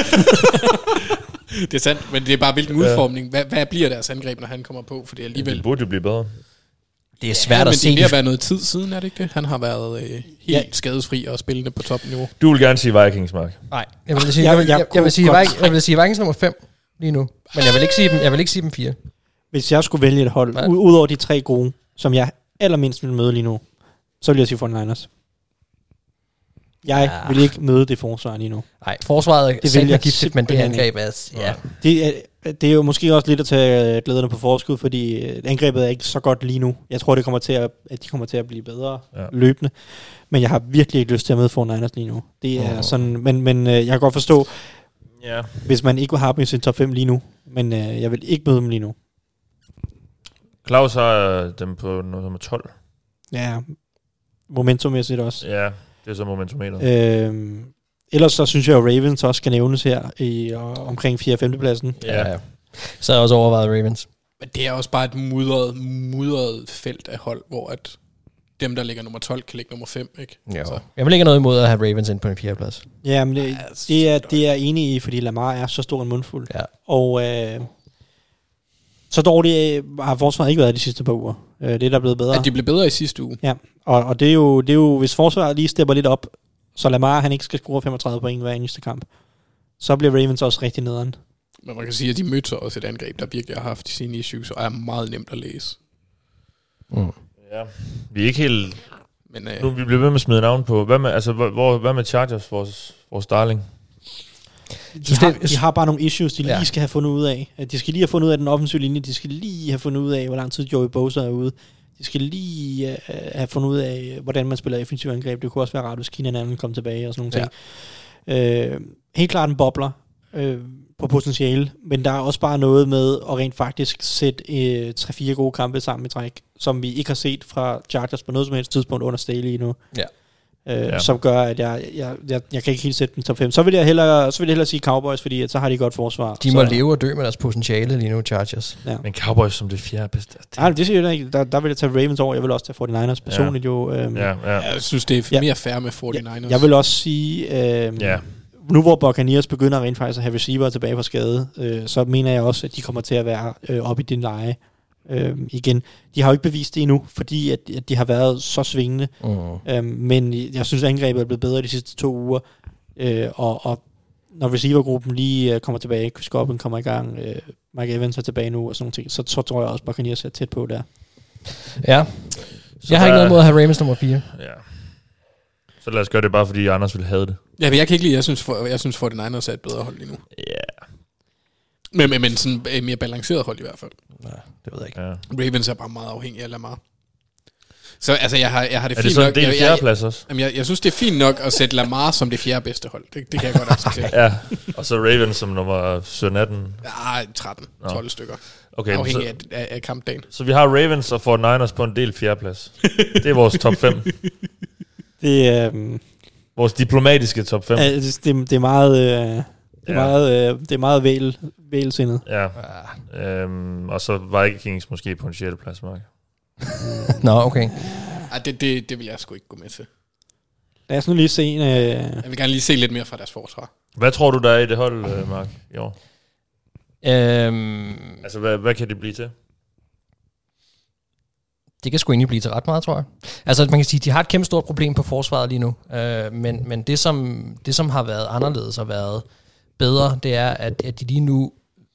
Det er sandt, men det er bare hvilken Ja. udformning. Hvad, hvad bliver deres angreb, når han kommer på? For det er alligevel... Det burde jo blive bedre. Det er svært ja, at men se. det er ved at være noget tid siden, er det ikke det? Han har været øh, helt Ja. ja. skadesfri og spillende på topniveau. Du vil gerne sige Vikings, Mark. Nej, jeg vil sige, Jeg- jeg, vil, jeg jeg, jeg, vil sige, kunne Vikings, jeg vil sige Vikings nummer fem lige nu. Men jeg vil ikke sige dem, jeg vil ikke sige dem fire. Hvis jeg skulle vælge et hold, Nej. u- ud over de tre gode, som jeg allermindst vil møde lige nu, så vil jeg sige forty-niners. Jeg Ja. vil ikke møde det forsvar lige nu. Nej, forsvaret vil det jeg er giftigt, men det simpelthen angreb er... Ja. Det er, det er jo måske også lidt at tage øh, glæderne på forskud, fordi øh, angrebet er ikke så godt lige nu. Jeg tror, det kommer til at, at de kommer til at blive bedre Ja. ja. løbende. Men jeg har virkelig ikke lyst til at møde forty-niners lige nu. Det er Åh. sådan, men, men øh, jeg kan godt forstå, Ja. hvis man ikke vil have dem i sin top fem lige nu. Men øh, jeg vil ikke møde dem lige nu. Claus har dem på nummer tolv. Ja, momentummæssigt også. Ja, det er så momentometer. Øhm, ellers så synes jeg, at Ravens også skal nævnes her i og, omkring fjerde og femte pladsen. Ja, ja. Så har jeg også overvejet Ravens. Men det er også bare et mudret, mudret felt af hold, hvor at dem, der ligger nummer tolv, kan ligge nummer fem, ikke? Jo. Så. Jeg vil ikke have noget imod at have Ravens ind på en fjerde plads. Ja, men det, det, er, det er jeg enig i, fordi Lamar er så stor en mundfuld. Ja. Og øh, så dårligt øh, har forsvaret ikke været de sidste par uger. Øh, det er der blevet bedre. At de blev bedre i sidste uge. Ja, og, og det, er jo, det er jo, hvis forsvaret lige stepper lidt op, så Lamar han ikke skal score femogtredive point hver eneste kamp, så bliver Ravens også rigtig nederen. Men man kan sige, at de mødte også et angreb, der virkelig har haft sine issues, og er meget nemt at læse. Mm. Ja, vi er ikke helt... Men, øh, nu vi bliver ved med at smide navn på. Hvad med, altså, hvor, hvad med Chargers, vores, vores darling? De har, de har bare nogle issues, de lige ja. skal have fundet ud af. De skal lige have fundet ud af den offensive linje, de skal lige have fundet ud af, hvor lang tid Joey Bosa er ude. De skal lige uh, have fundet ud af, hvordan man spiller offensiv angreb. Det kunne også være rart, hvis Keenan Allen kom tilbage og sådan nogle ja. ting. Uh, helt klart en bobler uh, på potentiale, men der er også bare noget med at rent faktisk sætte uh, tre fire gode kampe sammen i træk, som vi ikke har set fra Chargers på noget som helst tidspunkt under Staley endnu. Ja. Øh, ja. Som gør, at jeg, jeg, jeg, jeg kan ikke helt sætte den top fem. Så vil jeg hellere, så vil jeg hellere sige Cowboys, fordi at så har de godt forsvar. De må så, leve og dø med deres potentiale lige nu, Chargers. Ja. Men Cowboys som det fjerde bedste. Nej, det siger jeg ikke. Der, der vil jeg tage Ravens over. Jeg vil også tage forty-niners personligt ja. jo. Øhm, ja, ja. Jeg synes, det er ja. mere fair med forty-niners. Jeg, jeg vil også sige, øhm, ja. nu hvor Buccaneers begynder rent faktisk at have receiver tilbage fra skade, øh, så mener jeg også, at de kommer til at være øh, oppe i din leje. Øhm, igen, de har jo ikke bevist det endnu, fordi at, at de har været så svingende. Uh-huh. Øhm, men jeg synes, at angrebet er blevet bedre de sidste to uger. Øh, og, og når receivergruppen lige uh, kommer tilbage, Skoppen kommer i gang, øh, Mike Evans er tilbage nu og sådan nogle ting, så, så tror jeg også, at Buccaneers er tæt på der. Ja. Så jeg har ikke noget mod at have Ravens nummer fire. Ja. Så lad os gøre det bare, fordi Anders vil have det. Ja, men jeg kan ikke lide, jeg synes, for, jeg synes forty-niners er et bedre hold lige nu. Ja. Yeah. Men, men, men sådan et mere balanceret hold i hvert fald. Nej, det ved jeg ikke. Ja. Ravens er bare meget afhængig af Lamar. Så altså, jeg har, jeg har det er fint det nok. Er det en fjerdeplads også? Jamen, jeg, jeg synes, det er fint nok at sætte Lamar som det fjerde bedste hold. Det, det kan jeg godt acceptere. Ja, og så Ravens som nummer sytten atten. Ja, tretten, tolv Nå. stykker. Okay, afhængig så, af, af, af kampdagen. Så vi har Ravens og forty-niners på en del fjerdeplads. Det er vores top fem. Det er... Um, vores diplomatiske top fem. Ja, det, det er meget... Øh, Det er, ja. meget, øh, det er meget væl, vælsindet. Ja. ja. Øhm, og så Vikings måske på en sjette plads, Mark. Nå, okay. Ej, det, det, det vil jeg sgu ikke gå med til. Lad os nu lige se en... Øh... Jeg vil gerne lige se lidt mere fra deres forsvar. Hvad tror du, der er i det hold, Mark, i år? Øhm, altså, hvad, hvad kan det blive til? Det kan sgu egentlig blive til ret meget, tror jeg. Altså, man kan sige, de har et kæmpe stort problem på forsvaret lige nu. Øh, men men det, som, det, som har været anderledes og været bedre, det er, at, at de lige nu,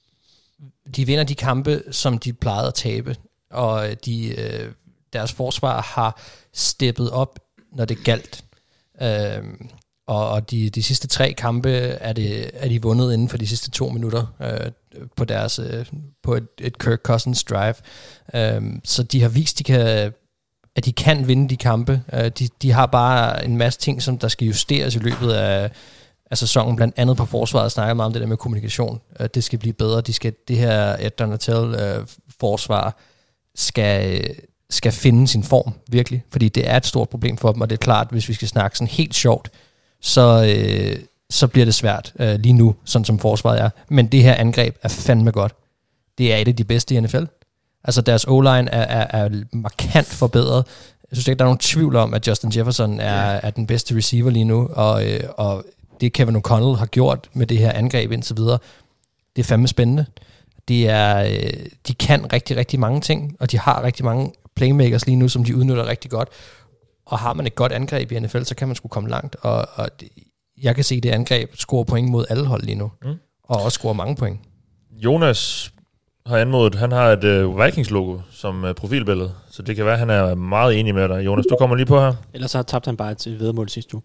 de vinder de kampe, som de plejede at tabe. Og de, øh, deres forsvar har steppet op, når det galt. Øh, og og de, de sidste tre kampe er, det, er de vundet inden for de sidste to minutter øh, på deres øh, på et, et Kirk Cousins drive. Øh, så de har vist, de kan, at de kan vinde de kampe. Øh, de, de har bare en masse ting, som der skal justeres i løbet af af sæsonen, blandt andet på forsvaret, snakker meget om det der med kommunikation. Uh, det skal blive bedre. De skal, det her Ed Donatel-forsvar uh, skal, skal finde sin form, virkelig. Fordi det er et stort problem for dem, og det er klart, hvis vi skal snakke sådan helt sjovt, så, uh, så bliver det svært uh, lige nu, sådan som forsvaret er. Men det her angreb er fandme godt. Det er et af de bedste i N F L. Altså deres O-line er, er, er markant forbedret. Jeg synes ikke, der er nogen tvivl om, at Justin Jefferson er, er den bedste receiver lige nu, og, uh, og det Kevin O'Connell har gjort med det her angreb indtil videre, det er fandme spændende. Det er, de kan rigtig, rigtig mange ting, og de har rigtig mange playmakers lige nu, som de udnytter rigtig godt. Og har man et godt angreb i N F L, så kan man sgu komme langt. Og, og det, jeg kan se, det angreb scorer point mod alle hold lige nu, mm. og også scorer mange point. Jonas har anmodet, han har et uh, Vikings-logo som uh, profilbillede, så det kan være, at han er meget enig med dig. Jonas, du kommer lige på her. Ellers så tabte han bare et vedmål sidste uge.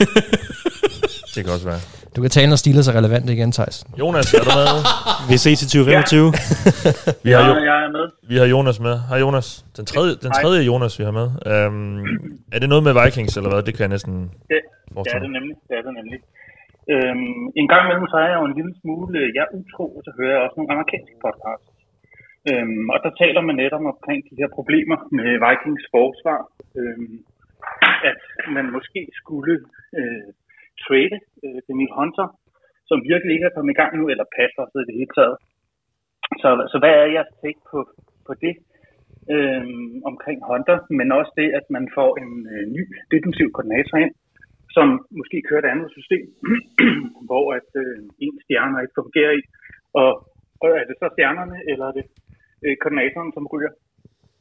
Det kan også være. Du kan tale, når Steelers er relevant igen, Thijs. Jonas, er du med? Vi ses i tyve femogtyve. Ja. vi, har jo, ja, jeg er med. Vi har Jonas med. Hej Jonas. Den tredje, den tredje Jonas, vi har med. Um, er det noget med Vikings, eller hvad? Det kan jeg næsten det, det er det nemlig. Det er det nemlig. Øhm, en gang imellem så er jeg jo en lille smule, jeg er utro, og så hører jeg også nogle amerikanske podcasts. Øhm, og der taler man netop omkring de her problemer med Vikings forsvar. Øhm, at man måske skulle... Øh, trade øh, Daniel Hunter, som virkelig ikke er kommet i gang nu, eller passer så i det hele taget. Så, så hvad er jeres take på, på det øh, omkring Hunter, men også det, at man får en øh, ny defensiv koordinator ind, som måske kører et andet system, hvor at øh, en stjerner ikke fungerer i, og, og er det så stjernerne, eller er det øh, koordinatoren, som ryger?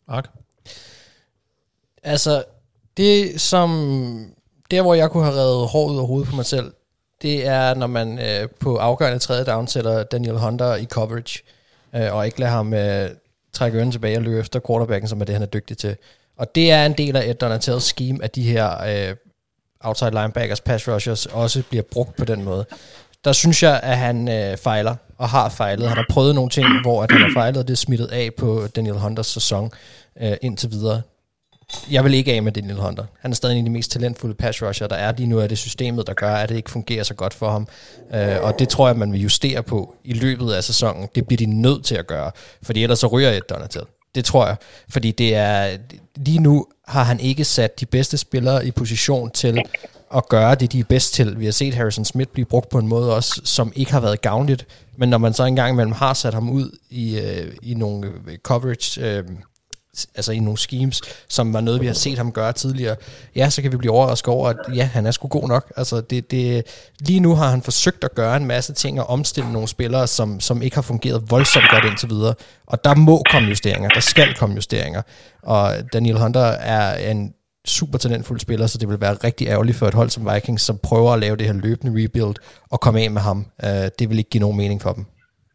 Mark? Altså, det som... Der, hvor jeg kunne have revet hår ud af hovedet på mig selv, det er, når man øh, på afgørende tredje down sætter Daniel Hunter i coverage, øh, og ikke lader ham øh, trække ørnen tilbage og løbe efter quarterbacken, som er det, han er dygtig til. Og det er en del af Ed Donatellis scheme, at de her øh, outside linebackers, pass rushers, også bliver brugt på den måde. Der synes jeg, at han øh, fejler, og har fejlet. Han har prøvet nogle ting, hvor at han har fejlet, og det er smittet af på Daniel Hunters sæson øh, indtil videre. Jeg vil ikke af med Daniel Hunter. Han er stadig en af de mest talentfulde pass rusher, der er lige nu, er det systemet, der gør, at det ikke fungerer så godt for ham. Øh, og det tror jeg, man vil justere på i løbet af sæsonen. Det bliver de nødt til at gøre, fordi ellers så ryger Ed Donatellis. Det tror jeg, fordi det er lige nu har han ikke sat de bedste spillere i position til at gøre det, de er bedst til. Vi har set Harrison Smith blive brugt på en måde også, som ikke har været gavnligt, men når man så engang imellem har sat ham ud i, øh, i nogle coverage, øh, altså i nogle schemes, som var noget, vi har set ham gøre tidligere, ja, så kan vi blive overrasket over, at ja, han er sgu god nok. Altså, det, det, lige nu har han forsøgt at gøre en masse ting og omstille nogle spillere, som, som ikke har fungeret voldsomt godt indtil videre. Og der må komme justeringer. Der skal komme justeringer. Og Daniel Hunter er en super talentfuld spiller, så det vil være rigtig ærgerligt for et hold som Vikings, som prøver at lave det her løbende rebuild og komme af med ham. Det vil ikke give nogen mening for dem.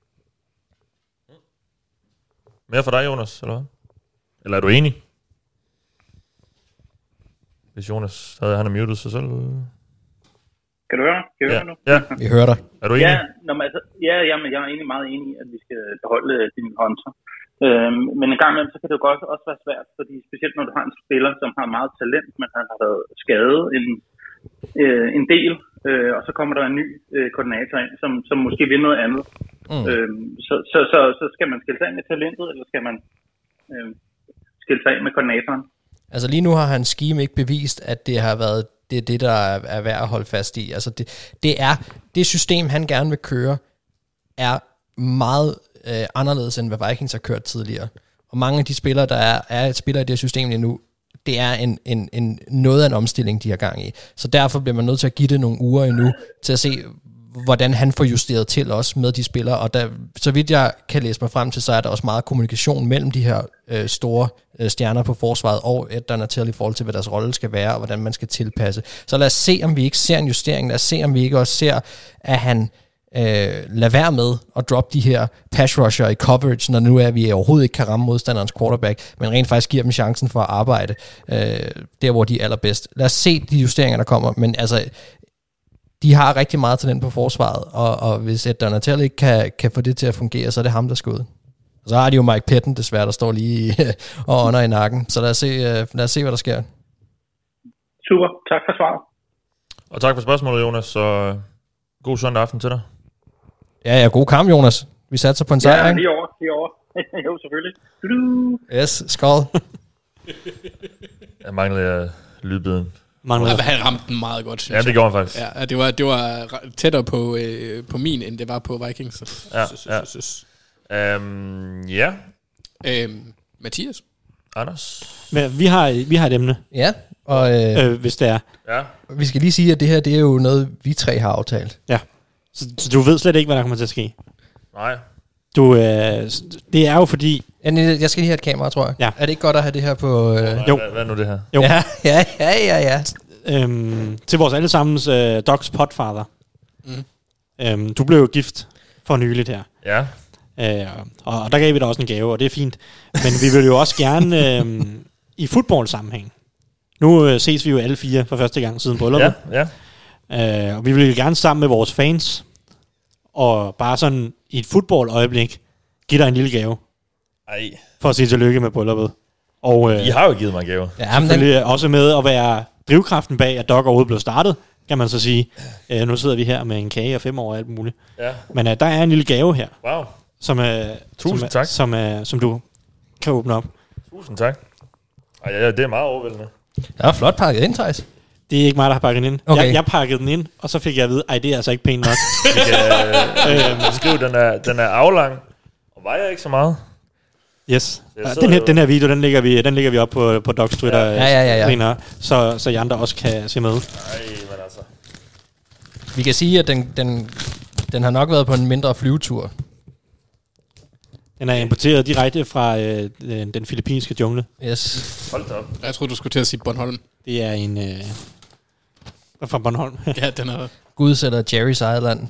Mere for dig, Jonas, eller hvad? Eller er du enig? Hvis Jonas stadig han er muted sig selv. Kan du høre mig? Kan du ja. høre nu? Ja, vi hører dig. Er du enig? Ja, når man, altså, ja jamen, jeg er egentlig meget enig i, at vi skal beholde din Hunter. Øhm, men en gang imellem, så kan det jo godt også være svært, fordi specielt når du har en spiller, som har meget talent, men han har været skadet en, øh, en del, øh, og så kommer der en ny øh, koordinator ind, som, som måske vil noget andet. Mm. Øhm, så, så, så, så skal man skille sig af med talentet, eller skal man øh, skille sig af med koordinatoren? Altså lige nu har han scheme ikke bevist, at det har været det, er det der er værd at holde fast i. Altså det, det er det system, han gerne vil køre, er meget øh, anderledes, end hvad Vikings har kørt tidligere. Og mange af de spillere, der er, er spillere i det her system lige nu, det er en, en, en, noget af en omstilling, de har gang i. Så derfor bliver man nødt til at give det nogle uger endnu, til at se, hvordan han får justeret til os med de spillere, og der, så vidt jeg kan læse mig frem til, så er der også meget kommunikation mellem de her øh, store øh, stjerner på forsvaret og Ed Donatellis i forhold til, hvad deres rolle skal være, og hvordan man skal tilpasse. Så lad os se, om vi ikke ser en justering, lad os se, om vi ikke også ser, at han øh, lader være med at droppe de her pass rusher i coverage, når nu er, vi overhovedet ikke kan ramme modstanderens quarterback, men rent faktisk giver dem chancen for at arbejde øh, der, hvor de er allerbedst. Lad os se de justeringer, der kommer, men altså de har rigtig meget talent på forsvaret, og, og hvis Ed Donatellis ikke kan, kan få det til at fungere, så er det ham, der skal ud. Og så har de jo Mike Petten, desværre, der står lige og ånder i nakken. Så lad os, se, lad os se, hvad der sker. Super, tak for svaret. Og tak for spørgsmålet, Jonas, så god søndag aften til dig. Ja, ja, god kamp, Jonas. Vi satser på en sejr, ja, lige over, lige over. Jo, selvfølgelig. Yes, skål. Jeg mangler lydbiden. Ja, han ramte den meget godt, synes ja, det gjorde han faktisk. Ja, det var, det var tættere på, øh, på min, end det var på Vikings. Ja, ja. Um, ja. Øhm, Mathias? Anders? Men vi har, vi har et emne. Ja, og øh, øh, hvis det er. Ja. Vi skal lige sige, at det her, det er jo noget, vi tre har aftalt. Ja. Så, så du ved slet ikke, hvad der kommer til at ske? Nej. Du, øh, det er jo fordi... Jeg skal lige have et kamera, tror jeg. Ja. Er det ikke godt at have det her på... Øh... Jo. Hvad, hvad er nu det her? Jo. Ja, ja, ja, ja. ja. Øhm, til vores allesammens øh, Dogs podfather. Mm. Øhm, du blev jo gift for nyligt her. Ja. Øh, og, og der gav vi dig også en gave, og det er fint. Men vi vil jo også gerne øh, i fodboldsammenhæng. Nu øh, ses vi jo alle fire for første gang siden brylluppet. Ja, ja. Øh, og vi vil jo gerne sammen med vores fans, og bare sådan i et fodboldøjeblik, give dig en lille gave. Ej. For at sige tillykke med brylluppet. Og, øh, I har jo givet mig gave. Ja, selvfølgelig den... også med at være drivkraften bag, at Dog overhovedet blev startet, kan man så sige. Øh, nu sidder vi her med en kage og fem år og alt muligt. Ja. Men øh, der er en lille gave her. Wow. Som, øh, Tusind som, tak. Som, øh, som du kan åbne op. Tusind tak. Ej, ja, det er meget overvældende. Det er flot pakket ind, Thijs. Det er ikke mig, der har pakket den ind. Okay. Jeg, jeg pakkede den ind, og så fik jeg at vide, ej, det er altså ikke pænt nok. Vi kan øh, skrive, den er, den er aflang, og vejer ikke så meget. Yes. Den her, den her video, den lægger vi, den lægger vi op på, på Dogs Twitter. Ja, ja, ja, ja. Senere, så, så I andre også kan se med. Nej, men altså. Vi kan sige, at den, den, den har nok været på en mindre flyvetur. Den er importeret direkte fra øh, den filippinske jungle. Yes. Hold da op. Jeg troede, du skulle til at sige Bornholm. Det er en... Øh, fra Bornholm. Ja, den er... Gud sætter Jerrys eget land.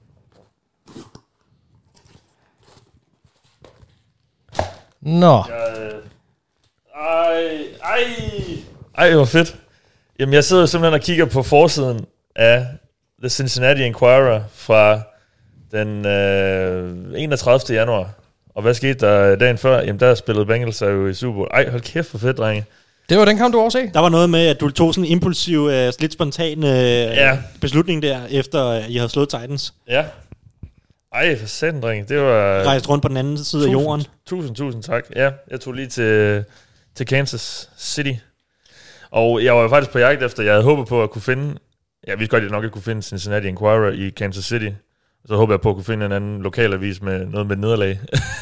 Nå. Jeg, ej, ej. Ej, hvor fedt. Jamen, jeg sidder simpelthen og kigger på forsiden af The Cincinnati Enquirer fra den øh, enogtredivte januar. Og hvad skete der dagen før? Jamen, der spillede Bengals jo i Super Bowl. Ej, hold kæft for fedt, drenge. Det var den kamp, du overse. Der var noget med, at du tog sådan en impulsiv, øh, lidt spontan øh, ja. beslutning der, efter øh, I havde slået Titans. Ja. Ej, for satan, drenge. Det var... Rejst rundt på den anden side tusind, af jorden. Tusind, tusind tak. Ja, jeg tog lige til, til Kansas City. Og jeg var faktisk på jagt efter, jeg havde håbet på at kunne finde... Jeg vidste godt, at jeg nok ikke kunne finde Cincinnati Enquirer i Kansas City. Så håber jeg på at kunne finde en anden lokalavis med noget med nederlag.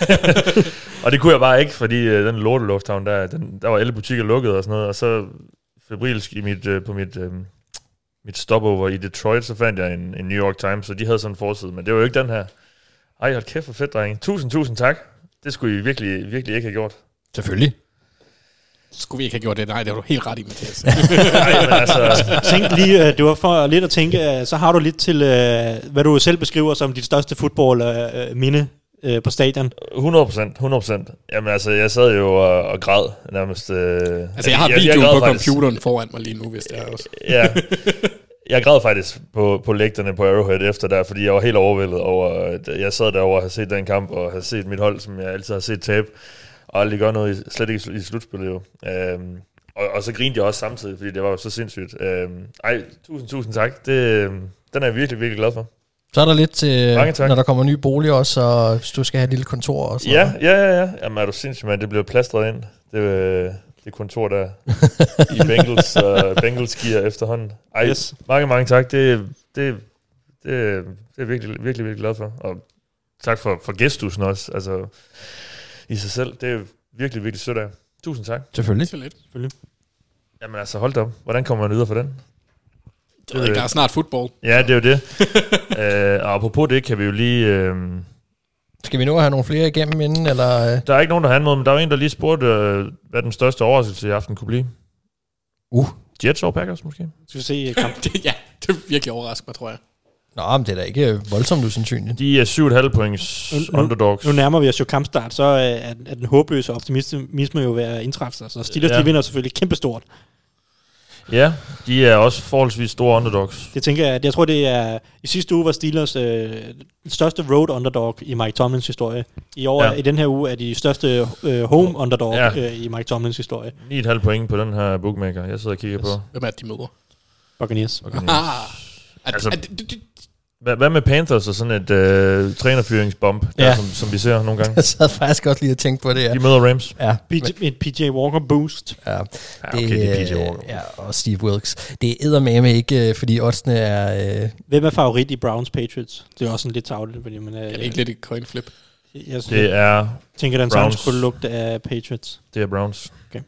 Og det kunne jeg bare ikke, fordi uh, den lortelufthavn, der, den, der var alle butikker lukket og sådan noget. Og så febrilsk i mit, uh, på mit, uh, mit stopover i Detroit, så fandt jeg en, en New York Times, så de havde sådan en forside. Men det var jo ikke den her. Ej, hold kæft for fedt, drenge. Tusind, tusind tak. Det skulle I virkelig, virkelig ikke have gjort. Selvfølgelig. Skulle vi ikke have gjort det? Nej, det var du helt ret i, Mathias. Nej, men altså... Tænk lige, det var for lidt at tænke, så har du lidt til, hvad du selv beskriver som dit største fodboldminde på stadion. hundrede procent, hundrede procent. Jamen altså, jeg sad jo og, og græd nærmest. Øh, altså, jeg har videoen på faktisk computeren foran mig lige nu, hvis det er også. Ja, jeg græd faktisk på, på lægterne på Arrowhead efter der, fordi jeg var helt overvældet over, at jeg sad derovre og havde set den kamp, og havde set mit hold, som jeg altid har set tabe, og aldrig gør noget, i, slet ikke i slutspillet jo. Øhm, og, og så grinede jeg også samtidig, fordi det var jo så sindssygt. Øhm, ej, tusind, tusind tak. Det, den er jeg virkelig, virkelig glad for. Så er der lidt til, når der kommer nye boliger også, og hvis du skal have et lille kontor også. Ja, ja, ja, ja. Jamen er du sindssygt, man. Det bliver plastret ind. Det, det kontor der i Bengals, og Bengals gear efterhånden. Ej, yes. mange, mange tak. Det, det, det, det er virkelig, virkelig, virkelig glad for. Og tak for, for gestusen også, altså i sig selv. Det er virkelig, virkelig sødt af. Tusind tak. Selvfølgelig. Selvfølgelig. Jamen altså, hold da op. Hvordan kommer man videre for den? Det er, der er snart fodbold. Ja, det er jo det. uh, og apropos det, kan vi jo lige... Uh, Skal vi nu have nogle flere igennem inden, eller... Uh? Der er ikke nogen, der har noget, men der var en, der lige spurgte, uh, hvad den største overraskelse i aften kunne blive. Uh. Jets og Packers, måske? Skal vi se kampen? det, ja, det er virkelig overraskende, tror jeg. Nå, men det er da ikke voldsomt usandsynligt. De er syv komma fem points nu, underdogs. Nu nærmer vi os jo kampstart, så er, er den håbløse optimisme jo ved at indtræffe sig. Så Steelers, ja. De vinder selvfølgelig kæmpestort. Ja, de er også forholdsvis store underdogs. Det tænker jeg, jeg tror det er, i sidste uge var Steelers øh, den største road underdog i Mike Tomlins historie. I år, ja. I den her uge er de største øh, home underdog ja. øh, i Mike Tomlins historie. ni komma fem point på den her bookmaker, jeg sidder og kigger yes. på. Hvem er det, de møder? Buccaneers. Buccaneers. Ah, altså, Hvad, hvad med Panthers og sådan et øh, trænerfyringsbomb, ja. der, som, som vi ser nogle gange? Jeg sad faktisk godt lige at tænke på det, ja. De møder Rams. Ja. Et P J Walker boost. Ja, ja okay, det, det er P J Walker. Ja, og Steve Wilkes. Det er eddermame ikke, fordi oddsene er... Øh... Hvem er favorit i Browns Patriots? Det er også sådan lidt tavligt, fordi man... Øh, er det ikke lidt et coin flip? Jeg synes, det er jeg tænker, den Browns skulle lugte af Patriots. Det er Browns. Okay.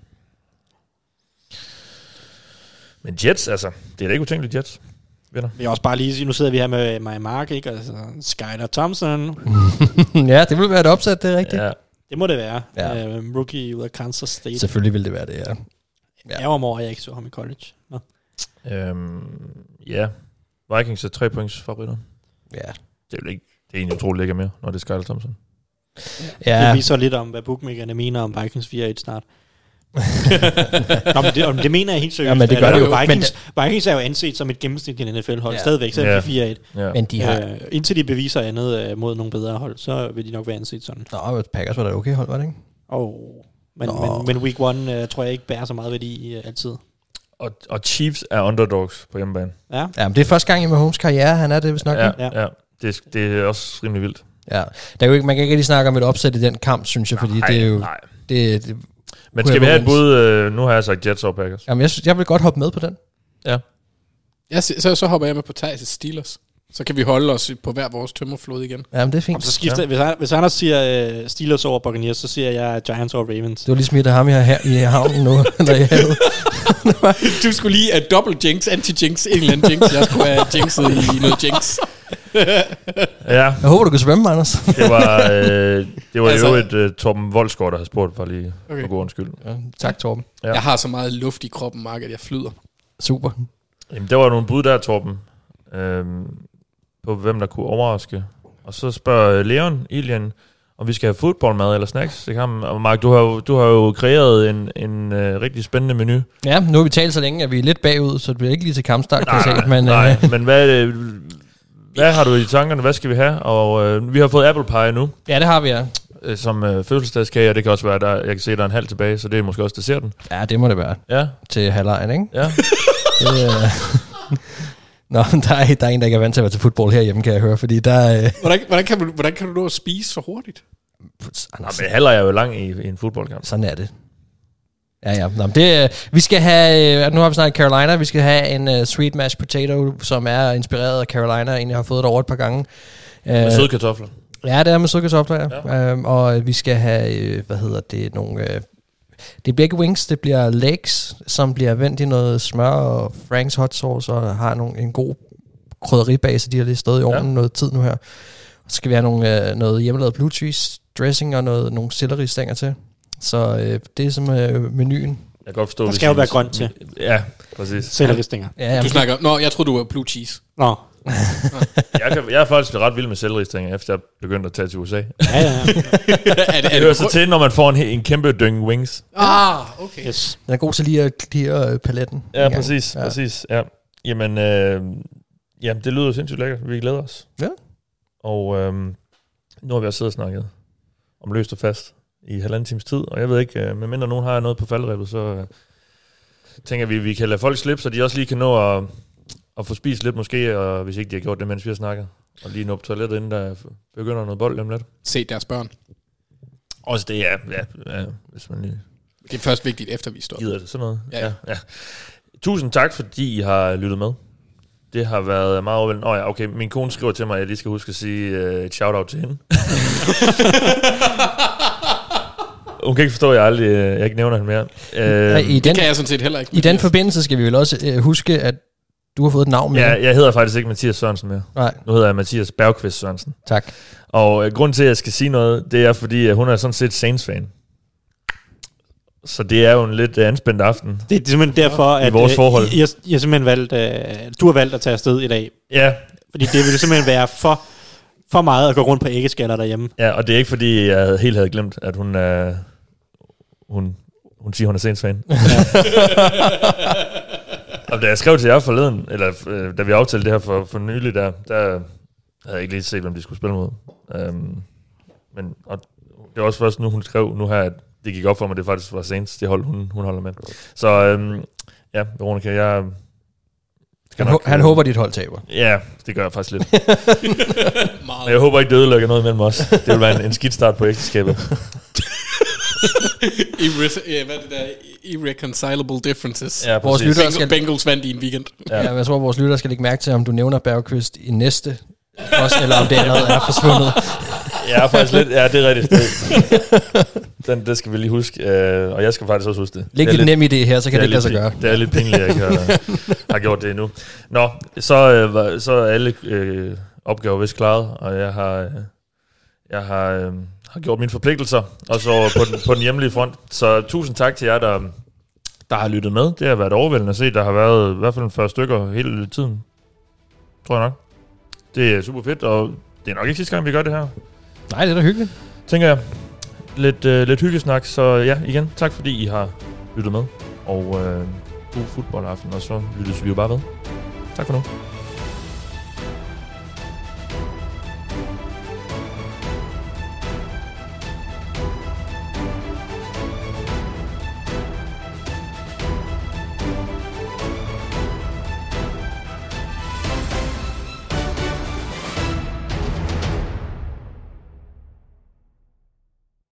Men Jets, altså, det er da ikke utænkeligt Jets. Vinder. Vi også bare lige sige, nu sidder vi her med Maja Mark, ikke? Altså, Skyler Thompson. Ja, det vil være et opsat, det er rigtigt. Ja. Det må det være. Ja. Uh, rookie ud af Kansas State. Selvfølgelig vil det være det, ja. Ja. Jeg var over, at jeg ikke så ham i college. Nå. Øhm, ja. Vikings er tre points favoritter. Ja. Det er jo ikke, det er egentlig utroligt ikke mere, når det er Skyler Thompson. Ja. Det viser lidt om, hvad bookmakerne mener om Vikings fire et snart. Nå, men det, det mener jeg helt seriøst. Ja, men det gør det jo. Vikings, Vikings er jo anset som et gennemsnitligt N F L-hold, ja. Stadigvæk, selvom yeah. de fire et. Yeah. Men de har... Øh, indtil de beviser andet øh, mod nogle bedre hold, så vil de nok være anset sådan. Nå, Packers var da okay hold, var det ikke? Oh, men, men, men week one øh, tror jeg ikke bærer så meget værdi øh, altid. Og, og Chiefs er underdogs på hjemmebane. Ja. Ja, men det er første gang i Mahomes karriere, han er det vist nok. Ja, ja. ja. Det, det er også rimelig vildt. Ja, der er jo ikke, man kan ikke rigtig snakke om et opsæt i den kamp, synes jeg, fordi nej, det er jo... Nej. Det, det, Men skal vi have et bud? Øh, nu har jeg sagt Jets og Packers. Jamen, jeg, jeg vil godt hoppe med på den. Ja. ja så, så hopper jeg med på Thijs' Steelers. Så kan vi holde os på hver vores tømmerflod igen. Jamen, det er fint. Og så skifter, ja. hvis, han, hvis Anders siger uh, Steelers over Buccaneers, så siger jeg Giants over Ravens. Det var lige smidt af ham her, her i havnen nu. Du skulle lige uh, double jinx, anti-jinx, en eller anden jinx. Jeg skulle have jinxet i noget jinx. Ja. Jeg håber, du kan svømme, Anders. Det var, øh, det var Altså- jo et uh, Torben Voldsgaard, der har spurgt for lige Okay. for god undskyld. Ja, tak, Torben. Ja. Jeg har så meget luft i kroppen, Mark, at jeg flyder. Super. Jamen, der var nogle bud der, Torben, øhm, på hvem der kunne overraske. Og så spørger Leon Ilian, om vi skal have fodboldmad eller snacks. Det kan man. Og Mark, du har jo, du har jo kreeret en, en uh, rigtig spændende menu. Ja, nu har vi talt så længe, at vi er lidt bagud, så det bliver ikke lige til kampstart, kan jeg Nej, se. Men, nej, øh, men hvad, øh, hvad har du i tankerne? Hvad skal vi have? Og øh, vi har fået apple pie nu. Ja, det har vi, ja. Øh, som øh, fødselsdagskage, og det kan også være, der jeg kan se, der er en halv tilbage, så det er måske også desserten. Ja, det må det være. Ja. Til halvlejen, ikke? Ja. det, øh... Nå, der er, der er en, der ikke er vant til at være til fodbold herhjemme, kan jeg høre, fordi der... Øh... Hvordan, hvordan, kan du, hvordan kan du nå at spise så hurtigt? Nå, men halvleg er jo lang i, i en fodboldkamp. Sådan er det. Ja, ja. Nå, men det, øh, vi skal have... Øh, nu har vi snakket Carolina. Vi skal have en uh, sweet mashed potato, som er inspireret af Carolina. Egentlig har fået det over et par gange. Med Øh, søde kartofler. Ja, det er med søde kartofler, ja. Ja. Øhm, og vi skal have, øh, hvad hedder det, nogle... Øh, det bliver ikke wings, det bliver legs, som bliver vendt i noget smør og Frank's hot sauce, og har nogle, en god krydderibase. De har lige stået i ovnen ja. noget tid nu her. Og så skal vi have nogle, øh, noget hjemmelavet blue cheese dressing og noget, nogle sellerie-stænger til. Så øh, det er som øh, menuen. Jeg kan godt forstå, Der skal jo være grønt til. Ja, præcis. Sellerie-stænger. Ja, ja, Du snakker... Nå, jeg troede, du var blue cheese. Nå. jeg, kan, jeg er faktisk ret vild med sellerie-stænger, efter jeg begyndte at tage til U S A. Ja, ja. er det, er det det hører så til, når man får en, en kæmpe dynge wings. Ah, okay. Yes. Den er god til lige at clear paletten. Ja, præcis, ja. præcis. Ja. Jamen, øh, ja, det lyder sindssygt lækkert. Vi glæder os. Ja. Og øh, nu har vi også siddet og snakket om løst og fast i halvanden times tid, og jeg ved ikke, øh, medmindre nogen har noget på faldrebet, så øh, tænker vi, at vi kan lade folk slippe, så de også lige kan nå at, at få spist lidt måske, og hvis ikke de har gjort det, mens vi har snakket, og lige nå på toilettet, inden der begynder noget bold om lidt. Se deres børn. Også det, ja, ja, ja hvis man lige... Det er først vigtigt, efter vi står. Gider det, sådan noget. Ja. Ja, ja. Tusind tak, fordi I har lyttet med. Det har været meget overvældende. Åh oh ja, okay, min kone skriver til mig, at jeg lige skal huske at sige uh, et shout-out til hende. Hun kan ikke forstå, at jeg aldrig jeg ikke nævner hende mere. Nej, i det den, kan jeg sådan set heller ikke. I den forbindelse skal vi vel også øh, huske, at du har fået et navn med. Ja, jeg hedder faktisk ikke Mathias Sørensen mere. Nej. Nu hedder jeg Mathias Bergqvist Sørensen. Tak. Og øh, grunden til, at jeg skal sige noget, det er, fordi at hun er sådan set Saints-fan. Så det er jo en lidt anspændt aften. Det er simpelthen derfor, at i vores forhold. jeg, jeg simpelthen valgt, uh, du har valgt at tage afsted i dag. Ja. Fordi det ville simpelthen være for, for meget at gå rundt på æggeskaller derhjemme. Ja, og det er ikke fordi, jeg havde, helt havde glemt, at hun er... Hun, hun siger, hun er Saints-fan. Ja. Og da jeg skrev til jer forleden, eller øh, da vi aftalte det her for, for nylig, der, der havde jeg ikke lige set, hvem de skulle spille mod. Um, men og det var også først nu, hun skrev nu her, at det gik op for mig, det faktisk var Saints, det hold, hun, hun holder med. Så um, ja, Veronica, jeg... Han, nok, han håber, dit hold taber. Ja, det gør jeg faktisk lidt. Men jeg håber ikke, det ødelægger noget mellem os. Det vil være en, en skidt start på ægteskabet. Irre- ja, hvad er det der? Irreconcilable differences. Ja, vores lyttere skal... Bengals vandt i en weekend. Ja, ja, jeg tror, vores lyttere skal lægge mærke til, om du nævner Bergqvist i næste også, eller om det allerede er forsvundet. Ja, faktisk lidt. Ja, det er rigtigt. Det, den, det skal vi lige huske. Uh, og jeg skal faktisk også huske det. Læg det lidt nem idé her, så kan det, det ikke lade sig gøre. Det er lidt pinligt, at jeg ikke har, har gjort det endnu. Nå, så, uh, så er alle uh, opgaver vist klaret, og jeg har, uh, jeg har, uh, har gjort mine forpligtelser, også på den, på den hjemlige front. Så tusind tak til jer, der, der har lyttet med. Det har været overvældende at se. Der har været i hvert fald fyrre stykker hele tiden. Tror jeg nok. Det er super fedt, og det er nok ikke sidste gang, vi gør det her. Nej, det er da hyggeligt. Tænker jeg. Lidt, øh, lidt hyggesnak, så ja, igen, tak fordi I har lyttet med. Og øh, god fodboldaften, og så lyttes vi jo bare ved. Tak for nu.